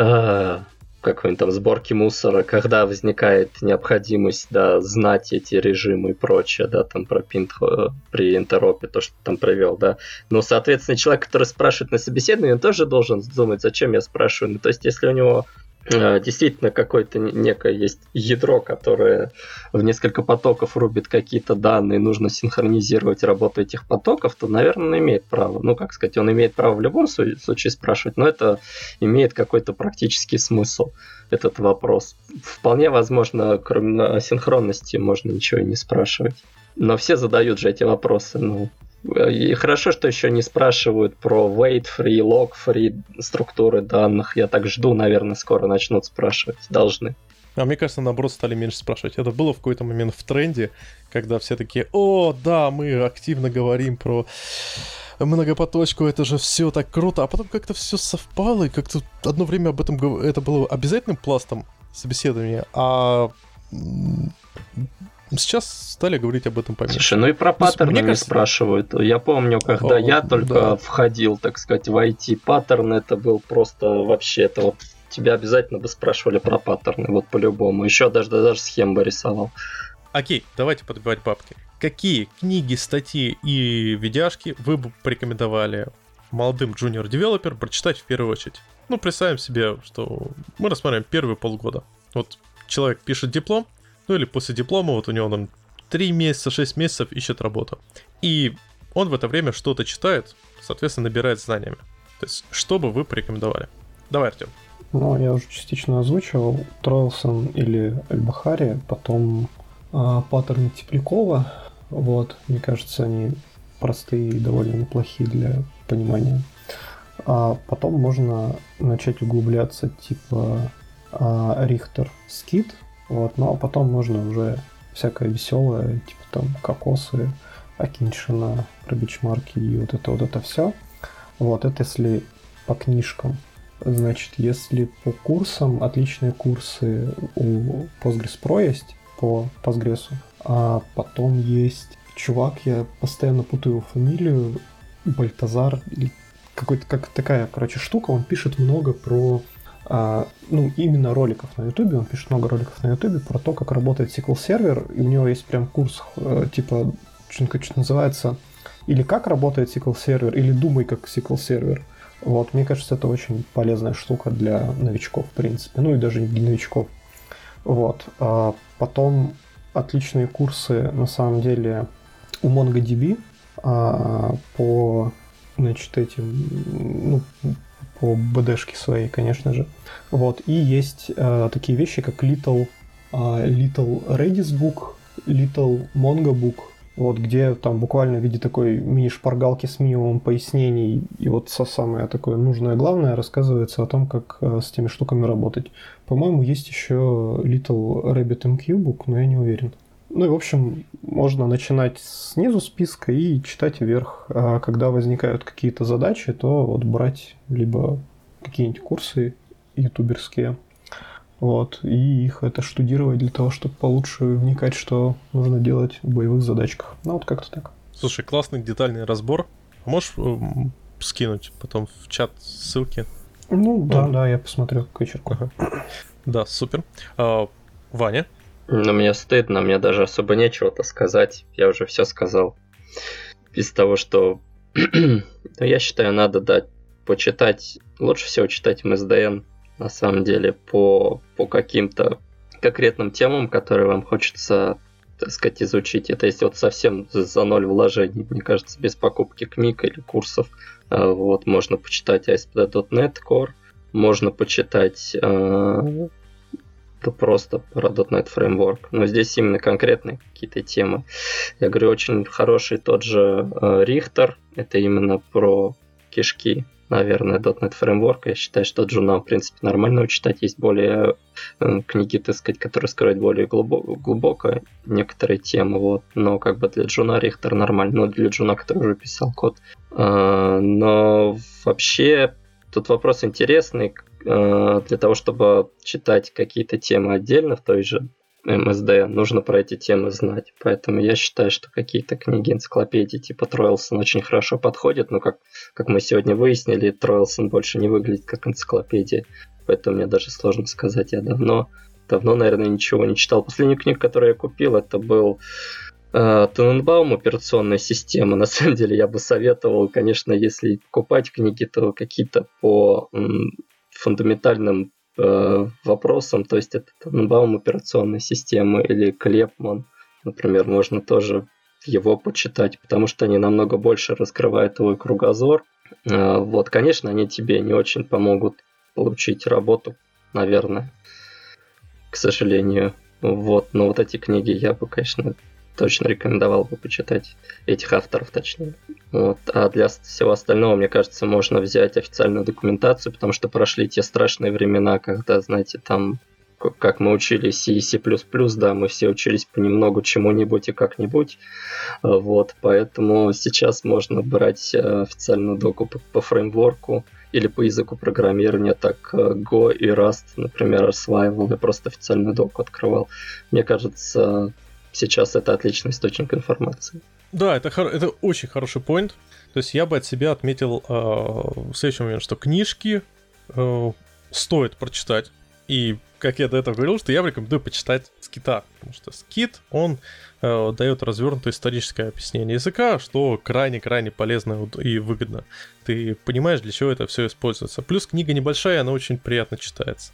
э, какой-нибудь там сборки мусора, когда возникает необходимость, да, знать эти режимы и прочее, да, там про пинт при интеропе, то, что ты там привел, да. Но, соответственно, человек, который спрашивает на собеседовании, он тоже должен думать, зачем я спрашиваю. Ну, то есть, если у него действительно какое-то некое есть ядро, которое в несколько потоков рубит какие-то данные, нужно синхронизировать работу этих потоков, то, наверное, он имеет право. Ну, как сказать, он имеет право в любом случае спрашивать, но это имеет какой-то практический смысл, этот вопрос. Вполне возможно, кроме асинхронности, можно ничего и не спрашивать. Но все задают же эти вопросы, ну... И хорошо, что еще не спрашивают про wait-free, log-free структуры данных. Я так жду, наверное, скоро начнут спрашивать. Должны. А мне кажется, наоборот, стали меньше спрашивать. Это было в какой-то момент в тренде, когда все такие, о, да, мы активно говорим про многопоточку, это же все так круто. А потом как-то все совпало, и как-то одно время об этом это было обязательным пластом собеседования, а... Сейчас стали говорить об этом поменьше. Слушай, ну и про паттерны не кажется... спрашивают. Я помню, когда О, я только да. входил, так сказать, в ай ти-паттерн, это был просто вообще, это вот тебя обязательно бы спрашивали про паттерны, вот по-любому. Еще даже, даже схем бы рисовал. Окей, давайте подбивать бабки. Какие книги, статьи и видяшки вы бы порекомендовали молодым джуниор-девелоперам прочитать в первую очередь? Ну, представим себе, что мы рассматриваем первые полгода. Вот человек пишет диплом, ну или после диплома, вот у него там три месяца, шесть месяцев ищет работу. И он в это время что-то читает, соответственно, набирает знаниями. То есть, что бы вы порекомендовали? Давай, Артем. Ну, я уже частично озвучивал Троилсон или Эль-Бахари, потом э, паттерны Теплякова. Вот, мне кажется, они простые и довольно неплохие для понимания. А потом можно начать углубляться типа э, Рихтер, Скит. Вот, ну а потом можно уже всякое веселое, типа там кокосы, Акиншина, про бичмарки и вот это вот это все. Вот, это если по книжкам. Значит, если по курсам, отличные курсы у Postgres.Pro есть по Postgres. А потом есть чувак, я постоянно путаю его фамилию, Бальтазар, или какой-то, как такая, короче, штука, он пишет много про... А, ну, именно роликов на Ютубе, он пишет много роликов на Ютубе про то, как работает эс ку эль-сервер, и у него есть прям курс, э, типа, что-то называется, или как работает эс ку эль-сервер, или думай как эс ку эль-сервер. Вот, мне кажется, это очень полезная штука для новичков, в принципе, ну и даже не для новичков. Вот, а потом отличные курсы, на самом деле, у MongoDB а, по, значит, этим, ну, по би-ди-шке своей, конечно же. Вот. И есть э, такие вещи, как Little, э, Little Redis Book, Little Mongo Book вот где там буквально в виде такой мини-шпаргалки с минимумом пояснений и вот со самое такое нужное главное рассказывается о том, как э, с теми штуками работать. По-моему, есть еще Little Rabbit эм кью Book, но я не уверен. Ну и, в общем, можно начинать снизу списка и читать вверх. А когда возникают какие-то задачи, то вот брать либо какие-нибудь курсы ютуберские, вот, и их это штудировать для того, чтобы получше вникать, что нужно делать в боевых задачках. Ну вот как-то так. Слушай, классный детальный разбор. Можешь э, скинуть потом в чат ссылки? Ну да, ну, да, я посмотрю к вечерку. Ага. Да, супер. А, Ваня? Ну, мне стыдно, мне даже особо нечего-то сказать. Я уже все сказал. Из того, что... ну, я считаю, надо дать почитать. Лучше всего читать эм эс дэ эн, на самом деле, по, по каким-то конкретным темам, которые вам хочется, так сказать, изучить. Это если вот совсем за ноль вложений, мне кажется, без покупки книг или курсов. Вот, можно почитать эй эс пи ди точка нет Core, можно почитать... то просто про .дот нет Framework. Но здесь именно конкретные какие-то темы. Я говорю, очень хороший тот же Рихтер. Это именно про кишки, наверное, .дот нет Framework. Я считаю, что джунам, в принципе, нормально читать. Есть более э, книги, так сказать, которые скрывают более глубоко, глубоко некоторые темы. Вот. Но как бы для джуна Рихтер нормально. Но для джуна, который уже писал код. Э, но вообще тут вопрос интересный. Для того, чтобы читать какие-то темы отдельно в той же эм эс дэ, нужно про эти темы знать. Поэтому я считаю, что какие-то книги, энциклопедии типа Троилсон очень хорошо подходят, но как, как мы сегодня выяснили, Троилсон больше не выглядит как энциклопедия, поэтому мне даже сложно сказать. Я давно, давно, наверное, ничего не читал. Последнюю книгу, которую я купил, это был э, Тененбаум, операционная система. На самом деле я бы советовал, конечно, если покупать книги, то какие-то по... М- фундаментальным э, вопросам, то есть это Тененбаум операционной системы или Клепман, например, можно тоже его почитать, потому что они намного больше раскрывают твой кругозор. Э, вот, конечно, они тебе не очень помогут получить работу, наверное, к сожалению. Вот, но вот эти книги я бы, конечно, точно рекомендовал бы почитать, этих авторов точнее. Вот. А для всего остального, мне кажется, можно взять официальную документацию, потому что прошли те страшные времена, когда, знаете, там, как мы учились C и C++, да, мы все учились понемногу чему-нибудь и как-нибудь. Вот. Поэтому сейчас можно брать официальную доку по, по фреймворку или по языку программирования, так Go и Rust, например, осваивал, я просто официальную доку открывал. Мне кажется, сейчас это отличный источник информации. Да, это, хор- это очень хороший поинт. То есть я бы от себя отметил э, в следующем момент, что книжки э, стоит прочитать. И, как я до этого говорил, что я рекомендую почитать Скита. Потому что Скит, он э, дает развернутое историческое объяснение языка, что крайне-крайне полезно и выгодно. Ты понимаешь, для чего это все используется. Плюс книга небольшая, она очень приятно читается.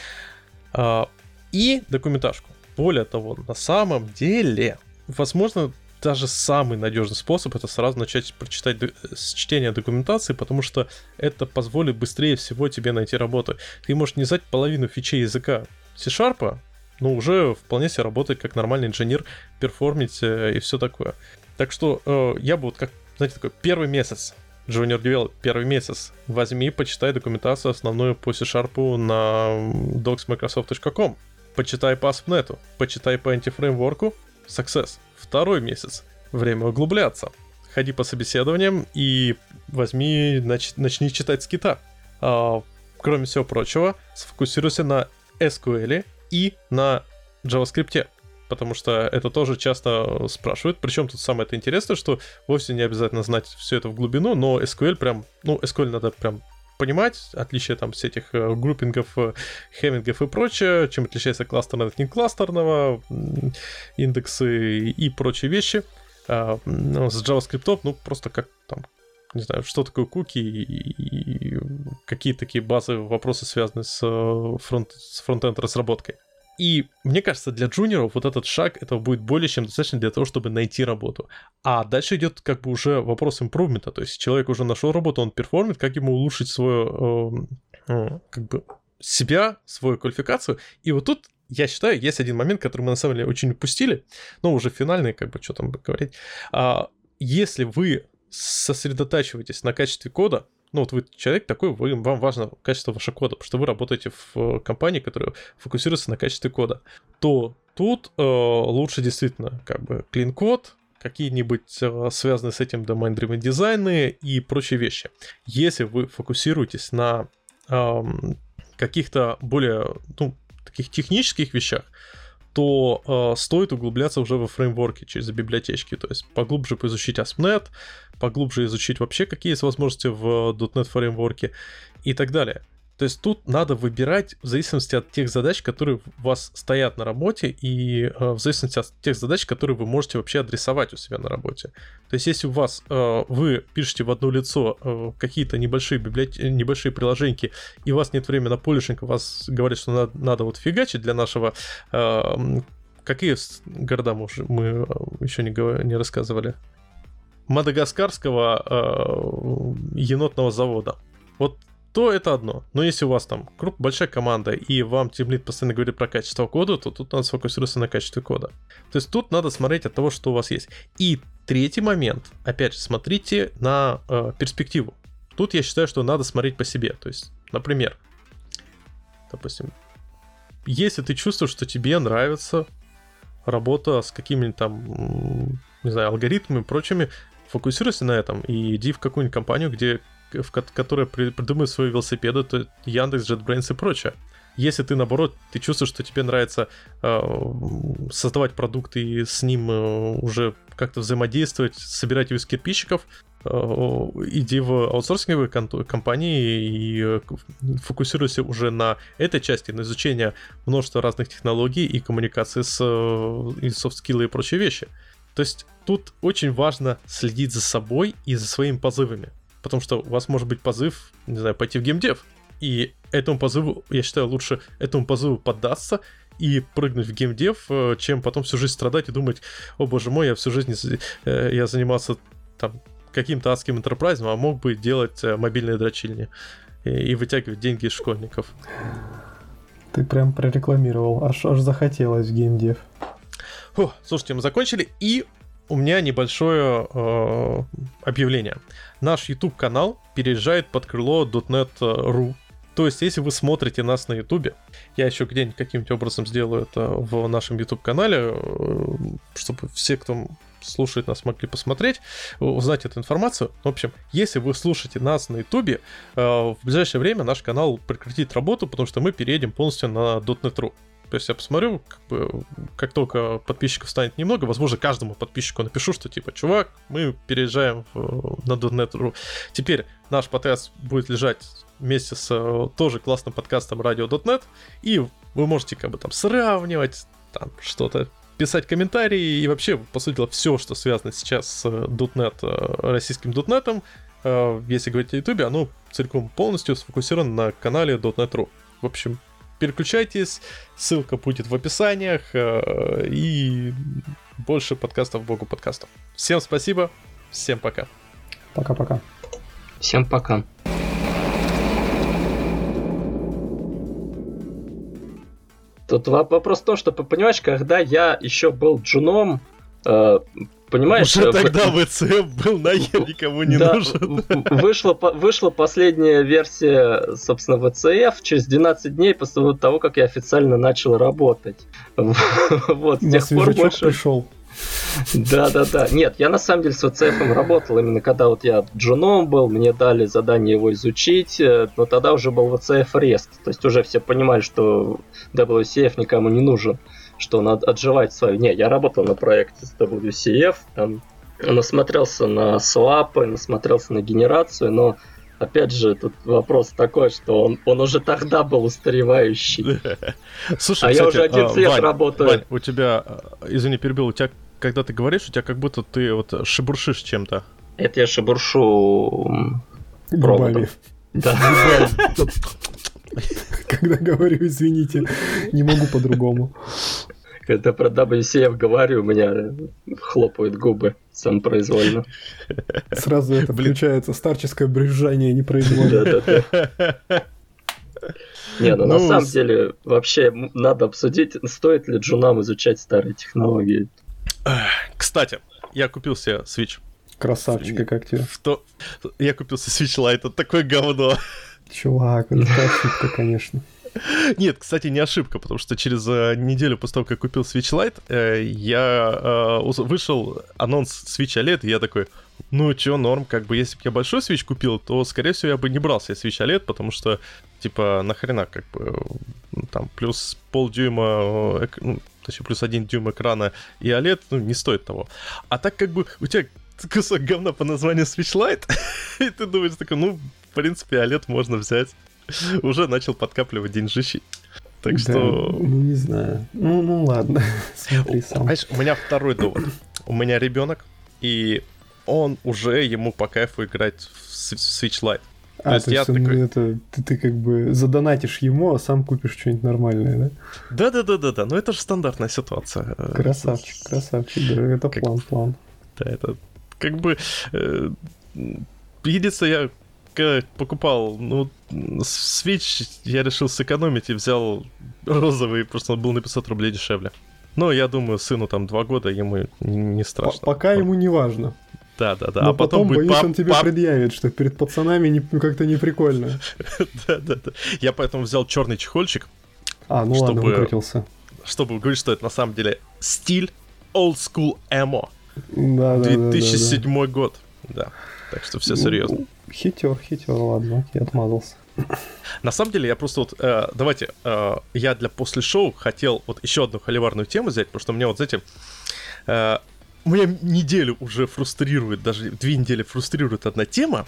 А, и документашку. Более того, на самом деле, возможно, даже самый надежный способ — это сразу начать прочитать до... с чтения документации, потому что это позволит быстрее всего тебе найти работу. Ты можешь не знать половину фичей языка C-Sharp, но уже вполне себе работать как нормальный инженер, перформить э, и все такое. Так что э, я бы вот как, знаете, такой первый месяц, Junior Develop, первый месяц, возьми, почитай документацию основную по C-Sharp на докс майкрософт точка ком. Почитай по эй эс пи точка нет, почитай по антифреймворку, Success. Второй месяц. Время углубляться. Ходи по собеседованиям и возьми, нач, начни читать скита. А, кроме всего прочего, сфокусируйся на эс ку эль и на JavaScript. Потому что это тоже часто спрашивают. Причем тут самое это интересное, что вовсе не обязательно знать все это в глубину, но эс ку эль прям, ну, эс ку эль надо прям понимать, отличие там с этих э, группингов, э, хеммингов и прочее, чем отличается кластерное от некластерного, индексы и прочие вещи. А, ну, с JavaScript, ну, просто как там, не знаю, что такое куки и, и какие такие базовые вопросы, связанные с, фронт, с фронт-энд разработкой. И мне кажется, для джуниоров вот этот шаг, этого будет более чем достаточно для того, чтобы найти работу. А дальше идет как бы уже вопрос импрувмента. То есть человек уже нашел работу, он перформит, как ему улучшить свою, э, э, как бы себя, свою квалификацию. И вот тут я считаю, есть один момент, который мы на самом деле очень упустили, но уже финальный, как бы, что там говорить. А, если вы сосредотачиваетесь на качестве кода, ну вот вы человек такой, вы, вам важно качество вашего кода, потому что вы работаете в компании, которая фокусируется на качестве кода, то тут э, лучше действительно как бы clean код, какие-нибудь э, связанные с этим domain-driven дизайны и прочие вещи. Если вы фокусируетесь на э, каких-то более, ну, таких технических вещах, то э, стоит углубляться уже во фреймворке через библиотечки, то есть поглубже поизучить эй эс пи точка нет, поглубже изучить вообще, какие есть возможности в .дот нет фреймворке и так далее. То есть тут надо выбирать в зависимости от тех задач, которые у вас стоят на работе, и э, в зависимости от тех задач, которые вы можете вообще адресовать у себя на работе. То есть если у вас, э, вы пишете в одно лицо э, какие-то небольшие, библиот... небольшие приложеньки, и у вас нет времени на полишинг, вас говорят, что надо, надо вот фигачить для нашего... Э, какие города мы, уже, мы еще не, говор... не рассказывали? Мадагаскарского э, енотного завода. Вот то это одно. Но если у вас там круп, большая команда, и вам тимлид постоянно говорит про качество кода, то тут надо сфокусироваться на качестве кода. То есть тут надо смотреть от того, что у вас есть. И третий момент, опять же, смотрите на э, перспективу. Тут я считаю, что надо смотреть по себе. То есть, например, допустим, если ты чувствуешь, что тебе нравится работа с какими-нибудь там, не знаю, алгоритмами и прочими, фокусируйся на этом и иди в какую-нибудь компанию, где в которая придумывает свои велосипеды, то Яндекс, JetBrains и прочее. Если ты, наоборот, ты чувствуешь, что тебе нравится э, создавать продукт и с ним э, уже как-то взаимодействовать, собирать его из кирпичиков, э, иди в аутсорсинговые компании и э, фокусируйся уже на этой части, на изучение множества разных технологий и коммуникации с э, и софт-скиллы и прочие вещи. То есть тут очень важно следить за собой и за своими позывами. Потому что у вас может быть позыв, не знаю, пойти в геймдев. И этому позыву, я считаю, лучше этому позыву поддаться и прыгнуть в геймдев, чем потом всю жизнь страдать и думать: о боже мой, я всю жизнь я занимался там каким-то адским энтерпрайзом, а мог бы делать мобильные дрочильни и, и вытягивать деньги из школьников. Ты прям прорекламировал, аж, аж захотелось в геймдев. Фу, слушайте, мы закончили, и у меня небольшое э, объявление. Наш YouTube-канал переезжает под крыло .дот нет точка ру. То есть, если вы смотрите нас на YouTube, я еще где-нибудь каким-нибудь образом сделаю это в нашем YouTube-канале, э, чтобы все, кто слушает нас, могли посмотреть, узнать эту информацию. В общем, если вы слушаете нас на YouTube, э, в ближайшее время наш канал прекратит работу, потому что мы переедем полностью на .дот нет точка ру. То есть я посмотрю, как бы, как только подписчиков станет немного, возможно, каждому подписчику напишу, что типа: чувак, мы переезжаем в, на .дот нет точка ру. Теперь наш подкаст будет лежать вместе с тоже классным подкастом Radio .дот нет, и вы можете как бы там сравнивать, там что-то, писать комментарии, и вообще, по сути дела, все, что связано сейчас с .дот нет, российским .дот нет, если говорить о YouTube, оно целиком полностью сфокусировано на канале .дот нет точка ру. В общем, переключайтесь, ссылка будет в описаниях, э, и больше подкастов, богу подкастов. Всем спасибо, всем пока. Пока-пока. Всем пока. Тут вопрос в том, что, понимаешь, когда я еще был джуном, э, понимаешь... Уже тогда вэ цэ эф был нахер никому не да, нужен. Вышла, вышла последняя версия, собственно, вэ цэ эф через двенадцать дней после того, как я официально начал работать. Вот, с тех пор больше... пришел. Да-да-да. Нет, я на самом деле с вэ цэ эф работал именно когда вот я джуном был, мне дали задание его изучить, но тогда уже был вэ цэ эф REST. То есть уже все понимали, что дабл ю си эф никому не нужен, что надо отживать свою... Не, я работал на проекте с дабл ю си эф, там насмотрелся на свапы, насмотрелся на генерацию, но опять же, тут вопрос такой, что он, он уже тогда был устаревающий. Слушай, а кстати, я уже одиннадцать лет Вань, работаю. Вань, у тебя, извини, перебил, у тебя, когда ты говоришь, у тебя как будто ты вот шебуршишь чем-то. Это я шебуршу проводом. Да. Когда говорю, извините, не могу по-другому. Когда про дабл ю си эф говорю, у меня хлопают губы самопроизвольно. Сразу это включается старческое брюзжание непроизвольно. Да-да-да. Не, ну, ну на самом с... деле вообще надо обсудить, стоит ли джунам изучать старые технологии. Кстати, я купил себе Switch. Красавчика, как тебе? Что? Я купил себе Switch Lite, это такое говно. Чувак, это ошибка, конечно. Нет, кстати, не ошибка, потому что через э, неделю после того, как я купил Switch Lite, э, я э, вышел анонс Switch о лед, и я такой, ну чё, норм, как бы, если бы я большой Switch купил, то, скорее всего, я бы не брал себе Switch о лед, потому что, типа, нахрена, как бы, там, плюс полдюйма, э, ну, точнее, плюс один дюйм экрана и о лед, ну, не стоит того. А так, как бы, у тебя кусок говна по названию Switch Lite, и ты думаешь, такой, ну, в принципе, о лед можно взять. Уже начал подкапливать деньжищи. Так да, что... Ну, не знаю. Ну, ну ладно, смотри сам. Знаешь, у меня второй довод. У меня ребенок, и он уже ему по кайфу играть в Switch Lite. А, то есть, то есть я он, такой... это, ты, ты как бы задонатишь ему, а сам купишь что-нибудь нормальное, да? Да-да-да-да-да, но это же стандартная ситуация. Красавчик, красавчик, да, это как... план, план. Да, это как бы... Э, единственное, я покупал, ну, Switch, я решил сэкономить и взял розовый, просто он был на пятьсот рублей дешевле. Но я думаю, сыну там два года, ему не страшно. Пока ему не важно. Да, да, да. Но а потом, потом боюсь, пап- он тебе пап- предъявит, что перед пацанами не, как-то не прикольно. Да, да, да. Я поэтому взял черный чехольчик. А, ну ладно, выкрутился. Чтобы говорить, что это на самом деле стиль old school emo. Да, да, две тысячи седьмой год. Да. Так что все серьезно. Хитер, хитер, ладно, я отмазался. На самом деле, я просто вот, э, давайте, э, я для после шоу хотел вот еще одну холиварную тему взять, потому что меня вот, знаете, э, меня неделю уже фрустрирует, даже две недели фрустрирует одна тема,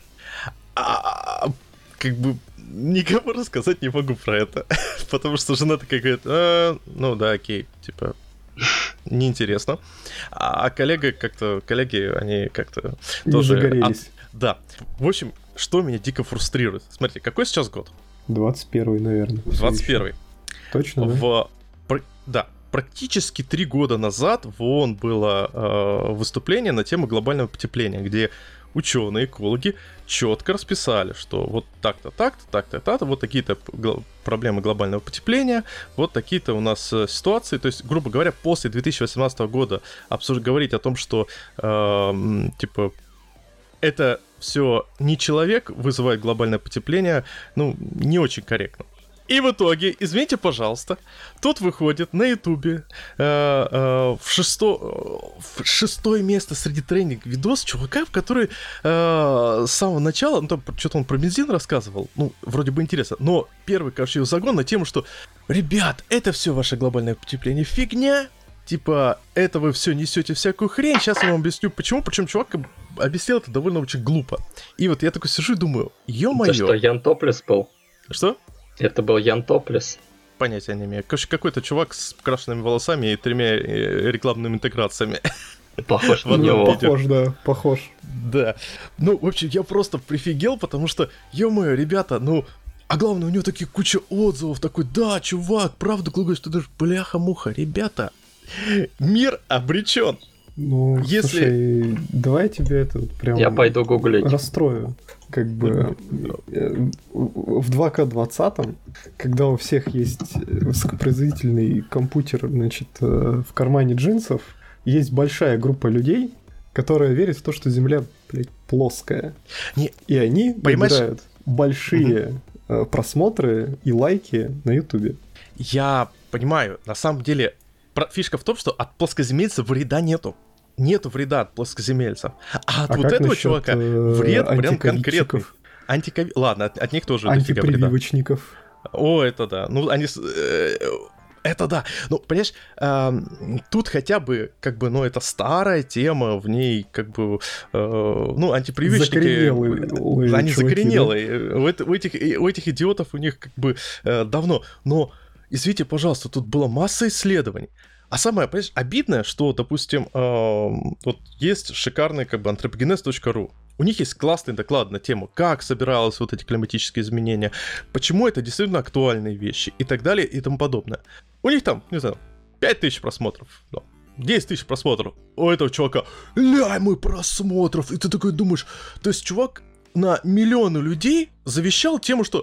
а как бы никому рассказать не могу про это, потому что жена такая говорит, а, ну да, окей, типа... неинтересно. А коллега как-то, коллеги, они как-то не тоже... загорелись. От... Да. В общем, что меня дико фрустрирует. Смотрите, какой сейчас год? двадцать первый, наверное. двадцать первый. Точно, да? В... Да. Практически три года назад в ООН было э, выступление на тему глобального потепления, где ученые, экологи четко расписали, что вот так-то, так-то, так-то, так-то, вот такие-то гл- проблемы глобального потепления, вот такие-то у нас э, ситуации. То есть, грубо говоря, после две тысячи восемнадцатого года обсуж- говорить о том, что э, типа это все не человек вызывает глобальное потепление, ну, не очень корректно. И в итоге, извините, пожалуйста, тут выходит на Ютубе э, э, в, шесто, в шестое место среди трендинг видос чувака, который э, с самого начала, ну там что-то он про бензин рассказывал, ну, вроде бы интересно, но первый, короче, загон на тему, что, ребят, это все ваше глобальное потепление фигня, типа, это вы все несете всякую хрень, сейчас я вам объясню, почему, причем чувак объяснил это довольно очень глупо. И вот я такой сижу и думаю, ё-моё. Это что, Ян Топлес был? Что? Это был Ян Топлес. Понятия не имею. Короче, какой-то чувак с крашенными волосами и тремя рекламными интеграциями. Похож на него. Похож, да, похож. Да. Ну, в общем, я просто прифигел, потому что, ё-моё, ребята, ну... А главное, у него такие куча отзывов, такой, да, чувак, правда, говоришь, что даже бляха-муха, ребята, мир обречен. Ну, если... слушай, давай я тебе это прям... Я пойду гуглить. Расстрою. Как бы в два ка двадцатом, когда у всех есть высокопроизводительный компьютер, значит, в кармане джинсов, есть большая группа людей, которая верит в то, что Земля, блядь, плоская. Не... И они Понимаешь? набирают большие угу. просмотры и лайки на Ютубе. Я понимаю, на самом деле, фишка в том, что от плоскоземельцев вреда нету. Нету вреда от плоскоземельцев. А от а вот этого чувака вред прям конкретный. Антиковид. Ладно, от, от них тоже дофига вреда. Антипрививочников. О, это да. Ну, они... Э, это да. Ну, понимаешь, э, тут хотя бы, как бы, ну, это старая тема, в ней, как бы, э, ну, антипрививочники... Закоренелые. Они чуваки, закоренелые. Да? У, у, этих, у этих идиотов у них, как бы, э, давно. Но, извините, пожалуйста, тут была масса исследований. А самое, понимаешь, обидное, что, допустим, э, вот есть шикарный, как бы, антропогенез точка ру. У них есть классный доклад на тему, как собирались вот эти климатические изменения, почему это действительно актуальные вещи и так далее и тому подобное. У них там, не знаю, пять тысяч просмотров, да, десять тысяч просмотров. У этого чувака ля мы просмотров. И ты такой думаешь, то есть чувак на миллионы людей завещал тему, что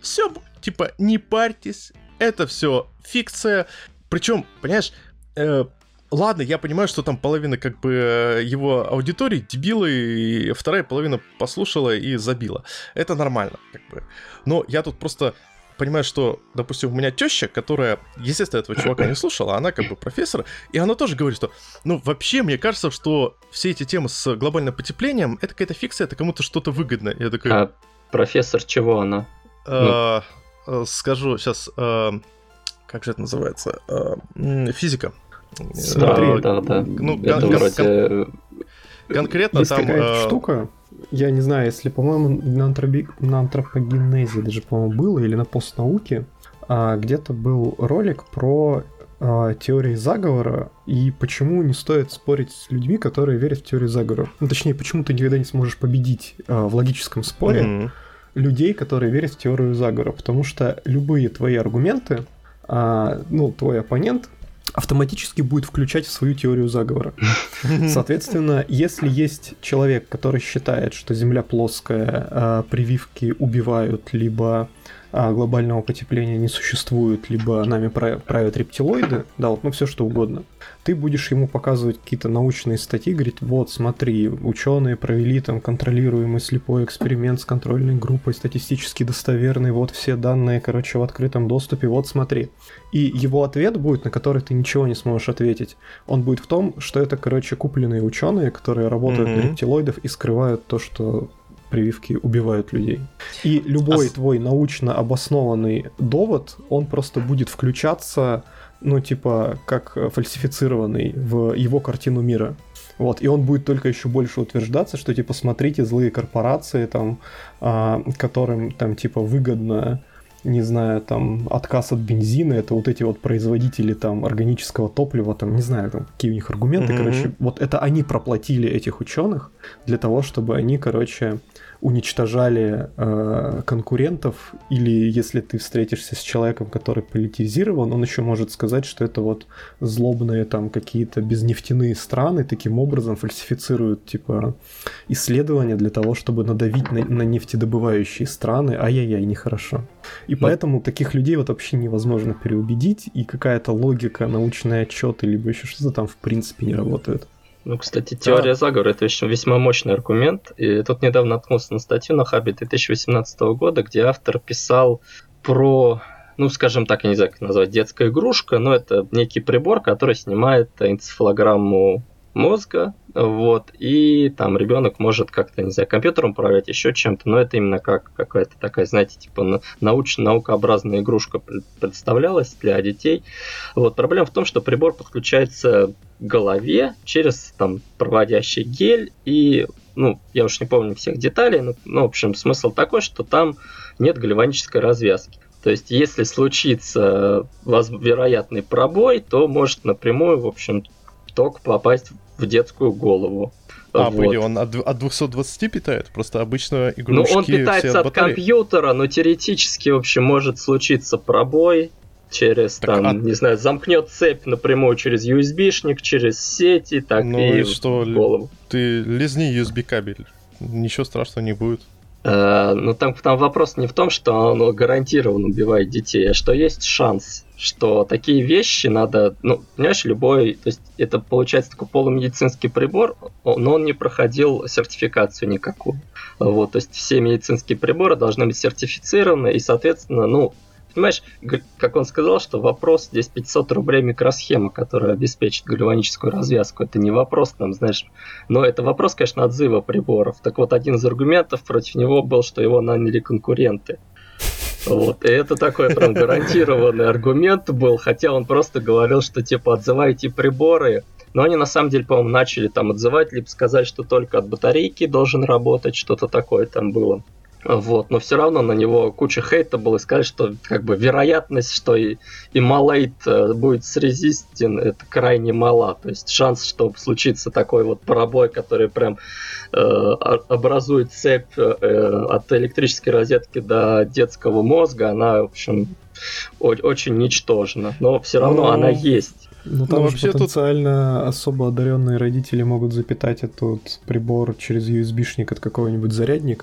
все, типа, не парьтесь, это все фикция. Причем, понимаешь, э, ладно, я понимаю, что там половина как бы его аудитории дебилы, и вторая половина послушала и забила. Это нормально, как бы. Но я тут просто понимаю, что, допустим, у меня теща, которая, естественно, этого чувака не слушала, она как бы профессор, и она тоже говорит, что, ну, вообще, мне кажется, что все эти темы с глобальным потеплением, это какая-то фикция, это кому-то что-то выгодно. Я такой... А профессор чего она? Э, ну. Скажу сейчас, э, как же это называется? Э, физика. Смотри, да, да, да. Ну, это кон- вроде... кон- конкретно Есть там... какая-то э, штука, я не знаю, если, по-моему, на, антроби... на антропогенезе даже, по-моему, было, или на постнауке, а, где-то был ролик про а, теории заговора и почему не стоит спорить с людьми, которые верят в теорию заговора. Ну, точнее, почему ты никогда не сможешь победить а, в логическом споре мгм. людей, которые верят в теорию заговора, потому что любые твои аргументы, а, ну, твой оппонент автоматически будет включать в свою теорию заговора. Соответственно, если есть человек, который считает, что Земля плоская, а прививки убивают, либо а глобального потепления не существует, либо нами правят рептилоиды, да, вот, ну все что угодно, ты будешь ему показывать какие-то научные статьи, говорит, вот смотри, ученые провели там контролируемый слепой эксперимент с контрольной группой, статистически достоверный, вот все данные, короче, в открытом доступе, вот смотри. И его ответ будет, на который ты ничего не сможешь ответить, он будет в том, что это, короче, купленные ученые, которые работают mm-hmm. на рептилоидов и скрывают то, что прививки убивают людей. И любой а... твой научно обоснованный довод, он просто будет включаться, ну, типа, как фальсифицированный в его картину мира. Вот, и он будет только еще больше утверждаться, что, типа, смотрите, злые корпорации, там, а, которым, там, типа, выгодно, не знаю, там, отказ от бензина, это вот эти вот производители, там, органического топлива, там, не знаю, там, какие у них аргументы, mm-hmm. короче, вот это они проплатили этих ученых для того, чтобы они, короче, уничтожали э, конкурентов, или если ты встретишься с человеком, который политизирован, он еще может сказать, что это вот злобные там какие-то безнефтяные страны таким образом фальсифицируют типа исследования для того, чтобы надавить на, на нефтедобывающие страны, ай-яй-яй, нехорошо. И Но... поэтому таких людей вот вообще невозможно переубедить, и какая-то логика, научный отчет, либо еще что-то там в принципе не работает. Ну, кстати, теория да. заговора – это еще весьма мощный аргумент. И тут недавно наткнулся на статью на Хабре две тысячи восемнадцатого года, где автор писал про, ну, скажем так, я не знаю, как назвать, детская игрушка, но это некий прибор, который снимает энцефалограмму мозга, вот, и там ребенок может как-то, не знаю, компьютером управлять, еще чем-то, но это именно как какая-то такая, знаете, типа научно-наукообразная игрушка представлялась для детей. Вот, проблема в том, что прибор подключается к голове через там проводящий гель, и, ну, я уж не помню всех деталей, но, ну, в общем, смысл такой, что там нет гальванической развязки. То есть, если случится вероятный пробой, то может напрямую, в общем, ток попасть в детскую голову. А, вот. по идее, он от, от двухсот двадцати питает? Просто обычно игрушки Ну, он питается все от, от компьютера, но теоретически, в общем, может случиться пробой через, так, там, а... не знаю, замкнет цепь напрямую через ю эс би-шник, через сети, так ну и, и что, в голову. Ты лизни ю эс би-кабель, ничего страшного не будет. Uh, ну, там, там вопрос не в том, что оно гарантированно убивает детей, а что есть шанс, что такие вещи надо, ну, понимаешь, любой, то есть это получается такой полумедицинский прибор, но он не проходил сертификацию никакую. Вот, то есть все медицинские приборы должны быть сертифицированы, и, соответственно, ну, понимаешь, как он сказал, что вопрос здесь пятьсот рублей микросхема, которая обеспечит гальваническую развязку. Это не вопрос, там, знаешь, но это вопрос, конечно, отзыва приборов. Так вот, один из аргументов против него был, что его наняли конкуренты. Вот, и это такой прям гарантированный аргумент был, хотя он просто говорил, что типа отзывайте приборы, но они на самом деле, по-моему, начали там отзывать, либо сказать, что только от батарейки должен работать, что-то такое там было. Вот, но все равно на него куча хейта было, и сказать, что как бы вероятность, что и, и малейт будет срезистен, это крайне мала. То есть шанс, что случится такой вот пробой, который прям э, образует цепь э, от электрической розетки до детского мозга, она, в общем, о- очень ничтожна. Но все равно но... она есть. Ну там ну, же потенциально тут... особо одаренные родители могут запитать этот прибор через ю эс би-шник от какого-нибудь зарядника.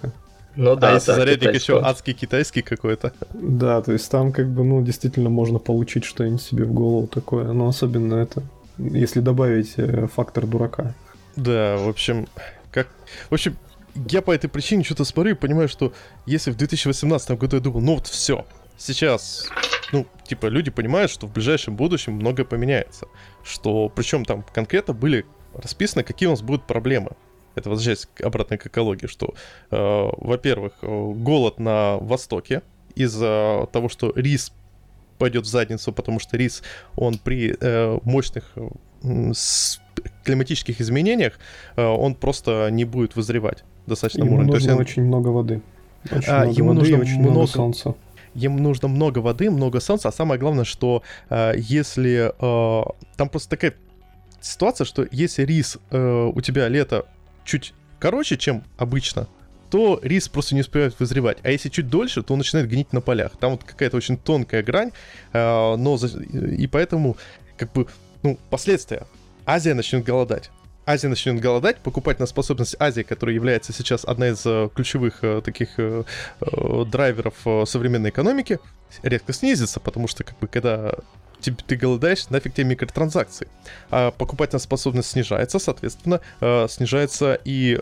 Ну да, а если да, зарядник еще китайский. адский китайский какой-то? Да, то есть там как бы, ну, действительно можно получить что-нибудь себе в голову такое, но особенно это, если добавить э, фактор дурака. Да, в общем, как... В общем, я по этой причине что-то смотрю и понимаю, что если в две тысячи восемнадцатом году я думал, ну вот все, сейчас, ну, типа, люди понимают, что в ближайшем будущем многое поменяется. Что, причем там конкретно были расписаны, какие у нас будут проблемы. Это возвращаясь обратно к экологии, что, э, во-первых, голод на Востоке из-за того, что рис пойдет в задницу, потому что рис, он при э, мощных э, с климатических изменениях, э, он просто не будет вызревать в достаточном Ему уровне. нужно То есть, очень много воды. Очень а, много ему воды нужно и очень много... много солнца. Им нужно много воды, много солнца, а самое главное, что э, если... Э, там просто такая ситуация, что если рис э, у тебя лето чуть короче, чем обычно, то рис просто не успевает вызревать. А если чуть дольше, то он начинает гнить на полях. Там вот какая-то очень тонкая грань, э, но за... и поэтому, как бы, ну, последствия. Азия начнет голодать. Азия начнет голодать, покупательная способность Азии, которая является сейчас одной из uh, ключевых uh, таких uh, uh, драйверов uh, современной экономики, резко снизится, потому что, как бы, когда ты, ты голодаешь, нафиг тебе микротранзакции. А покупательная способность снижается, соответственно, uh, снижаются и,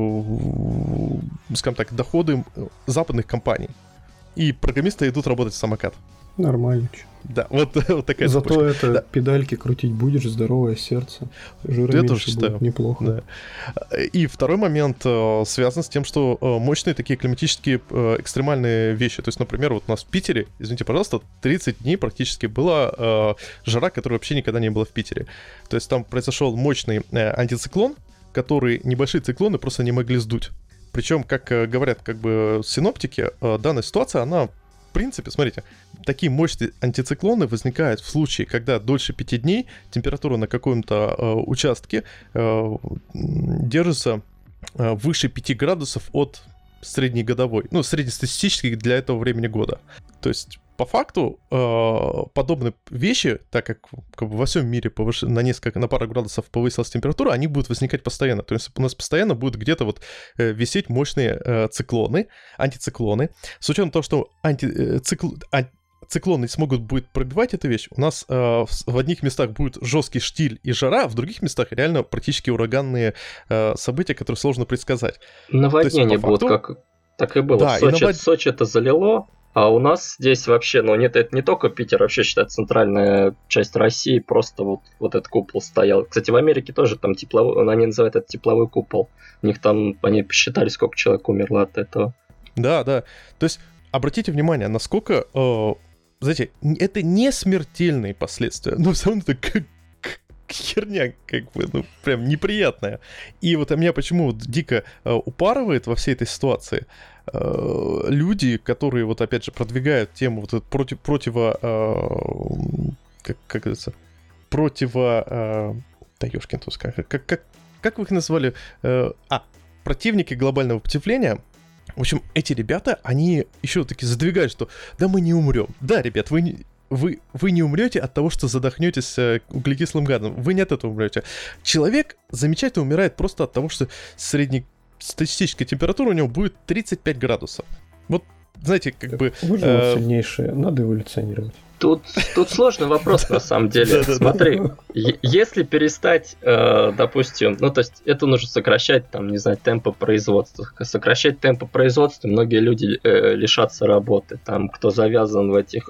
uh, скажем так, доходы западных компаний. И программисты идут работать в самокат. Нормально. Да, вот, вот такая Зато цепочка. это Да. Педальки крутить будешь, здоровое сердце. Жира Я меньше тоже считаю. будет, неплохо. Да. И второй момент э, связан с тем, что э, мощные такие климатические э, экстремальные вещи. То есть, например, вот у нас в Питере, извините, пожалуйста, тридцать дней практически была э, жара, которой вообще никогда не было в Питере. То есть там произошел мощный э, антициклон, который небольшие циклоны просто не могли сдуть. Причем, как э, говорят как бы синоптики, э, данная ситуация, она в принципе, смотрите, такие мощные антициклоны возникают в случае, когда дольше пяти дней температура на каком-то э, участке э, держится э, выше пяти градусов от среднегодовой, ну, среднестатистической для этого времени года. То есть, по факту, э, подобные вещи, так как, как бы во всем мире повыш... на несколько, на пару градусов повысилась температура, они будут возникать постоянно. То есть у нас постоянно будут где-то вот э, висеть мощные э, циклоны, антициклоны. С учетом того, что анти... э, цикл... ан... циклоны смогут будет пробивать эту вещь, у нас э, в, в одних местах будет жесткий штиль и жара, а в других местах реально практически ураганные э, события, которые сложно предсказать. Наводнения будут, факту... как так и было. Да, в Сочи, навод... Сочи это залило. А у нас здесь вообще, ну нет, это не только Питер, вообще считается центральная часть России, просто вот, вот этот купол стоял. Кстати, в Америке тоже там тепловой, они называют это тепловой купол. У них там, они посчитали, сколько человек умерло от этого. Да, да. То есть, обратите внимание, насколько, э, знаете, это не смертельные последствия, но все равно это как херня, как бы, ну, прям неприятная. И вот меня почему вот дико э, упарывает во всей этой ситуации э, люди, которые вот опять же продвигают тему вот это против, противо, э, как, как говорится, противо, э, да ёшкин туз, как, как, как, как вы их назвали? Э, а, противники глобального потепления. В общем, эти ребята, они еще таки задвигают, что да мы не умрем. Да, ребят, вы не... Вы, вы не умрете от того, что задохнетесь э, углекислым газом. Вы не от этого умрете. Человек замечательно умирает просто от того, что среднестатистическая температура у него будет тридцать пять градусов. Вот, знаете, как так бы... Вы же э... сильнейшие, надо эволюционировать. Тут, тут сложный вопрос, на самом деле. Смотри, если перестать, допустим, ну, то есть это нужно сокращать, там, не знаю, темпы производства. Сокращать темпы производства, многие люди лишатся работы. Там, кто завязан в этих,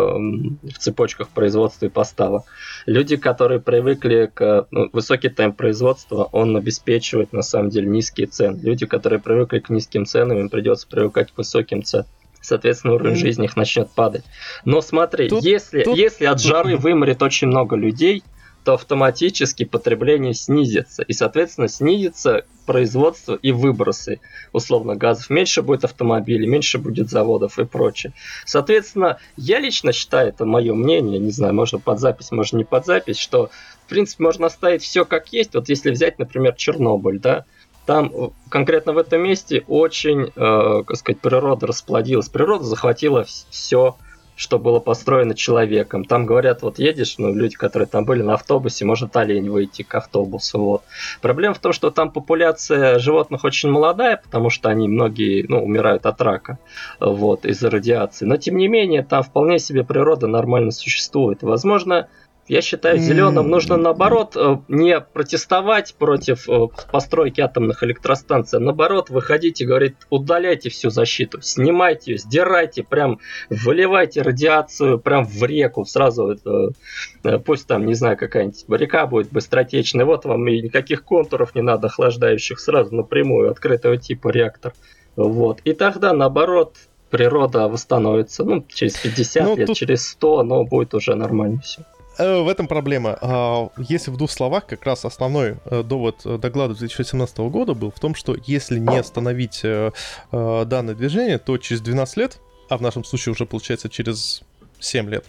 в цепочках производства и поставок. Люди, которые привыкли к... Ну, высокий темп производства, он обеспечивает, на самом деле, низкие цены. Люди, которые привыкли к низким ценам, им придется привыкать к высоким ценам. Соответственно, уровень mm. жизни их начнет падать. Но смотри, тут, если, тут... если от жары вымрет очень много людей, то автоматически потребление снизится. И, соответственно, снизится производство и выбросы, условно, газов. Меньше будет автомобилей, меньше будет заводов и прочее. Соответственно, я лично считаю, это мое мнение, не знаю, можно под запись, можно не под запись, что, в принципе, можно оставить все как есть. Вот если взять, например, Чернобыль, да, там конкретно в этом месте очень, э, как сказать, природа расплодилась. Природа захватила все, что было построено человеком. Там говорят, вот едешь, ну, люди, которые там были на автобусе, может олень выйти к автобусу. Вот. Проблема в том, что там популяция животных очень молодая, потому что они многие, ну, умирают от рака, вот, из-за радиации. Но, тем не менее, там вполне себе природа нормально существует. Возможно, я считаю, зеленым нужно, наоборот, не протестовать против постройки атомных электростанций, а наоборот, выходить и говорить, удаляйте всю защиту, снимайте ее, сдирайте, прям выливайте радиацию прям в реку, сразу это, пусть там, не знаю, какая-нибудь река будет быстротечная, вот вам и никаких контуров не надо, охлаждающих, сразу напрямую, открытого типа реактор. Вот. И тогда, наоборот, природа восстановится, ну, через пятьдесят ну, лет, тут... через сто, но будет уже нормально все. В этом проблема. Если в двух словах, как раз основной довод доклада две тысячи восемнадцатого года был в том, что если не остановить данное движение, то через двенадцать лет, а в нашем случае уже получается через семь лет,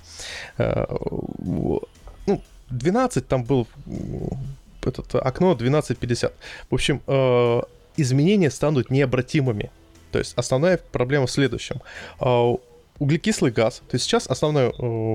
ну, двенадцать, там был этот, окно двенадцать пятьдесят. В общем, изменения станут необратимыми. То есть основная проблема в следующем. Углекислый газ, то есть сейчас основной,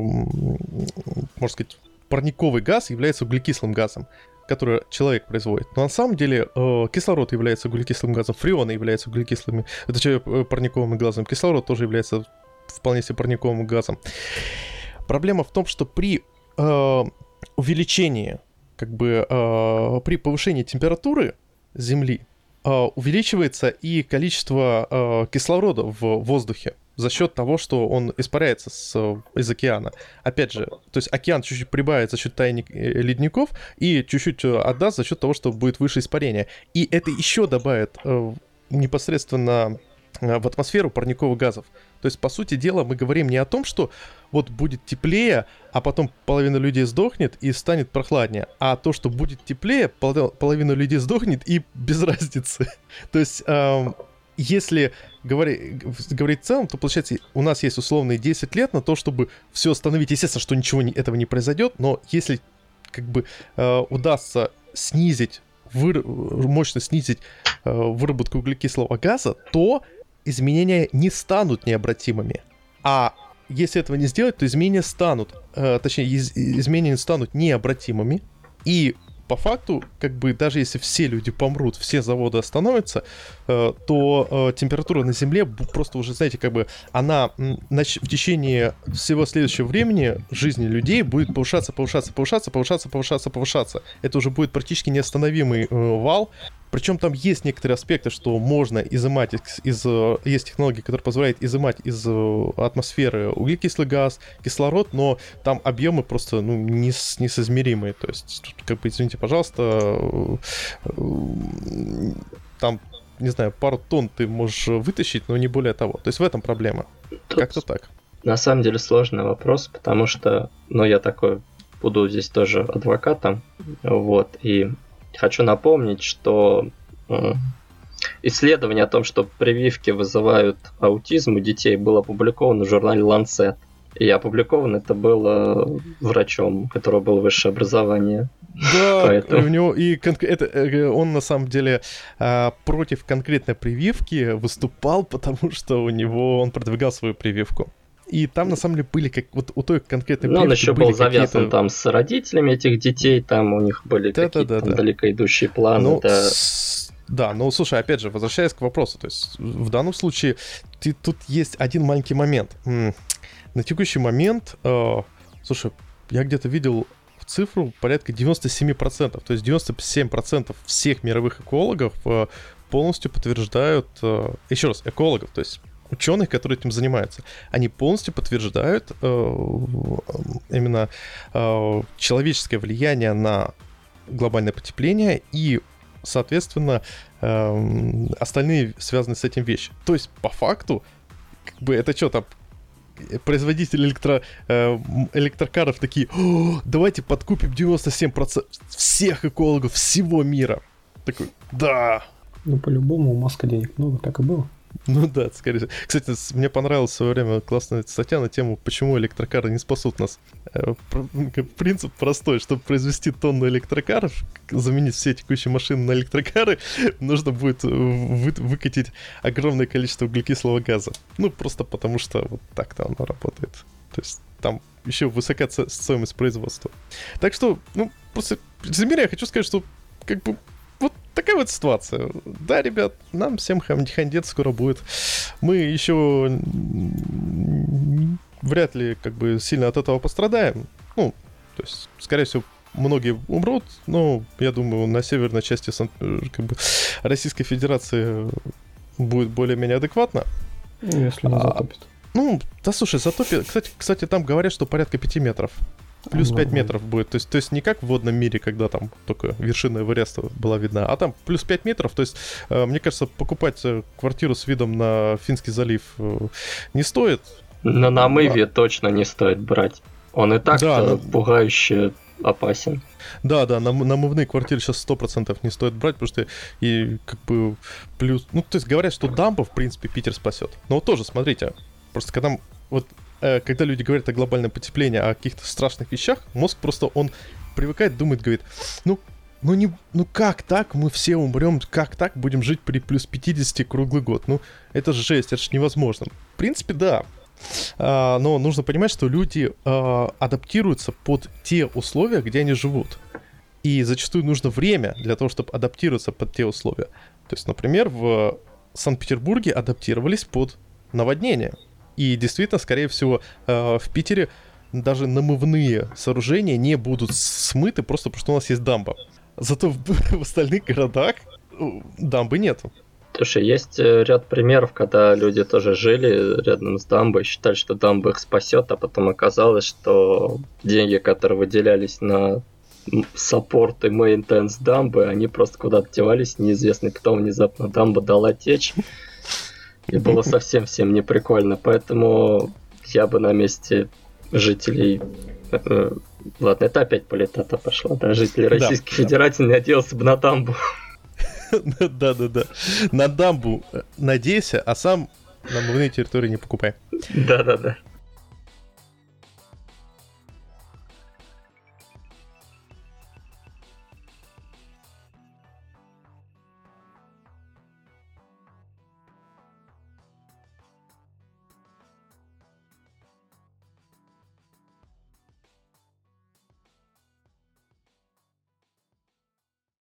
можно сказать, парниковый газ является углекислым газом, который человек производит. Но на самом деле кислород является углекислым газом, фреоны являются углекислыми, это парниковым газом, кислород тоже является вполне себе парниковым газом. Проблема в том, что при э, увеличении, как бы э, при повышении температуры Земли э, увеличивается и количество э, кислорода в воздухе за счет того, что он испаряется с, из океана. Опять же, то есть океан чуть-чуть прибавит за счет таяния ледников и чуть-чуть отдаст за счет того, что будет выше испарение. И это еще добавит э, непосредственно в атмосферу парниковых газов. То есть, по сути дела, мы говорим не о том, что вот будет теплее, а потом половина людей сдохнет и станет прохладнее, а то, что будет теплее, пол- половина людей сдохнет и без разницы. То есть, эм, если говори, говорить в целом, то, получается, у нас есть условные десять лет на то, чтобы все остановить. Естественно, что ничего не, этого не произойдет, но если как бы э, удастся снизить, выр... мощно снизить э, выработку углекислого газа, то изменения не станут необратимыми. А если этого не сделать, то изменения станут, э, точнее, из- изменения станут необратимыми. И по факту, как бы даже если все люди помрут, все заводы остановятся, э, то э, температура на Земле просто уже, знаете, как бы она нач- в течение всего следующего времени жизни людей будет повышаться, повышаться, повышаться, повышаться, повышаться, повышаться. Это уже будет практически неостановимый э, вал. Причем там есть некоторые аспекты, что можно изымать из, из... Есть технологии, которые позволяют изымать из атмосферы углекислый газ, кислород, но там объемы просто ну, нес, несоизмеримые. То есть, тут, как бы, извините, пожалуйста, там, не знаю, пару тонн ты можешь вытащить, но не более того. То есть в этом проблема. Тут как-то так. На самом деле сложный вопрос, потому что, ну, я такой буду здесь тоже адвокатом, вот, и хочу напомнить, что э, исследование о том, что прививки вызывают аутизм у детей, было опубликовано в журнале Lancet. И опубликовано это было врачом, у которого было высшее образование. Да, Поэтому... у него и кон- это, он на самом деле э, против конкретной прививки выступал, потому что у него он продвигал свою прививку. И там, на самом деле, были как вот у той конкретной прививки. Ну, он еще был завязан там с родителями этих детей, там у них были да, какие-то да, да, да. далекоидущие планы. Ну, да. с... да, ну, слушай, опять же, возвращаясь к вопросу, то есть в данном случае ты, тут есть один маленький момент. На текущий момент, э, слушай, я где-то видел цифру порядка девяносто семь процентов, то есть девяносто семь процентов всех мировых экологов э, полностью подтверждают, э, еще раз, экологов, то есть ученых, которые этим занимаются, они полностью подтверждают э, именно э, человеческое влияние на глобальное потепление и, соответственно, э, остальные связанные с этим вещи. То есть, по факту, как бы это что там, производители электро, э, электрокаров такие: давайте подкупим девяносто семь процентов всех экологов всего мира. Такой, да. Ну, по-любому, у Маска денег много, так и было. Ну да, скорее всего. Кстати, мне понравилась в свое время классная статья на тему, почему электрокары не спасут нас. Принцип простой. Чтобы произвести тонну электрокаров, заменить все текущие машины на электрокары, нужно будет вы- выкатить огромное количество углекислого газа. Ну, просто потому что вот так-то оно работает. То есть там еще высока стоимость производства. Так что, ну, просто резюмируя, я хочу сказать, что как бы вот такая вот ситуация. Да, ребят, нам всем хандец скоро будет. Мы еще вряд ли как бы сильно от этого пострадаем. Ну, то есть, скорее всего, многие умрут, но я думаю, на северной части как бы, Российской Федерации будет более-менее адекватно. Ну, если не затопит. А, ну, да слушай, затопит. Кстати, кстати, там говорят, что порядка пяти метров. Плюс пять метров будет. То есть, то есть не как в водном мире, когда там только вершина Эвереста была видна, а там плюс пять метров. То есть, э, мне кажется, покупать квартиру с видом на Финский залив э, не стоит. На намыве а... точно не стоит брать. Он и так да, на... пугающе опасен. Да, да, нам, намывные квартиры сейчас сто процентов не стоит брать, потому что и как бы плюс... Ну, то есть говорят, что дамба, в принципе, Питер спасет. Но вот тоже, смотрите, просто когда вот э, когда люди говорят о глобальном потеплении, о каких-то страшных вещах, мозг просто, он привыкает, думает, говорит, ну, ну, не, ну как так мы все умрем, как так будем жить при плюс пятидесяти круглый год? Ну, это же жесть, это же невозможно. В принципе, да. А, но нужно понимать, что люди а, адаптируются под те условия, где они живут. И зачастую нужно время для того, чтобы адаптироваться под те условия. То есть, например, в Санкт-Петербурге адаптировались под наводнение. И действительно, скорее всего, а, в Питере даже намывные сооружения не будут смыты просто потому, что у нас есть дамба. Зато в, в остальных городах дамбы нету. Слушай, есть ряд примеров, когда люди тоже жили рядом с дамбой, считали, что дамба их спасет, а потом оказалось, что деньги, которые выделялись на саппорт и мейнтенс дамбы, они просто куда-то девались, неизвестно, потом внезапно дамба дала течь, и было совсем всем не прикольно, поэтому я бы на месте жителей... Ладно, это опять политата пошла, да, жителей Российской да, Федерации да. надеялся бы на дамбу. Да-да-да. На дамбу надейся, а сам намывные территории не покупай. Да-да-да.